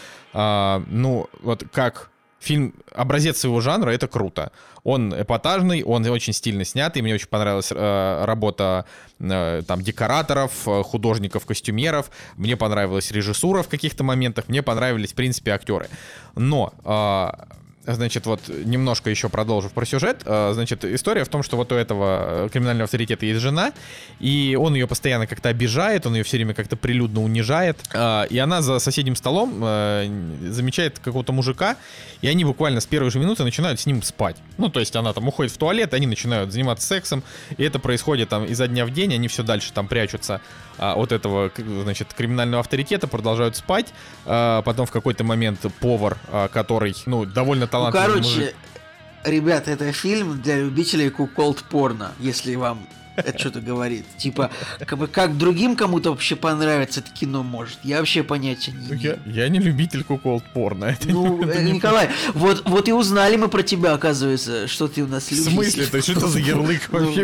как фильм, образец своего жанра, это круто. Он эпатажный, он очень стильно снятый. Мне очень понравилась работа там декораторов, художников, костюмеров. Мне понравилась режиссура в каких-то моментах. Мне понравились, в принципе, актеры. Но значит, вот немножко еще продолжив про сюжет, значит, история в том, что вот у этого криминального авторитета есть жена, и он ее постоянно как-то обижает, он ее все время как-то прилюдно унижает, и она за соседним столом замечает какого-то мужика, и они буквально с первой же минуты начинают с ним спать. Ну, то есть она там уходит в туалет, они начинают заниматься сексом, и это происходит там изо дня в день, они все дальше там прячутся от этого, значит, криминального авторитета, продолжают спать, потом в какой-то момент повар, который, ну, довольно талантливый мужик. Ребят, это фильм для любителей куколд порно, если вам это что-то говорит. Типа, как другим кому-то вообще понравится это кино может. Я вообще понятия не имею. Я не любитель куколд порно. Ну, Николай, вот и узнали мы про тебя, оказывается, что ты у нас любишь. В смысле? То есть что это за ярлык вообще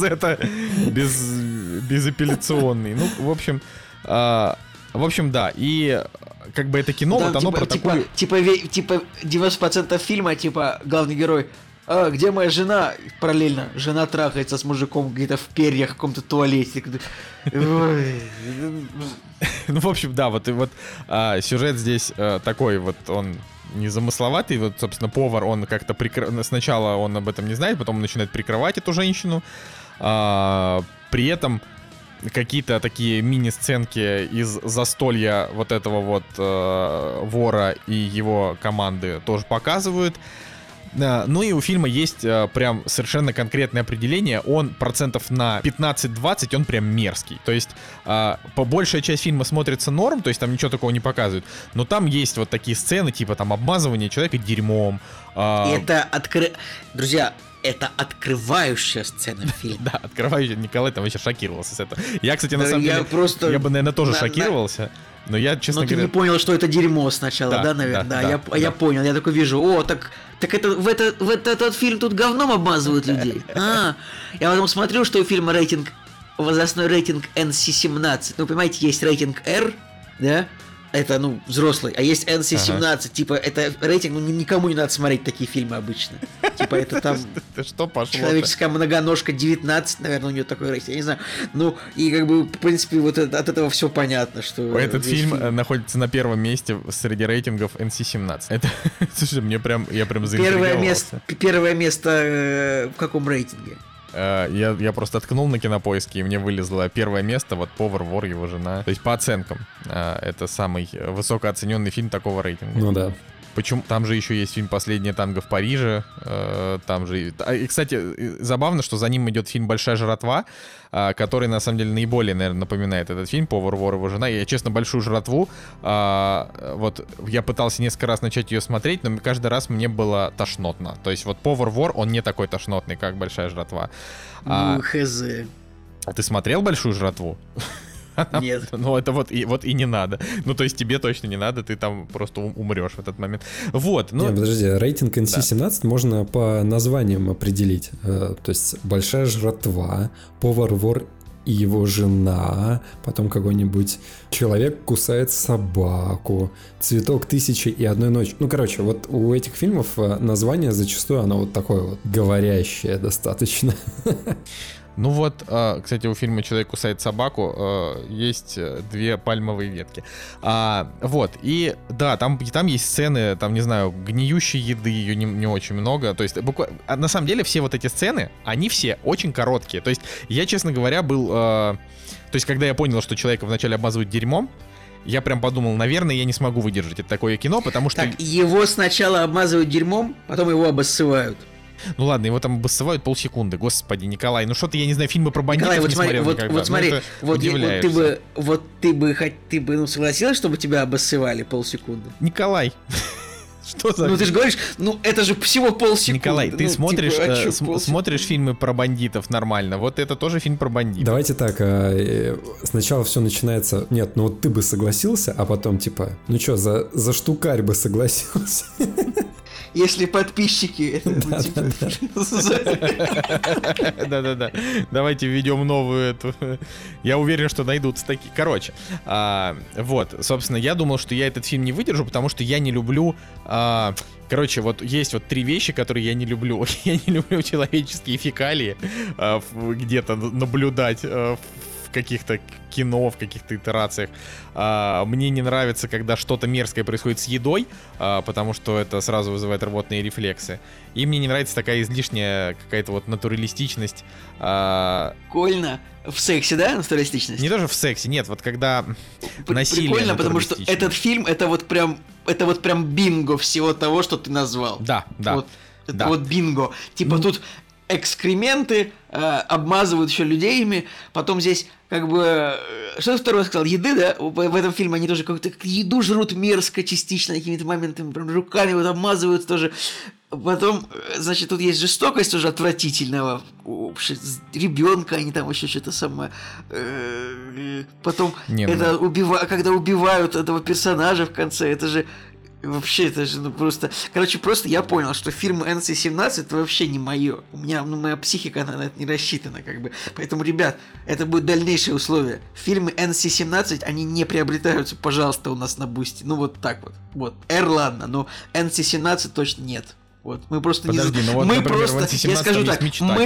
безапелляционный? Ну, в общем, да. И как бы это кино, вот оно про такую... Типа 90% фильма, типа, главный герой: где моя жена? Параллельно жена трахается с мужиком где-то в перьях в каком-то туалете. Ну, в общем, да, вот сюжет здесь такой вот, он незамысловатый. Вот, собственно, повар, он как-то сначала он об этом не знает, потом он начинает прикрывать эту женщину. При этом какие-то такие мини-сценки из застолья вот этого вот вора и его команды тоже показывают. Ну и у фильма есть прям совершенно конкретное определение. Он процентов на 15-20, он прям мерзкий. То есть большая часть фильма смотрится норм, то есть там ничего такого не показывают. Но там есть вот такие сцены, типа там обмазывание человека дерьмом. Друзья, это открывающая сцена фильма. Да, открывающая. Николай там вообще шокировался с этого. Я, кстати, на самом деле, я бы, наверное, тоже шокировался. Но я, честно говоря... Но ты не понял, что это дерьмо сначала, да, наверное? Да, я понял. Я такой вижу, так это в этот фильм тут говном обмазывают людей. Я потом смотрю, что у фильма возрастной рейтинг NC-17. Ну, понимаете, есть рейтинг R, да? Это, взрослый. А есть NC-17, типа, это рейтинг, никому не надо смотреть такие фильмы обычно. Типа, это там... Что пошло? Человеческая многоножка 19, наверное, у нее такой рейтинг, я не знаю. Ну, и как бы, в принципе, вот от этого все понятно, что... Этот фильм находится на первом месте среди рейтингов NC-17. Это, слушай, я прям заинтриговался. Первое место в каком рейтинге? Я просто ткнул на Кинопоиске, и мне вылезло первое место, вот «Повар, вор, его жена». То есть по оценкам это самый высокооцененный фильм такого рейтинга. Ну да. Почему? Там же еще есть фильм «Последнее танго в Париже». Там же... И, кстати, забавно, что за ним идет фильм «Большая жратва», который, на самом деле, наиболее, наверное, напоминает этот фильм «Повар, вор, его жена». Я, честно, «Большую жратву», вот я пытался несколько раз начать ее смотреть, но каждый раз мне было тошнотно. То есть вот «Повар, вор», он не такой тошнотный, как «Большая жратва». Хз. А ты смотрел «Большую жратву»? Нет. Ну, это вот и не надо. Ну, то есть тебе точно не надо, ты там просто умрешь в этот момент. Вот. Нет, подожди, рейтинг NC-17 можно по названиям определить. То есть «Большая жратва», «Повар, вор и его жена», потом какой-нибудь «Человек кусает собаку», «Цветок тысячи и одной ночи». Ну, короче, вот у этих фильмов название зачастую оно вот такое вот говорящее достаточно. Ну вот, кстати, у фильма «Человек кусает собаку» есть 2 пальмовые ветки. Вот, и да, там есть сцены, там, не знаю, гниющей еды, ее не очень много. То есть, на самом деле, все вот эти сцены, они все очень короткие. То есть, я, честно говоря, был... То есть, когда я понял, что человека вначале обмазывают дерьмом, я прям подумал, наверное, я не смогу выдержать это такое кино, потому что... Так, его сначала обмазывают дерьмом, потом его обоссывают. Ну ладно, его там обоссывают полсекунды. Господи, Николай, ну что ты, я не знаю, фильмы про бандитов Николай, не смотрел никогда. Вот смотри, ты бы согласилась, чтобы тебя обоссывали полсекунды? Николай, что за... Ну ты же говоришь, это же всего полсекунды. Николай, ты смотришь фильмы про бандитов нормально, вот это тоже фильм про бандитов. Давайте так, сначала все начинается, нет, ну вот ты бы согласился, а потом типа, ну что, за штукарь бы согласился? Если подписчики... Да-да-да. Давайте введем новую эту... Я уверен, что найдутся такие. Короче, вот, собственно, я думал, что я этот фильм не выдержу, потому что я не люблю... Короче, вот есть вот 3 вещи, которые я не люблю. Я не люблю человеческие фекалии где-то наблюдать в каких-то кино, в каких-то итерациях. Мне не нравится, когда что-то мерзкое происходит с едой, потому что это сразу вызывает рвотные рефлексы. И мне не нравится такая излишняя какая-то вот натуралистичность. Прикольно. В сексе, да, натуралистичность? Не даже в сексе, нет, вот когда насилие. Прикольно, потому что этот фильм, это вот прям бинго всего того, что ты назвал. Да. Вот, это вот бинго. Типа тут экскременты, обмазывают еще людей ими, потом здесь как бы... Что ты второе сказал? Еды, да? В этом фильме они тоже как-то еду жрут мерзко частично, какими-то моментами, прям руками вот обмазывают тоже. Потом, значит, тут есть жестокость уже отвратительного ребенка, они там еще что-то самое. Потом когда убивают этого персонажа в конце, это же вообще, это же просто... Короче, просто я понял, что фильм NC-17 это вообще не мое. У меня, моя психика на это не рассчитана, как бы. Поэтому, ребят, это будет дальнейшее условие. Фильмы NC-17, они не приобретаются, пожалуйста, у нас на Бусти. Ну, вот так вот. Вот. R, ладно, но NC-17 точно нет. Вот, мы просто Подожди, не... ну вот, мы например, просто, в NC-17 я скажу так,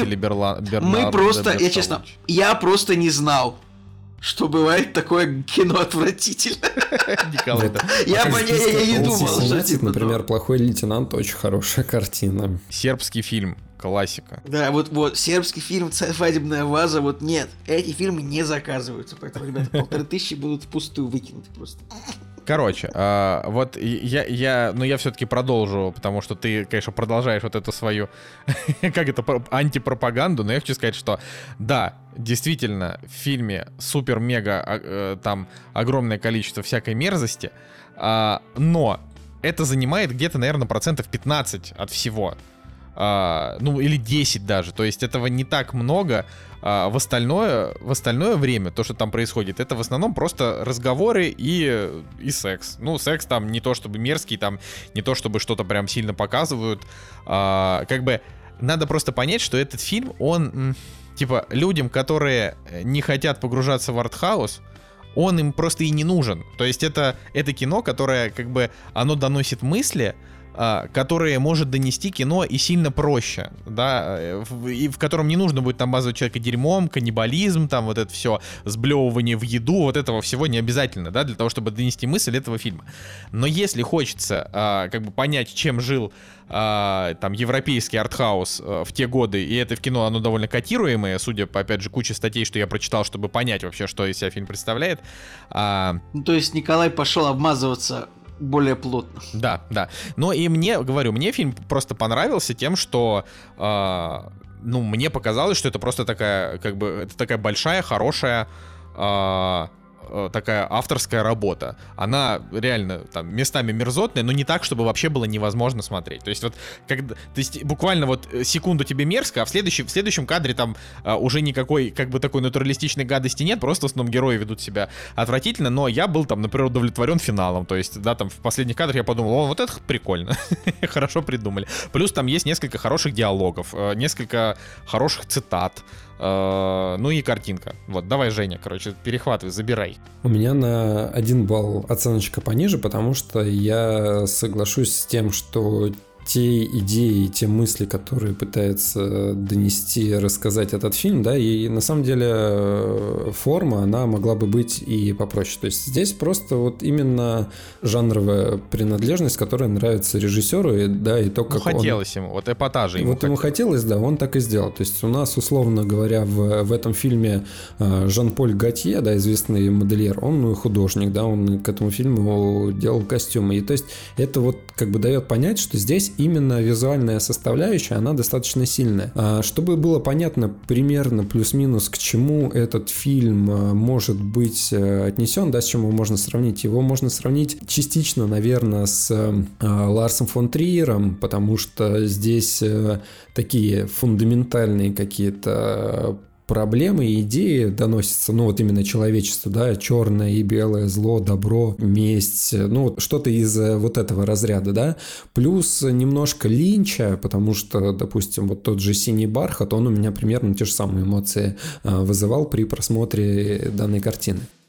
мы просто, я честно, я просто не знал, что бывает такое кино отвратительно. Николай, я не думал, что типа... Например, «Плохой лейтенант» очень хорошая картина. Сербский фильм, классика. Да, вот сербский фильм «Свадебная ваза», вот нет, эти фильмы не заказываются, поэтому, ребята, 1500 будут впустую выкинуты просто. Короче, вот я все-таки продолжу, потому что ты, конечно, продолжаешь вот эту свою, как это, антипропаганду, но я хочу сказать, что да, действительно, в фильме супер-мега там огромное количество всякой мерзости, но это занимает где-то, наверное, 15% от всего. Ну, или 10 даже. То есть этого не так много. В остальное время, то, что там происходит, это в основном просто разговоры и секс. Ну, секс там не то чтобы мерзкий, там не то чтобы что-то прям сильно показывают. Как бы надо просто понять, что этот фильм, он, типа, людям, которые не хотят погружаться в артхаус, он им просто и не нужен. То есть это кино, которое, как бы, оно доносит мысли, которые может донести кино и сильно проще, да, и в котором не нужно будет там мазать человека дерьмом, каннибализм, там вот это все, сблевывание в еду, вот этого всего не обязательно, да, для того, чтобы донести мысль этого фильма. Но если хочется как бы понять, чем жил там европейский артхаус в те годы, и это в кино оно довольно котируемое, судя по, опять же, куче статей, что я прочитал, чтобы понять вообще, что из себя фильм представляет. Ну, то есть Николай пошел обмазываться более плотно. Да. Но и мне фильм просто понравился тем, что мне показалось, что это просто такая, как бы, это такая большая, хорошая такая авторская работа. Она реально там местами мерзотная, но не так, чтобы вообще было невозможно смотреть. То есть вот буквально вот секунду тебе мерзко, а в следующем кадре там уже никакой как бы такой натуралистичной гадости нет, просто в основном герои ведут себя отвратительно, но я был там, например, удовлетворен финалом. То есть, да, там в последних кадрах я подумал, вот это прикольно, хорошо придумали. Плюс там есть несколько хороших диалогов, несколько хороших цитат. Ну и картинка. Вот, давай, Женя, короче, перехватывай, забирай. У меня на 1 балл оценочка пониже, потому что я соглашусь с тем, что те идеи, те мысли, которые пытается донести, рассказать этот фильм, да, и на самом деле форма, она могла бы быть и попроще. То есть здесь просто вот именно жанровая принадлежность, которая нравится режиссеру, и, да, и то, как хотелось ему, вот эпатажа ему. Вот ему хотелось, да, он так и сделал. То есть у нас, условно говоря, в этом фильме Жан-Поль Готье, да, известный модельер, он художник, да, он к этому фильму делал костюмы. И то есть это вот как бы дает понять, что здесь именно визуальная составляющая, она достаточно сильная. Чтобы было понятно примерно плюс-минус, к чему этот фильм может быть отнесен, да, с чем его можно сравнить. Его можно сравнить частично, наверное, с Ларсом фон Триером, потому что здесь такие фундаментальные какие-то проблемы и идеи доносятся, ну вот именно человечеству, да, черное и белое, зло, добро, месть, ну что-то из вот этого разряда, да, плюс немножко Линча, потому что, допустим, вот тот же «Синий бархат», он у меня примерно те же самые эмоции вызывал при просмотре данной картины.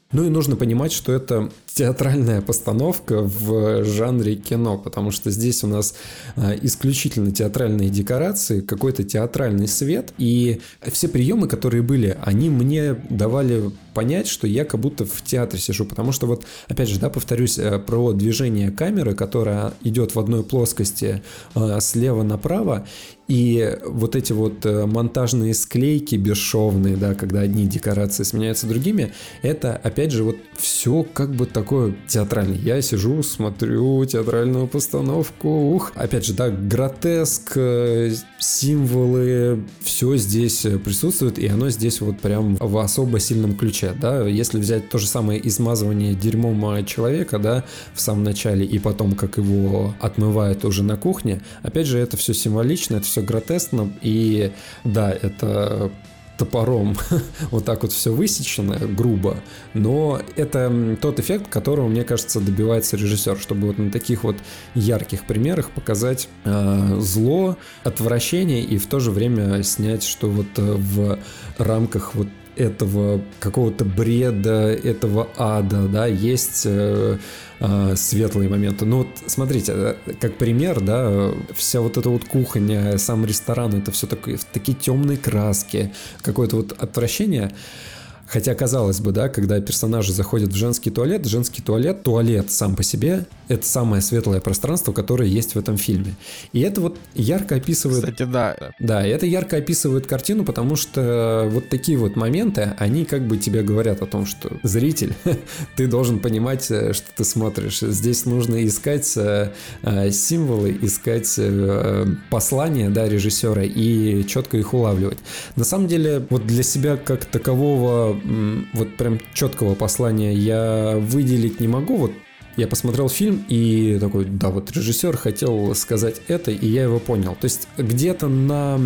Ну и нужно понимать, что это театральная постановка в жанре кино, потому что здесь у нас исключительно театральные декорации, какой-то театральный свет, и все приемы, которые были, они мне давали понять, что я как будто в театре сижу, потому что вот, опять же, да, повторюсь, про движение камеры, которая идет в одной плоскости слева направо, и вот эти вот монтажные склейки бесшовные, да, когда одни декорации сменяются другими, это, опять же, вот все как бы такое театральное. Я сижу, смотрю театральную постановку, опять же, да, гротеск, символы, все здесь присутствует, и оно здесь вот прям в особо сильном ключе, да. Если взять то же самое измазывание дерьмом человека, да, в самом начале, и потом, как его отмывают уже на кухне, опять же, это все символично, это все гротескно, и да, это топором вот так вот все высечено грубо, но это тот эффект, которого, мне кажется, добивается режиссер, чтобы вот на таких вот ярких примерах показать зло, отвращение и в то же время снять, что вот в рамках вот этого какого-то бреда, этого ада, да, есть светлые моменты. Ну вот смотрите, как пример, да, вся вот эта вот кухня, сам ресторан, это все такие темные краски, какое-то вот отвращение. Хотя, казалось бы, да, когда персонажи заходят в женский туалет сам по себе, это самое светлое пространство, которое есть в этом фильме. И это вот ярко описывает... Кстати, да. Да, это ярко описывает картину, потому что вот такие вот моменты, они как бы тебе говорят о том, что зритель, ты должен понимать, что ты смотришь. Здесь нужно искать символы, искать послания, да, режиссера и четко их улавливать. На самом деле, вот для себя как такового вот прям четкого послания я выделить не могу. Вот я посмотрел фильм и такой, да, вот режиссер хотел сказать это, и я его понял. То есть где-то на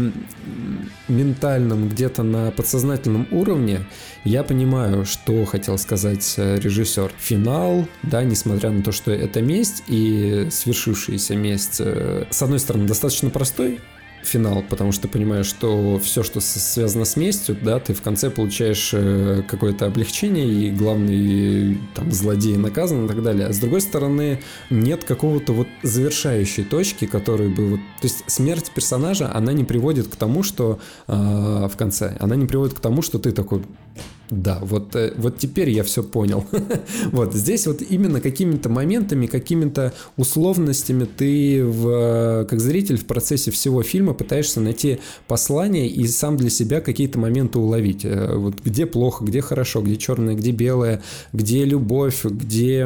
ментальном, где-то на подсознательном уровне я понимаю, что хотел сказать режиссер. Финал, да, несмотря на то, что это месть и свершившаяся месть, с одной стороны, достаточно простой финал, потому что ты понимаешь, что все, что связано с местью, да, ты в конце получаешь какое-то облегчение, и главный там злодей наказан и так далее. А с другой стороны, нет какого-то вот завершающей точки, которая бы вот... То есть смерть персонажа, она не приводит к тому, что в конце, она не приводит к тому, что ты такой... Да, вот теперь я все понял. Вот здесь вот именно какими-то моментами, какими-то условностями ты как зритель в процессе всего фильма пытаешься найти послание и сам для себя какие-то моменты уловить. Вот где плохо, где хорошо, где черное, где белое, где любовь, где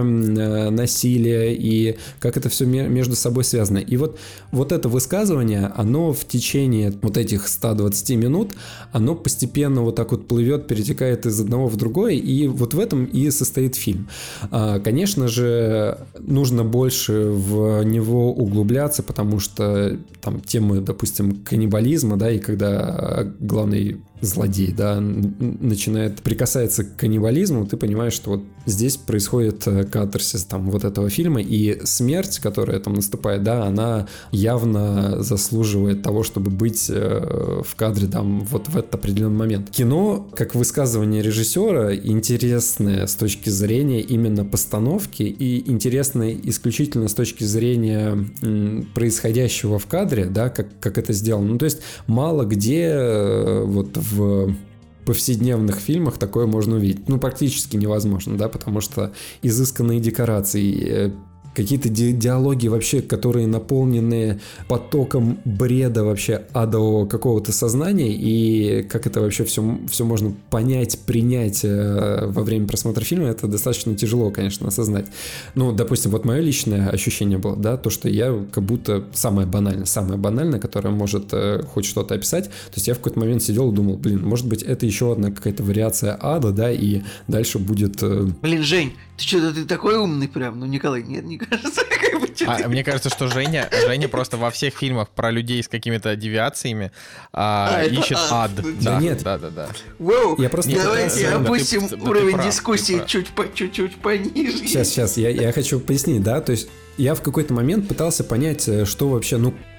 насилие и как это все между собой связано. И вот это высказывание, оно в течение вот этих 120 минут, оно постепенно вот так вот плывет, перетекает из одного в другое, и вот в этом и состоит фильм. Конечно же, нужно больше в него углубляться, потому что там темы, допустим, каннибализма, да, и когда главный злодей, да, начинает прикасаться к каннибализму, ты понимаешь, что вот здесь происходит катарсис там вот этого фильма, и смерть, которая там наступает, да, она явно заслуживает того, чтобы быть в кадре там вот в этот определенный момент. Кино, как высказывание режиссера, интересное с точки зрения именно постановки и интересное исключительно с точки зрения происходящего в кадре, да, как это сделано. Ну, то есть мало где вот в повседневных фильмах такое можно увидеть. Ну, практически невозможно, да, потому что изысканные декорации, какие-то диалоги вообще, которые наполнены потоком бреда вообще адового какого-то сознания, и как это вообще все можно понять, принять во время просмотра фильма, это достаточно тяжело, конечно, осознать. Ну, допустим, вот мое личное ощущение было, да, то, что я как будто самое банальное, которое может хоть что-то описать, то есть я в какой-то момент сидел и думал, блин, может быть, это еще одна какая-то вариация ада, да, и дальше будет... Блин, Жень, ты такой умный прям, ну, Николай, нет, не кажется, как бы мне кажется, что Женя просто во всех фильмах про людей с какими-то девиациями ищет ад. Да, нет. Да. Воу, я просто... давайте опустим уровень прав, дискуссии чуть пониже. Сейчас, я хочу пояснить, да, то есть я в какой-то момент пытался понять, что вообще, ну,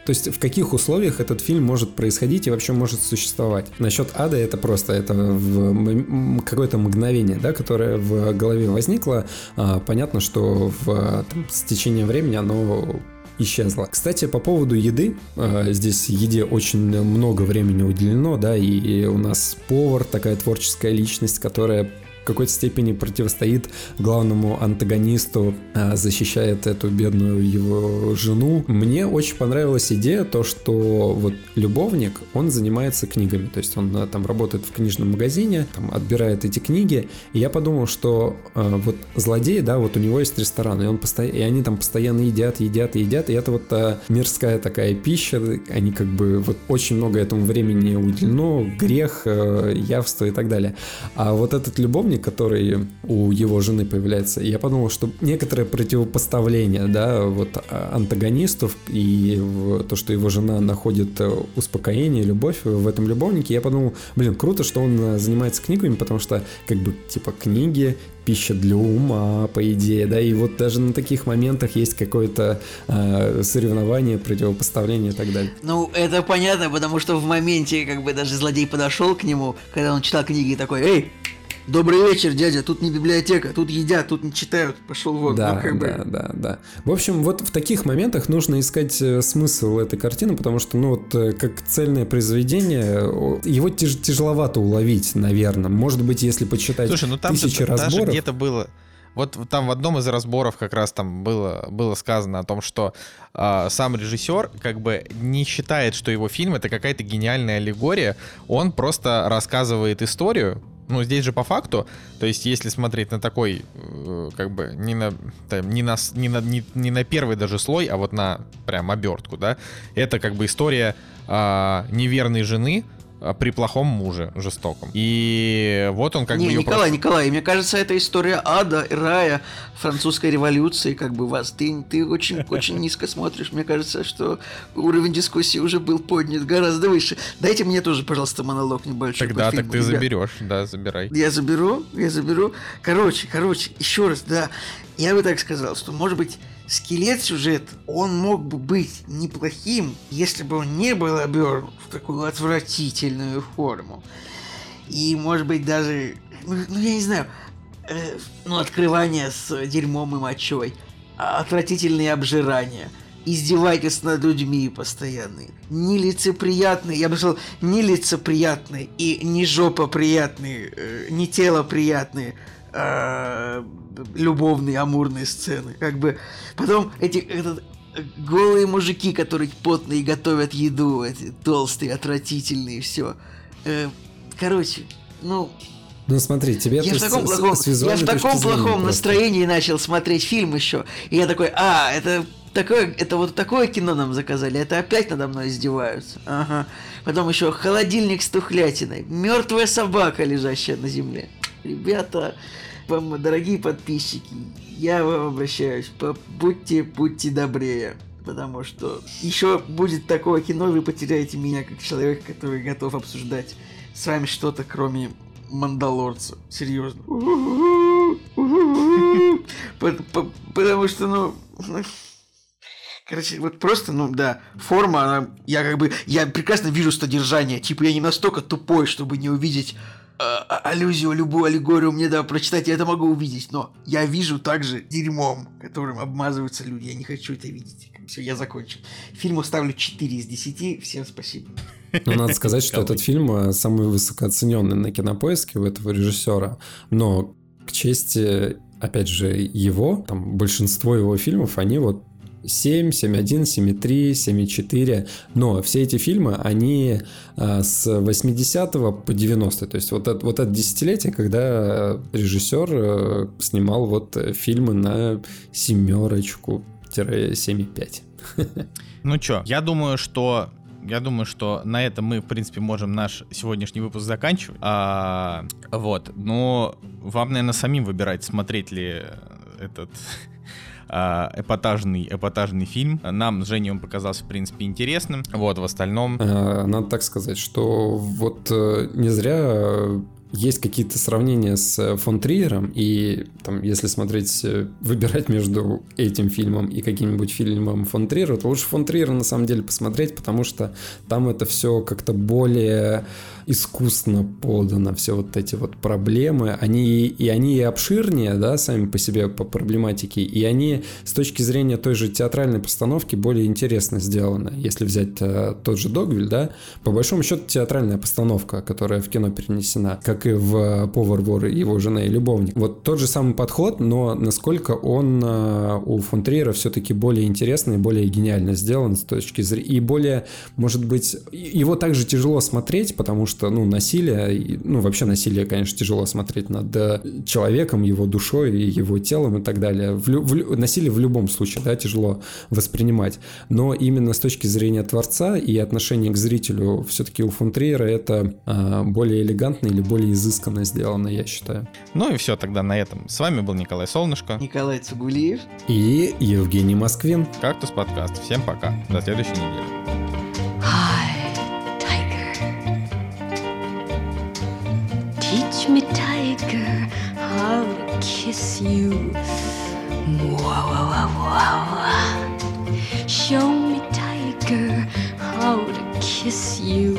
То есть в каких условиях этот фильм может происходить и вообще может существовать. Насчет ада это просто какое-то мгновение, да, которое в голове возникло. Понятно, что с течением времени оно исчезла. Кстати, по поводу еды, здесь еде очень много времени уделено, да, и у нас повар, такая творческая личность, которая в какой-то степени противостоит главному антагонисту, защищает эту бедную его жену. Мне очень понравилась идея, то, что вот любовник, он занимается книгами, то есть он там работает в книжном магазине, там отбирает эти книги, и я подумал, что вот злодей, да, вот у него есть ресторан, и они там постоянно едят, и это вот мирская такая пища, они как бы вот очень много этому времени уделено, грех, явство и так далее. А вот этот любовник, который у его жены появляется, я подумал, что некоторое противопоставление, да, вот антагонистов и то, что его жена находит успокоение, любовь в этом любовнике, я подумал, круто, что он занимается книгами, потому что как бы типа книги, пища для ума, по идее, да, и вот даже на таких моментах есть какое-то соревнование, противопоставление и так далее. Ну, это понятно, потому что в моменте, как бы, даже злодей подошел к нему, когда он читал книги, и такой: «Эй, добрый вечер, дядя, тут не библиотека, тут едят, тут не читают, пошел вон». Да, да. В общем, вот в таких моментах нужно искать смысл этой картины, потому что, как цельное произведение, его тяжеловато уловить, наверное. Может быть, если почитать тысячи разборов. Даже где-то было... Вот там в одном из разборов как раз там было сказано о том, что сам режиссер как бы не считает, что его фильм — это какая-то гениальная аллегория, он просто рассказывает историю. Здесь же по факту, то есть если смотреть на такой, как бы, не на первый даже слой, а вот на прям обертку, да, это как бы история неверной жены при плохом муже, жестоком. И вот он как бы... Николай, мне кажется, это история ада, рая, французской революции, как бы ты очень, очень низко смотришь. Мне кажется, что уровень дискуссии уже был поднят гораздо выше. Дайте мне тоже, пожалуйста, монолог небольшой. Тогда так ты заберешь, да, забирай. Я заберу. Короче, еще раз, да. Я бы так сказал, что, может быть, скелет сюжета, он мог бы быть неплохим, если бы он не был обернут в такую отвратительную форму. И, может быть, даже, я не знаю, открывание с дерьмом и мочой, отвратительные обжирания, издевательства над людьми постоянные, нелицеприятные, я бы сказал, нелицеприятные и не жопоприятные, не телоприятные, любовные, амурные сцены. Как бы потом голые мужики, которые потные готовят еду, эти толстые, отвратительные, все. Смотри, тебе я в таком плохом настроении начал смотреть фильм еще. И я такой: это вот такое кино нам заказали, это опять надо мной издеваются. Ага. Потом еще холодильник с тухлятиной, мертвая собака, лежащая на земле. Ребята, дорогие подписчики, я вам обращаюсь, будьте добрее, потому что еще будет такое кино, вы потеряете меня как человек, который готов обсуждать с вами что-то, кроме Мандалорца. Серьезно. Потому что, короче, вот просто, форма, она, я прекрасно вижу содержание, типа я не настолько тупой, чтобы не увидеть аллюзию, любую аллегорию мне прочитать, я это могу увидеть, но я вижу также дерьмом, которым обмазываются люди, я не хочу это видеть. Все, я закончил. Фильму ставлю 4 из 10, всем спасибо. Надо сказать, что этот фильм самый высокооцененный на Кинопоиске у этого режиссера, но к чести, опять же, его, там большинство его фильмов, они вот 7, 7.1, 7.3, 7.4, но все эти фильмы, они с 80 по 90, то есть вот это десятилетие, когда режиссер снимал вот фильмы на 7-7,5. Ну чё, я думаю, что на этом мы, в принципе, можем наш сегодняшний выпуск заканчивать. Но вам, наверное, самим выбирать, смотреть ли этот эпатажный фильм. Нам с Женей он показался, в принципе, интересным. Вот, в остальном... Надо так сказать, что вот не зря есть какие-то сравнения с фон Триером, и там, если смотреть, выбирать между этим фильмом и каким-нибудь фильмом фон Триера, то лучше фон Триера на самом деле посмотреть, потому что там это все как-то более искусно подано, все вот эти вот проблемы, они и обширнее, да, сами по себе по проблематике, и они с точки зрения той же театральной постановки более интересно сделаны. Если взять тот же Догвиль, да, по большому счету театральная постановка, которая в кино перенесена, как и в «Повар, вор и его жена и любовник». Вот тот же самый подход, но насколько он у фон Триера все-таки более интересный, более гениально сделан с точки зрения, и более, может быть, его также тяжело смотреть, потому что, ну, насилие, ну, вообще насилие, конечно, тяжело смотреть над человеком, его душой, его телом и так далее. Насилие в любом случае, да, тяжело воспринимать. Но именно с точки зрения творца и отношения к зрителю все-таки у фон Триера это более элегантно или более изысканно сделано, я считаю. Ну и все тогда на этом. С вами был Николай Солнышко. Николай Цугулиев. И Евгений Москвин. «Кактус» подкаст. Всем пока. До следующей недели. Teach me, tiger, how to kiss you. Show me, tiger, how to kiss you.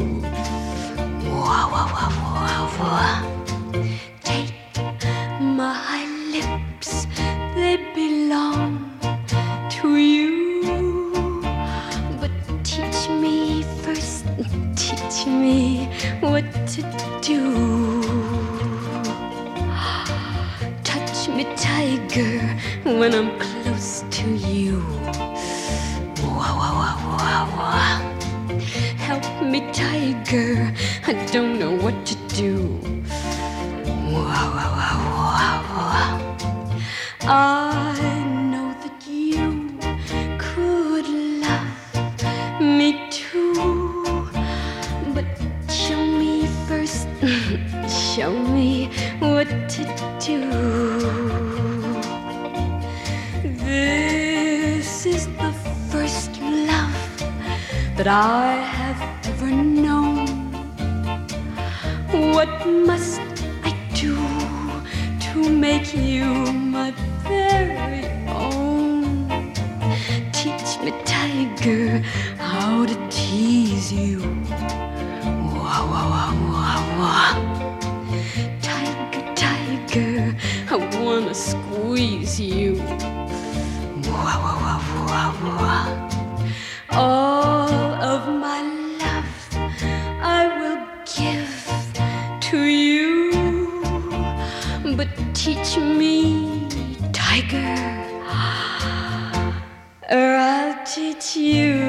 Take my lips, they belong to you. But teach me first, teach me what to do. Touch me, tiger, when I'm close to you. Help me, tiger, I don't know what to do. I know that you could love me too, but show me first, show me what to do. This is the first love that I have ever known. What must I do to make you my very own? Teach me, tiger, how to tease you. Tiger, tiger, I wanna squeeze you. All of my love I will give to you, but teach me, tiger, or I'll teach you.